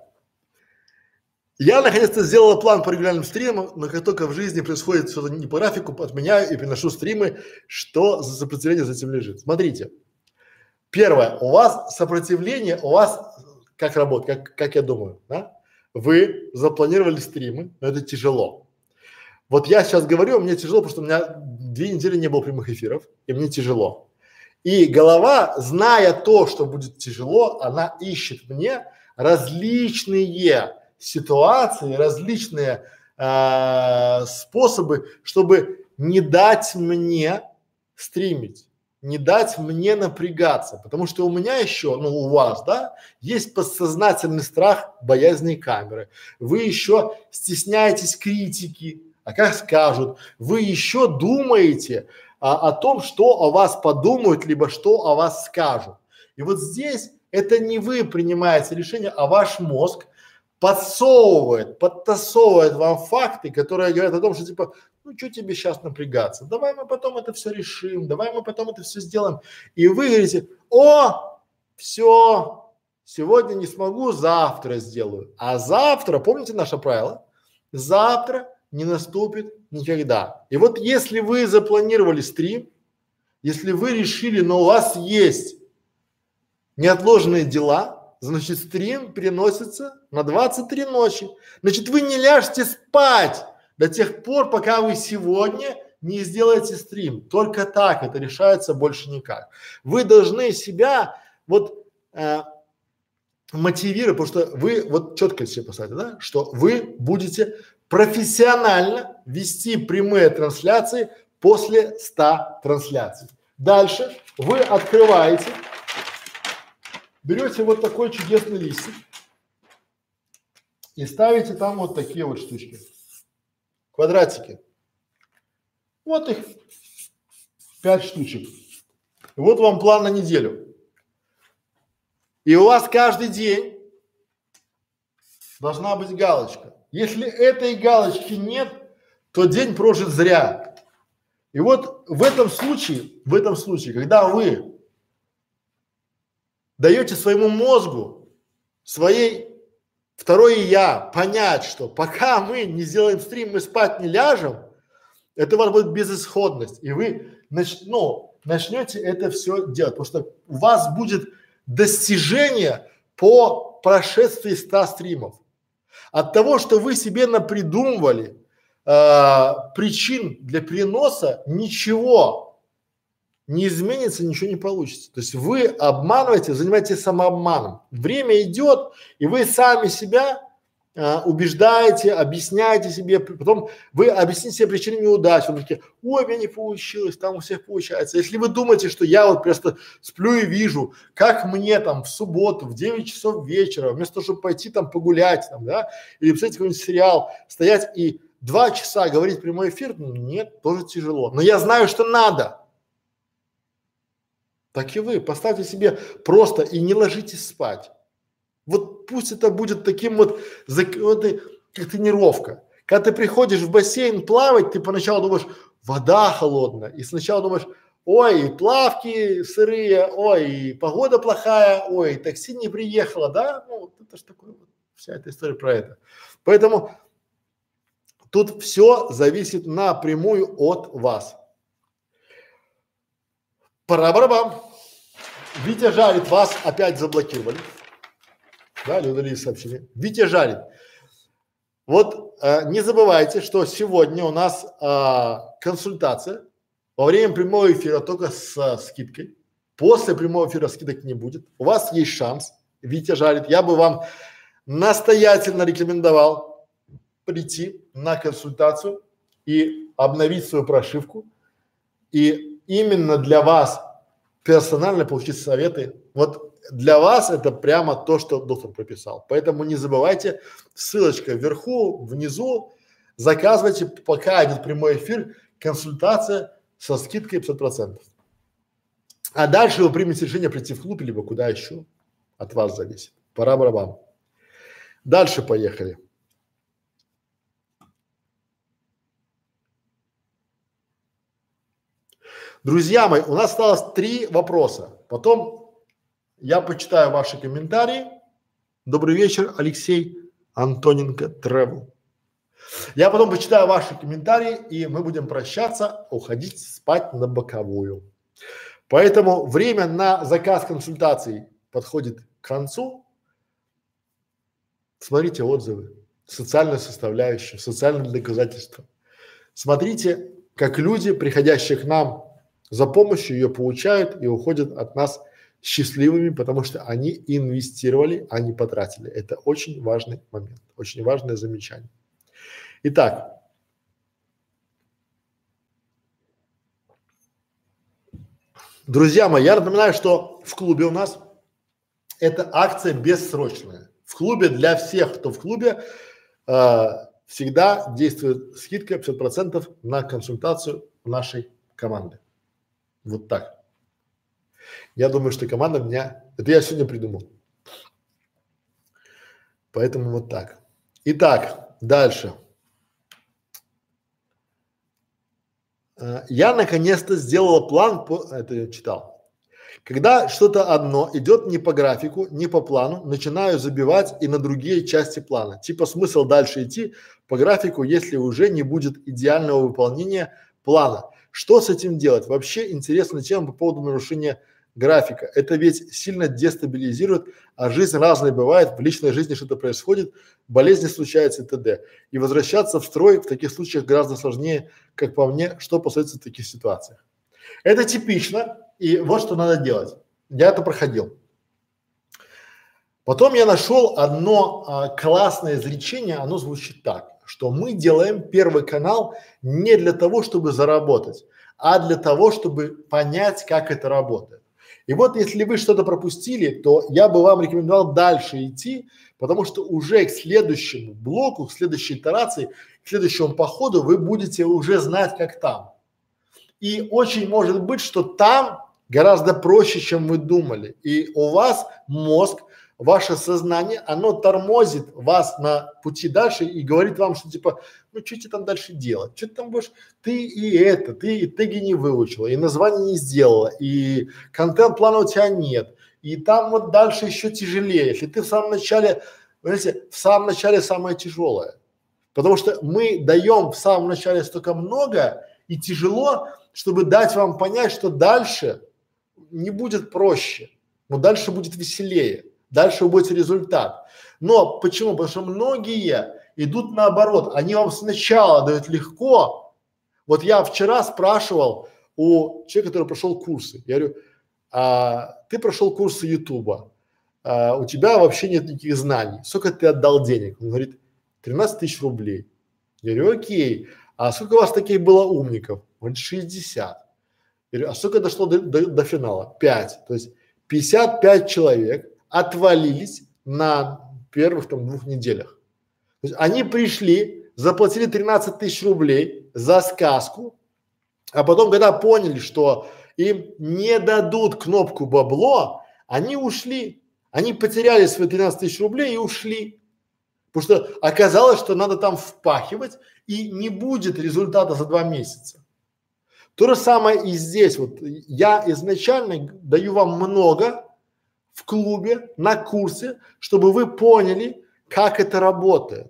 Я наконец-то сделала план по регулярным стримам, но как только в жизни происходит что-то не по графику, отменяю и переношу стримы. Что за сопротивление за этим лежит? Смотрите. Первое. У вас сопротивление, у вас как работает, как, как я думаю, да? Вы запланировали стримы, но это тяжело. Вот я сейчас говорю, мне тяжело, потому что у меня две недели не было прямых эфиров, и мне тяжело. И голова, зная то, что будет тяжело, она ищет мне различные ситуации, различные э, способы, чтобы не дать мне стримить, не дать мне напрягаться, потому что у меня еще, ну у вас, да, есть подсознательный страх боязни камеры, вы еще стесняетесь критики, а как скажут, вы еще думаете а, о том, что о вас подумают, либо что о вас скажут. И вот здесь это не вы принимаете решение, а ваш мозг подсовывает, подтасовывает вам факты, которые говорят о том, что типа, ну что тебе сейчас напрягаться, давай мы потом это все решим, давай мы потом это все сделаем. И вы говорите, о, все, сегодня не смогу, завтра сделаю. А завтра, помните наше правило, завтра не наступит никогда. И вот если вы запланировали стрим, если вы решили, но у вас есть неотложные дела, значит стрим переносится на двадцать три ночи. Значит, вы не ляжете спать до тех пор, пока вы сегодня не сделаете стрим. Только так это решается, больше никак. Вы должны себя вот э, мотивировать, потому что вы вот четко себе поставьте, да, что вы будете профессионально вести прямые трансляции после ста трансляций. Дальше вы открываете, берете вот такой чудесный листик и ставите там вот такие вот штучки, квадратики. Вот их пять штучек. И вот вам план на неделю. И у вас каждый день должна быть галочка. Если этой галочки нет, то день прожит зря. И вот в этом случае, в этом случае, когда вы даете своему мозгу, своей второе я понять, что пока мы не сделаем стрим, мы спать не ляжем, это у вас будет безысходность, и вы нач, ну, начнете это все делать, потому что у вас будет достижение по прошествии ста стримов. От того, что вы себе напридумывали э, причин для переноса, ничего не изменится, ничего не получится. То есть вы обманываете, занимаетесь самообманом. Время идет, и вы сами себя а, убеждаете, объясняете себе, потом вы объясните себе причины неудач, вы такие, ой, у меня не получилось, там у всех получается. Если вы думаете, что я вот просто сплю и вижу, как мне там в субботу в девять часов вечера, вместо того, чтобы пойти там погулять там, да, или посмотреть какой-нибудь сериал, стоять и два часа говорить прямой эфир, ну, нет, тоже тяжело. Но я знаю, что надо. Так и вы поставьте себе просто и не ложитесь спать. Вот пусть это будет таким вот, вот как тренировка. Когда ты приходишь в бассейн плавать, ты поначалу думаешь, вода холодная, и сначала думаешь, ой, плавки сырые, ой, погода плохая, ой, такси не приехало, да? Ну, вот это ж такое вот, вся эта история про это. Поэтому тут все зависит напрямую от вас. Пара-барабам. Витя жарит, вас опять заблокировали. Да, или удалили сообщение. Витя жарит. Вот э, не забывайте, что сегодня у нас э, консультация во время прямого эфира только с э, скидкой. После прямого эфира скидок не будет. У вас есть шанс. Витя жарит. Я бы вам настоятельно рекомендовал прийти на консультацию и обновить свою прошивку. И именно для вас персонально получить советы. Вот для вас это прямо то, что доктор прописал. Поэтому не забывайте, ссылочка вверху, внизу, заказывайте, пока идет прямой эфир, консультация со скидкой пятьдесят процентов. А дальше вы примете решение прийти в клуб, либо куда еще, от вас зависит. Пора-барабан. Дальше поехали. Друзья мои, у нас осталось три вопроса. Потом я почитаю ваши комментарии. Добрый вечер, Алексей Антоненко Тревел. Я потом почитаю ваши комментарии, и мы будем прощаться, уходить спать на боковую. Поэтому время на заказ консультаций подходит к концу. Смотрите отзывы, социальную составляющую, социальные доказательства. Смотрите, как люди, приходящие к нам за помощью, ее получают и уходят от нас счастливыми, потому что они инвестировали, а не потратили. Это очень важный момент, очень важное замечание. Итак, друзья мои, я напоминаю, что в клубе у нас эта акция бессрочная. В клубе для всех, кто в клубе, э, всегда действует скидка пятьдесят процентов на консультацию нашей команды. Вот так. Я думаю, что команда меня… Это я сегодня придумал. Поэтому вот так. Итак, дальше. А, я наконец-то сделала план по… Это я читал. Когда что-то одно идет не по графику, не по плану, начинаю забивать и на другие части плана. Типа смысл дальше идти по графику, если уже не будет идеального выполнения плана. Что с этим делать? Вообще интересная тема по поводу нарушения графика. Это ведь сильно дестабилизирует, а жизнь разной бывает, в личной жизни что-то происходит, болезни случаются и т.д. И возвращаться в строй в таких случаях гораздо сложнее, как по мне, что посоветуется в таких ситуациях. Это типично, и вот что надо делать. Я это проходил. Потом я нашел одно а, классное изречение, оно звучит так, что мы делаем первый канал не для того, чтобы заработать, а для того, чтобы понять, как это работает. И вот если вы что-то пропустили, то я бы вам рекомендовал дальше идти, потому что уже к следующему блоку, к следующей итерации, к следующему походу вы будете уже знать, как там. И очень может быть, что там гораздо проще, чем вы думали. И у вас мозг, ваше сознание, оно тормозит вас на пути дальше и говорит вам, что типа, ну что тебе там дальше делать, что ты там будешь, ты и это, ты и теги не выучила, и название не сделала, и контент-плана у тебя нет, и там вот дальше еще тяжелее, если ты в самом начале, вы знаете, в самом начале самое тяжелое, потому что мы даем в самом начале столько много и тяжело, чтобы дать вам понять, что дальше не будет проще, но дальше будет веселее. Дальше вы будете результат. Но почему? Потому что многие идут наоборот. Они вам сначала дают легко. Вот я вчера спрашивал у человека, который прошел курсы. Я говорю, а, ты прошел курсы Ютуба, а, у тебя вообще нет никаких знаний. Сколько ты отдал денег? Он говорит, тринадцать тысяч рублей. Я говорю, окей. А сколько у вас таких было умников? Он говорит, шестьдесят. Я говорю, а сколько дошло до, до, до финала? пять. То есть пятьдесят пять человек отвалились на первых там двух неделях. То есть они пришли, заплатили тринадцать тысяч рублей за сказку, а потом, когда поняли, что им не дадут кнопку бабло, они ушли. Они потеряли свои тринадцать тысяч рублей и ушли. Потому что оказалось, что надо там впахивать и не будет результата за два месяца. То же самое и здесь. Вот я изначально даю вам много в клубе, на курсе, чтобы вы поняли, как это работает.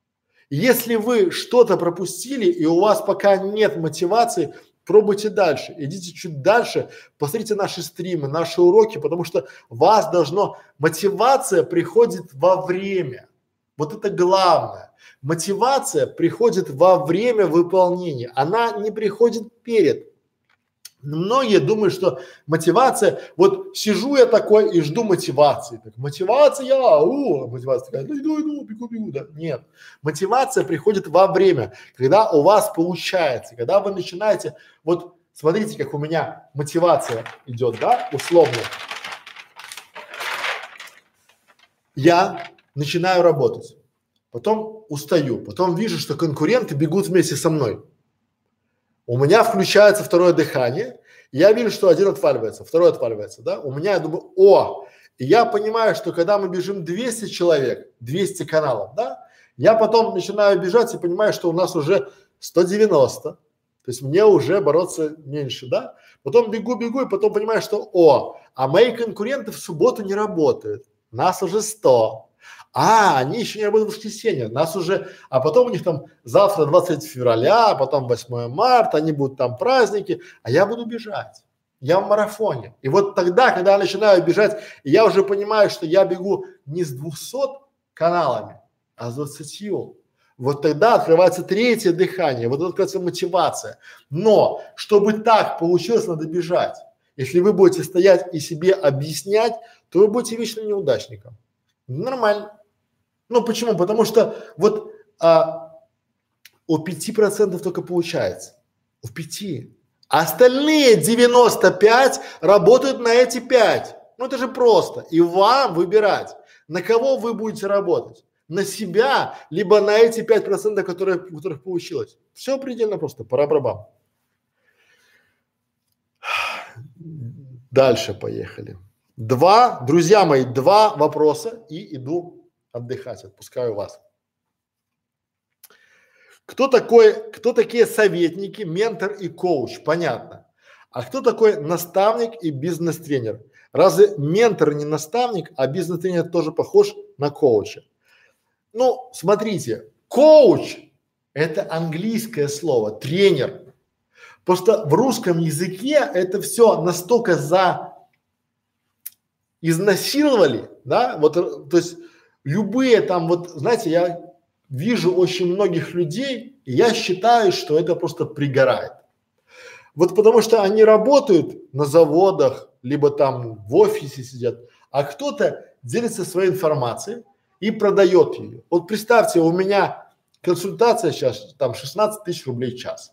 Если вы что-то пропустили и у вас пока нет мотивации, пробуйте дальше, идите чуть дальше, посмотрите наши стримы, наши уроки, потому что вас должно, мотивация приходит во время. Вот это главное. Мотивация приходит во время выполнения, она не приходит перед. Многие думают, что мотивация, вот сижу я такой и жду мотивации. Так, мотивация, у, мотивация такая, ну иду, иду, бегу, бегу, да. Нет. Мотивация приходит во время, когда у вас получается, когда вы начинаете, вот смотрите, как у меня мотивация идет, да, условно. Я начинаю работать, потом устаю, потом вижу, что конкуренты бегут вместе со мной. У меня включается второе дыхание, и я вижу, что один отваливается, второй отваливается, да, у меня, я думаю, о, и я понимаю, что когда мы бежим двести человек, двести каналов, да, я потом начинаю бежать и понимаю, что у нас уже сто девяносто, то есть мне уже бороться меньше, да, потом бегу, бегу и потом понимаю, что о, а мои конкуренты в субботу не работают, нас уже сто. А, они еще не работают в воскресенье, нас уже, а потом у них там завтра двадцать февраля, потом восьмое марта, они будут там праздники, а я буду бежать, я в марафоне. И вот тогда, когда я начинаю бежать, я уже понимаю, что я бегу не с двухсот каналами, а с двадцатью. Вот тогда открывается третье дыхание, вот это открывается мотивация. Но чтобы так получилось, надо бежать. Если вы будете стоять и себе объяснять, то вы будете вечным неудачником. Нормально. Ну почему? Потому что вот а, у пяти процентов только получается. У пяти. А остальные девяносто пять работают на эти пять. Ну это же просто. И вам выбирать, на кого вы будете работать. На себя, либо на эти пять процентов, которые, у которых получилось. Все предельно просто. Пара-барабам. Дальше поехали. Два, друзья мои, два вопроса и иду отдыхать, отпускаю вас. Кто такой, кто такие советники, ментор и коуч? Понятно. А кто такой наставник и бизнес-тренер? Разве ментор не наставник, а бизнес-тренер тоже похож на коуча? Ну, смотрите, коуч – это английское слово, тренер. Просто в русском языке это все настолько за изнасиловали, да, вот, то есть любые там вот, знаете, я вижу очень многих людей, и я считаю, что это просто пригорает. Вот потому что они работают на заводах, либо там в офисе сидят, а кто-то делится своей информацией и продает ее. Вот представьте, у меня консультация сейчас там шестнадцать тысяч рублей в час.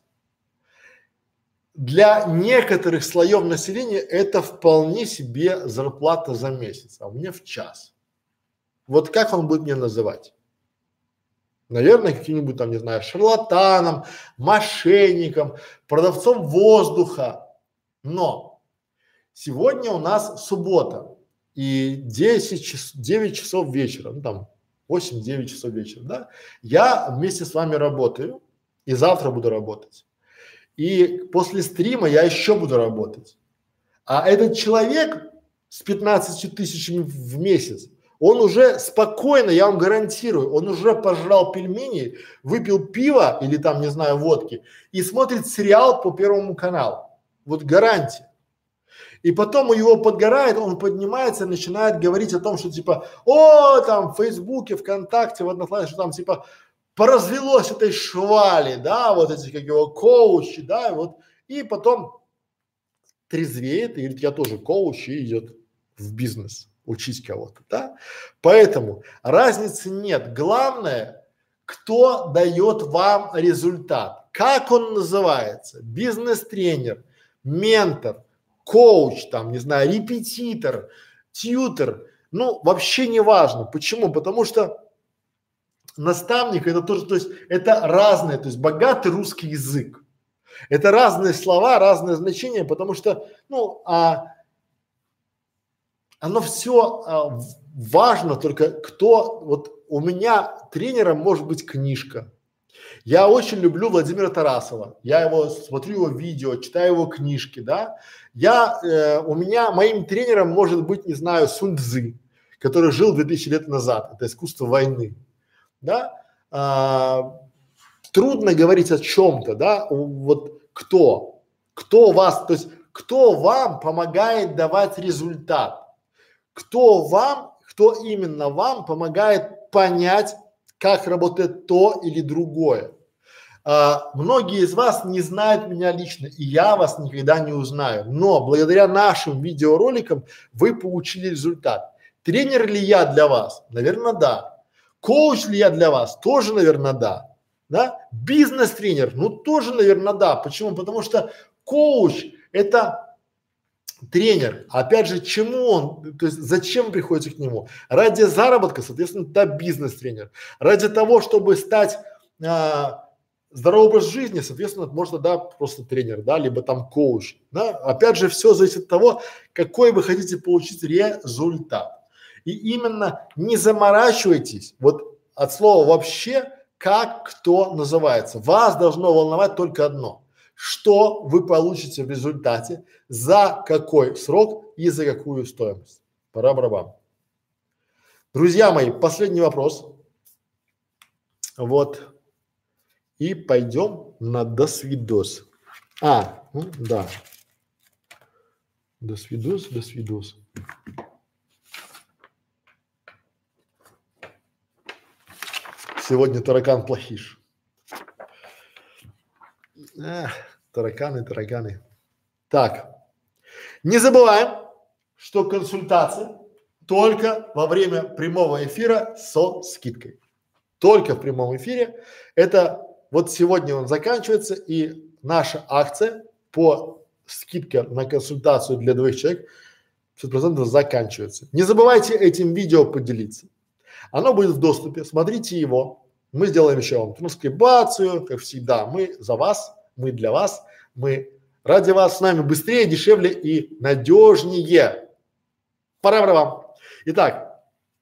Для некоторых слоев населения это вполне себе зарплата за месяц, а у меня в час. Вот как он будет меня называть? Наверное, каким-нибудь там, не знаю, шарлатаном, мошенником, продавцом воздуха. Но сегодня у нас суббота и десять час, девять часов вечера, ну там восемь-девять часов вечера, да, я вместе с вами работаю и завтра буду работать. И после стрима я еще буду работать. А этот человек с пятнадцатью тысячами в месяц, он уже спокойно, я вам гарантирую, он уже пожрал пельмени, выпил пиво или там, не знаю, водки и смотрит сериал по Первому каналу. Вот гарантия. И потом у его подгорает, он поднимается, начинает говорить о том, что типа, о, там в Фейсбуке, ВКонтакте, в Одноклассниках, что там типа поразвелось этой швали, да, вот эти как его коучи, да, и вот, и потом трезвеет и говорит, я тоже коуч, и идет в бизнес учить кого-то, да. Поэтому разницы нет. Главное, кто дает вам результат, как он называется, бизнес-тренер, ментор, коуч, там, не знаю, репетитор, тьютер, ну, вообще не важно. Почему? Потому что наставник это тоже, то есть это разное, то есть богатый русский язык. Это разные слова, разные значения, потому что, ну, а, оно все а, важно, только кто, вот у меня тренером может быть книжка. Я очень люблю Владимира Тарасова, я его смотрю его видео, читаю его книжки, да. Я, э, у меня моим тренером может быть, не знаю, Сунь Цзы, который жил две тысячи лет назад, это искусство войны, да. А, трудно говорить о чем-то, да, вот кто, кто вас, то есть кто вам помогает давать результат, кто вам, кто именно вам помогает понять, как работает то или другое. А, многие из вас не знают меня лично, и я вас никогда не узнаю, но благодаря нашим видеороликам вы получили результат. Тренер ли я для вас? Наверное, да. Коуч ли я для вас? Тоже, наверное, да. Да? Бизнес-тренер? Ну, тоже, наверное, да. Почему? Потому что коуч – это тренер. Опять же, чему он, то есть зачем приходите к нему? Ради заработка, соответственно, да, бизнес-тренер. Ради того, чтобы стать а, здоровый образ жизни, соответственно, можно, да, просто тренер, да, либо там коуч. Да? Опять же, все зависит от того, какой вы хотите получить результат. И именно не заморачивайтесь, вот от слова вообще, как кто называется. Вас должно волновать только одно. Что вы получите в результате, за какой срок и за какую стоимость. Пора-барабан. Друзья мои, последний вопрос. Вот. И пойдем на досвидос. А, ну, да. Досвидос, досвидос. Сегодня таракан плохиш. Эх, тараканы, тараканы. Так, не забываем, что консультация только во время прямого эфира со скидкой. Только в прямом эфире. Это вот сегодня он заканчивается, и наша акция по скидке на консультацию для двоих человек пятьдесят процентов заканчивается. Не забывайте этим видео поделиться. Оно будет в доступе, смотрите его. Мы сделаем еще вам транскрибацию, как всегда. Мы за вас, мы для вас, мы ради вас, с нами быстрее, дешевле и надежнее. Пора вам. Итак,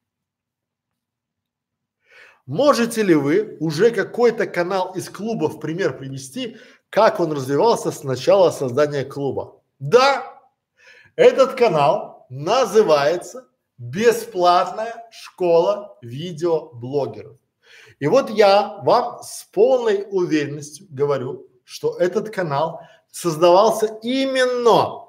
можете ли вы уже какой-то канал из клуба в пример привести, как он развивался с начала создания клуба? Да, этот канал называется «Бесплатная школа видеоблогеров». И вот я вам с полной уверенностью говорю, что этот канал создавался именно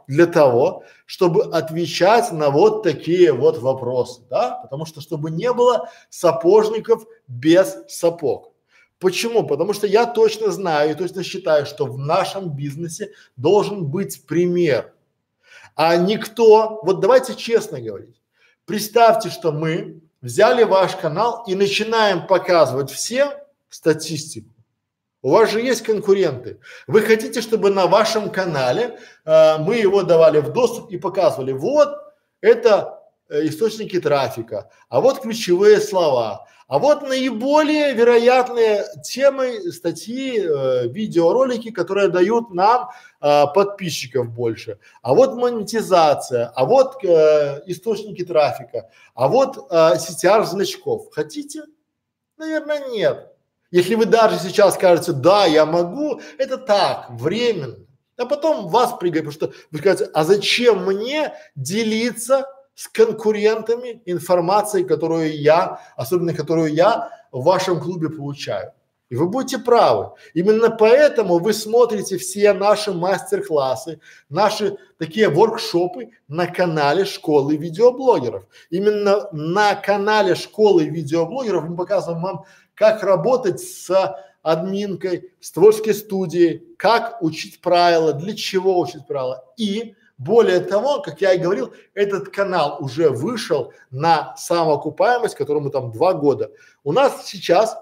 для того, чтобы отвечать на вот такие вот вопросы, да, потому что чтобы не было сапожников без сапог. Почему? Потому что я точно знаю и точно считаю, что в нашем бизнесе должен быть пример, а никто, вот давайте честно говорить, представьте, что мы взяли ваш канал и начинаем показывать всем статистику. У вас же есть конкуренты. Вы хотите, чтобы на вашем канале э, мы его давали в доступ и показывали, вот это э, источники трафика, а вот ключевые слова, а вот наиболее вероятные темы, статьи, э, видеоролики, которые дают нам э, подписчиков больше, а вот монетизация, а вот э, источники трафика, а вот э, си ти ар значков. Хотите? Наверное, нет. Если вы даже сейчас скажете, да, я могу, это так, временно. А потом вас прыгает, потому что вы скажете, а зачем мне делиться с конкурентами информацией, которую я, особенно которую я в вашем клубе получаю. И вы будете правы. Именно поэтому вы смотрите все наши мастер-классы, наши такие воркшопы на канале Школы видеоблогеров. Именно на канале Школы видеоблогеров мы показываем вам, как работать с админкой, с творческой студией, как учить правила, для чего учить правила. И более того, как я и говорил, этот канал уже вышел на самоокупаемость, которому там два года. У нас сейчас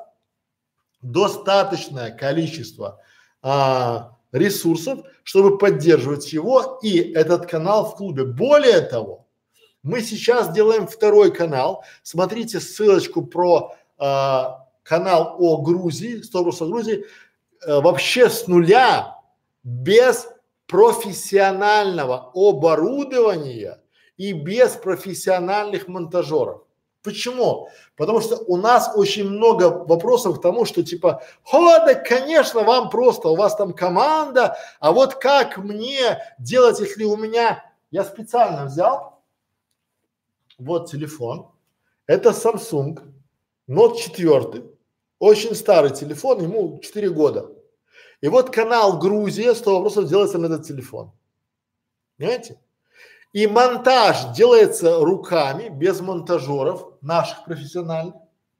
достаточное количество а, ресурсов, чтобы поддерживать его и этот канал в клубе. Более того, мы сейчас делаем второй канал. Смотрите ссылочку про а, канал о Грузии, сто вопросов о Грузии, э, вообще с нуля, без профессионального оборудования и без профессиональных монтажеров. Почему? Потому что у нас очень много вопросов к тому, что типа, о, да, конечно, вам просто, у вас там команда, а вот как мне делать, если у меня, я специально взял, вот телефон, это Samsung Note четыре, очень старый телефон, ему четыре года. И вот канал Грузия, сто вопросов делается на этот телефон. Понимаете? И монтаж делается руками, без монтажеров, наших профессиональных,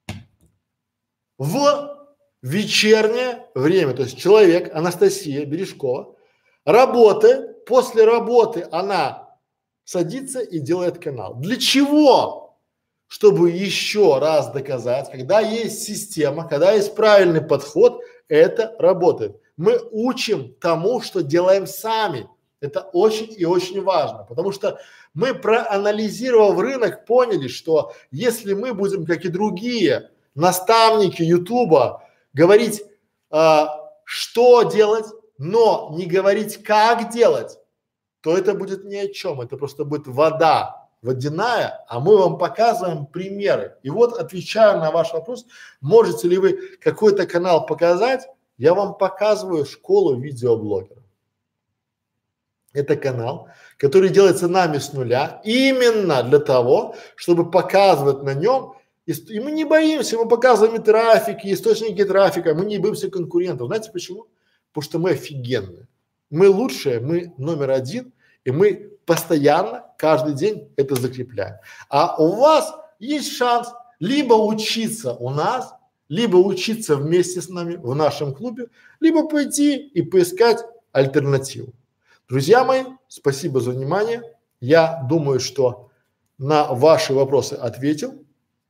в вечернее время. То есть человек, Анастасия Бережкова, работает, после работы она садится и делает канал. Для чего? Чтобы еще раз доказать, когда есть система, когда есть правильный подход, это работает. Мы учим тому, что делаем сами. Это очень и очень важно, потому что мы, проанализировав рынок, поняли, что если мы будем, как и другие наставники Ютуба, говорить, а, что делать, но не говорить, как делать, то это будет ни о чем, это просто будет вода. Водяная, а мы вам показываем примеры. И вот, отвечая на ваш вопрос, можете ли вы какой-то канал показать, я вам показываю школу видеоблогеров. Это канал, который делается нами с нуля именно для того, чтобы показывать на нем, и, и мы не боимся, мы показываем и трафик, и источники трафика, мы не боимся конкурентов. Знаете почему? Потому что мы офигенные. Мы лучшие, мы номер один, и мы постоянно, каждый день это закрепляем. А у вас есть шанс либо учиться у нас, либо учиться вместе с нами в нашем клубе, либо пойти и поискать альтернативу. Друзья мои, спасибо за внимание. Я думаю, что на ваши вопросы ответил.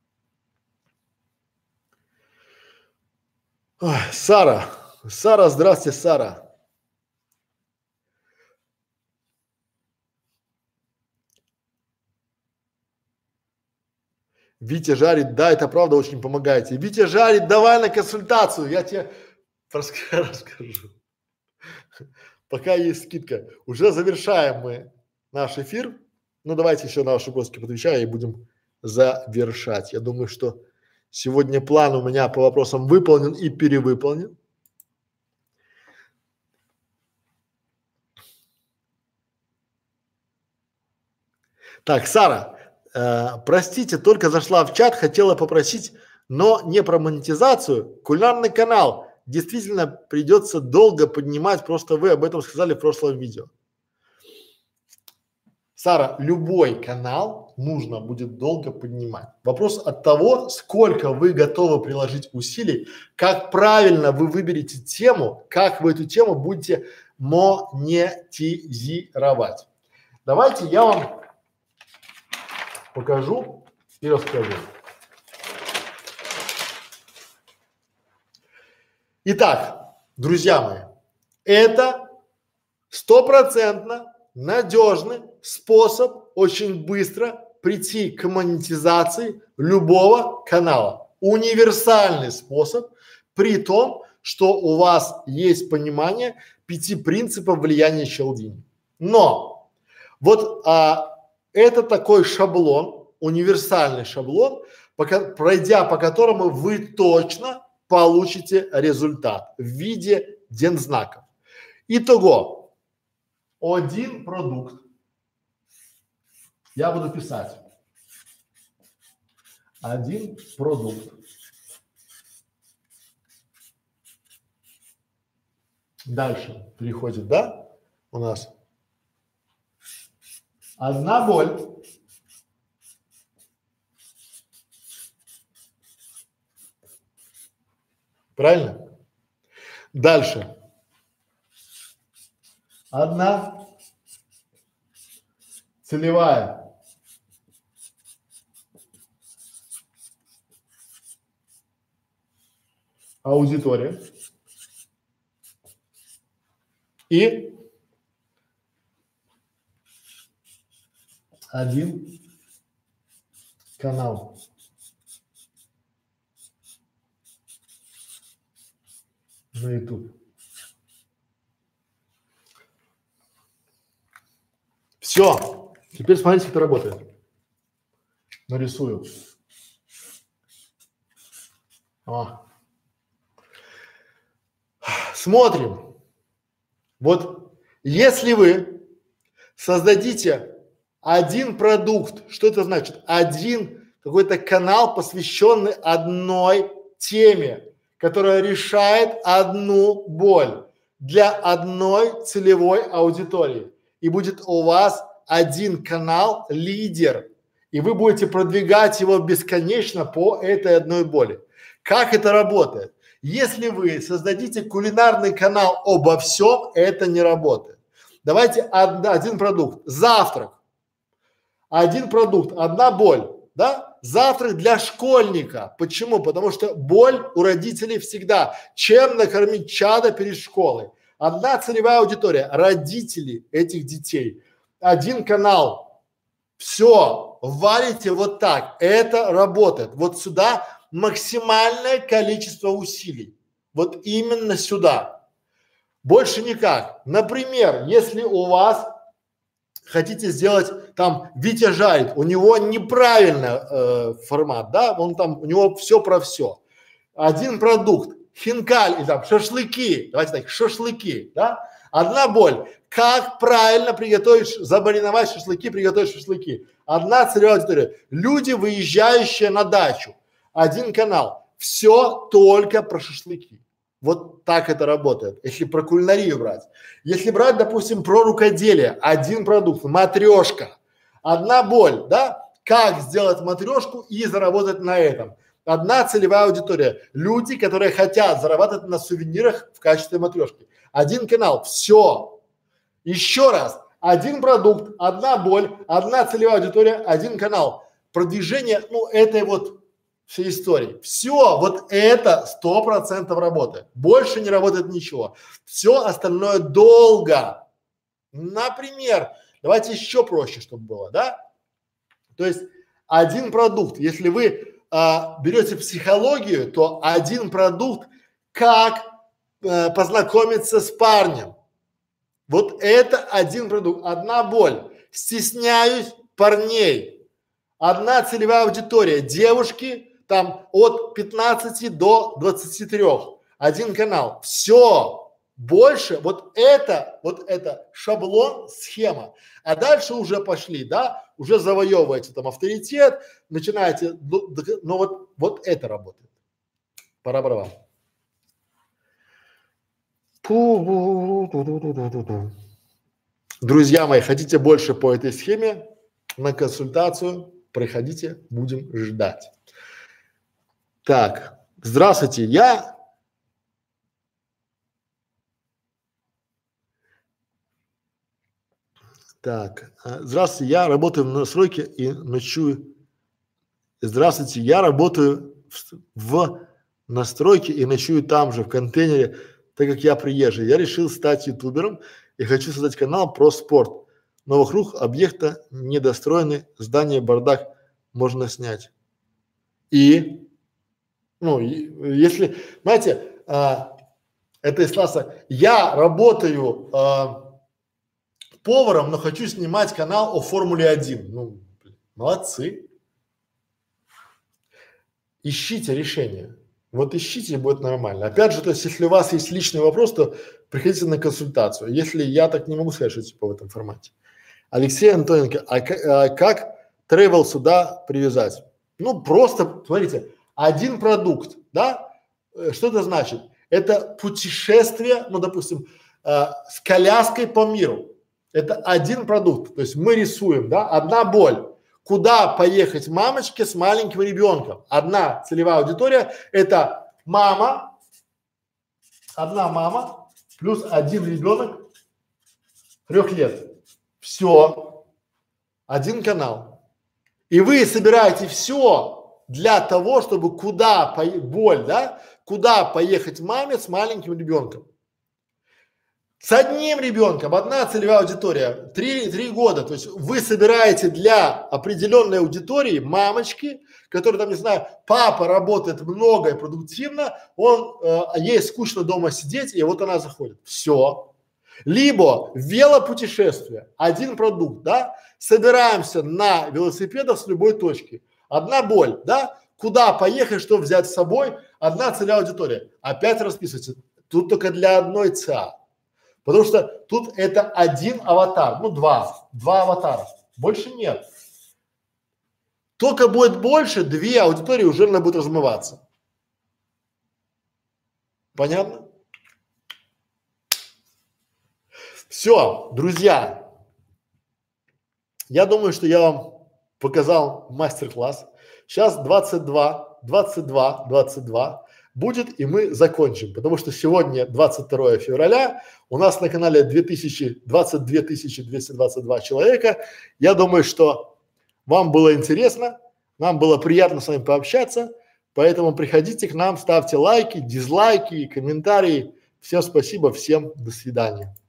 Ой, Сара, Сара, здравствуйте, Сара. Витя жарит, да, это правда очень помогаете. Витя жарит, давай на консультацию, я тебе расскажу. Пока есть скидка. Уже завершаем мы наш эфир. Ну давайте еще на ваши вопросы отвечаю и будем завершать. Я думаю, что сегодня план у меня по вопросам выполнен и перевыполнен. Так, Сара, э, простите, только зашла в чат, хотела попросить, но не про монетизацию, кулинарный канал. Действительно придется долго поднимать, просто вы об этом сказали в прошлом видео. Сара, любой канал нужно будет долго поднимать. Вопрос от того, сколько вы готовы приложить усилий, как правильно вы выберете тему, как вы эту тему будете монетизировать. Давайте я вам покажу и расскажу. Итак, друзья мои, это стопроцентно надежный способ очень быстро прийти к монетизации любого канала. Универсальный способ, при том, что у вас есть понимание пяти принципов влияния Cialdini. Но вот а, это такой шаблон, универсальный шаблон, пока, пройдя по которому вы точно получите результат в виде дензнаков. Итого. Один продукт. Я буду писать. Один продукт. Дальше переходит, да, у нас. Одна боль. Правильно? Дальше. Одна целевая аудитория и один канал. На YouTube. Все. Теперь смотрите, как это работает. Нарисую. О. Смотрим. Вот если вы создадите один продукт, что это значит? Один какой-то канал, посвященный одной теме, которая решает одну боль для одной целевой аудитории. И будет у вас один канал лидер, и вы будете продвигать его бесконечно по этой одной боли. Как это работает? Если вы создадите кулинарный канал обо всем, это не работает. Давайте од, один продукт. Завтрак. Один продукт, одна боль, да? Завтрак для школьника. Почему? Потому что боль у родителей всегда. Чем накормить чадо перед школой? Одна целевая аудитория, родители этих детей. Один канал. Все, валите вот так. Это работает. Вот сюда максимальное количество усилий. Вот именно сюда. Больше никак. Например, если у вас хотите сделать там Витя жарит, у него неправильный э, формат, да, он там, у него все про все. Один продукт, хинкаль и там шашлыки, давайте так, шашлыки, да, одна боль, как правильно приготовить, замариновать шашлыки, приготовить шашлыки. Одна целевая аудитория, люди, выезжающие на дачу, один канал, все только про шашлыки. Вот так это работает, если про кулинарию брать. Если брать, допустим, про рукоделие, один продукт, матрешка, одна боль, да, как сделать матрешку и заработать на этом. Одна целевая аудитория, люди, которые хотят зарабатывать на сувенирах в качестве матрешки. Один канал, все. Еще раз, один продукт, одна боль, одна целевая аудитория, один канал. Продвижение, ну, этой вот всей истории. Все, вот это сто процентов работает. Больше не работает ничего. Все остальное долго. Например, давайте еще проще, чтобы было, да? То есть один продукт, если вы а, берете психологию, то один продукт, как а, познакомиться с парнем. Вот это один продукт, одна боль. Стесняюсь парней. Одна целевая аудитория, девушки там от пятнадцати до двадцати трёх. Один канал. Все. Больше вот это, вот это шаблон, схема. А дальше уже пошли, да, уже завоевываете там авторитет, начинаете, ну, ну вот, вот это работает. Пора барабан. Друзья мои, хотите больше по этой схеме? На консультацию приходите, будем ждать. Так, здравствуйте, я… Так, а, здравствуйте, я работаю в настройке и ночую. Здравствуйте, я работаю в, в настройке и ночую там же, в контейнере, так как я приезжий. Я решил стать ютубером и хочу создать канал про спорт. Но вокруг объекта недостроены, здание бардак можно снять. И, ну, и, если, знаете, а, это из класса, я работаю а, поваром, но хочу снимать канал о Формуле один. Ну, блин, молодцы. Ищите решение. Вот ищите, и будет нормально. Опять же, то есть, если у вас есть личный вопрос, то приходите на консультацию. Если я так не могу сказать, что типа в этом формате. Алексей Антоненко, а, а как тревел сюда привязать? Ну, просто, смотрите, один продукт, да? Что это значит? Это путешествие, ну, допустим, э, с коляской по миру. Это один продукт. То есть мы рисуем, да, одна боль. Куда поехать мамочке с маленьким ребенком? Одна целевая аудитория – это мама, одна мама плюс один ребенок трех лет. Все, один канал. И вы собираете все для того, чтобы куда по… боль, да, куда поехать маме с маленьким ребенком. С одним ребенком, одна целевая аудитория, три, три года, то есть вы собираете для определенной аудитории мамочки, которые там, не знаю, папа работает много и продуктивно, он, э, ей скучно дома сидеть, и вот она заходит. Все. Либо велопутешествие, один продукт, да, собираемся на велосипедах с любой точки. Одна боль, да, куда поехать, что взять с собой, одна целевая аудитория. Опять расписывайте, тут только для одной ЦА. Потому что тут это один аватар, ну два, два аватара, больше нет. Только будет больше, две аудитории уже надо будет размываться. Понятно? Все, друзья, я думаю, что я вам показал мастер-класс. Сейчас двадцать два, двадцать два, двадцать два будет, и мы закончим, потому что сегодня двадцать второе февраля, у нас на канале две тысячи, двадцать две тысячи двести двадцать два человека. Я думаю, что вам было интересно, нам было приятно с вами пообщаться, поэтому приходите к нам, ставьте лайки, дизлайки, комментарии. Всем спасибо, всем до свидания.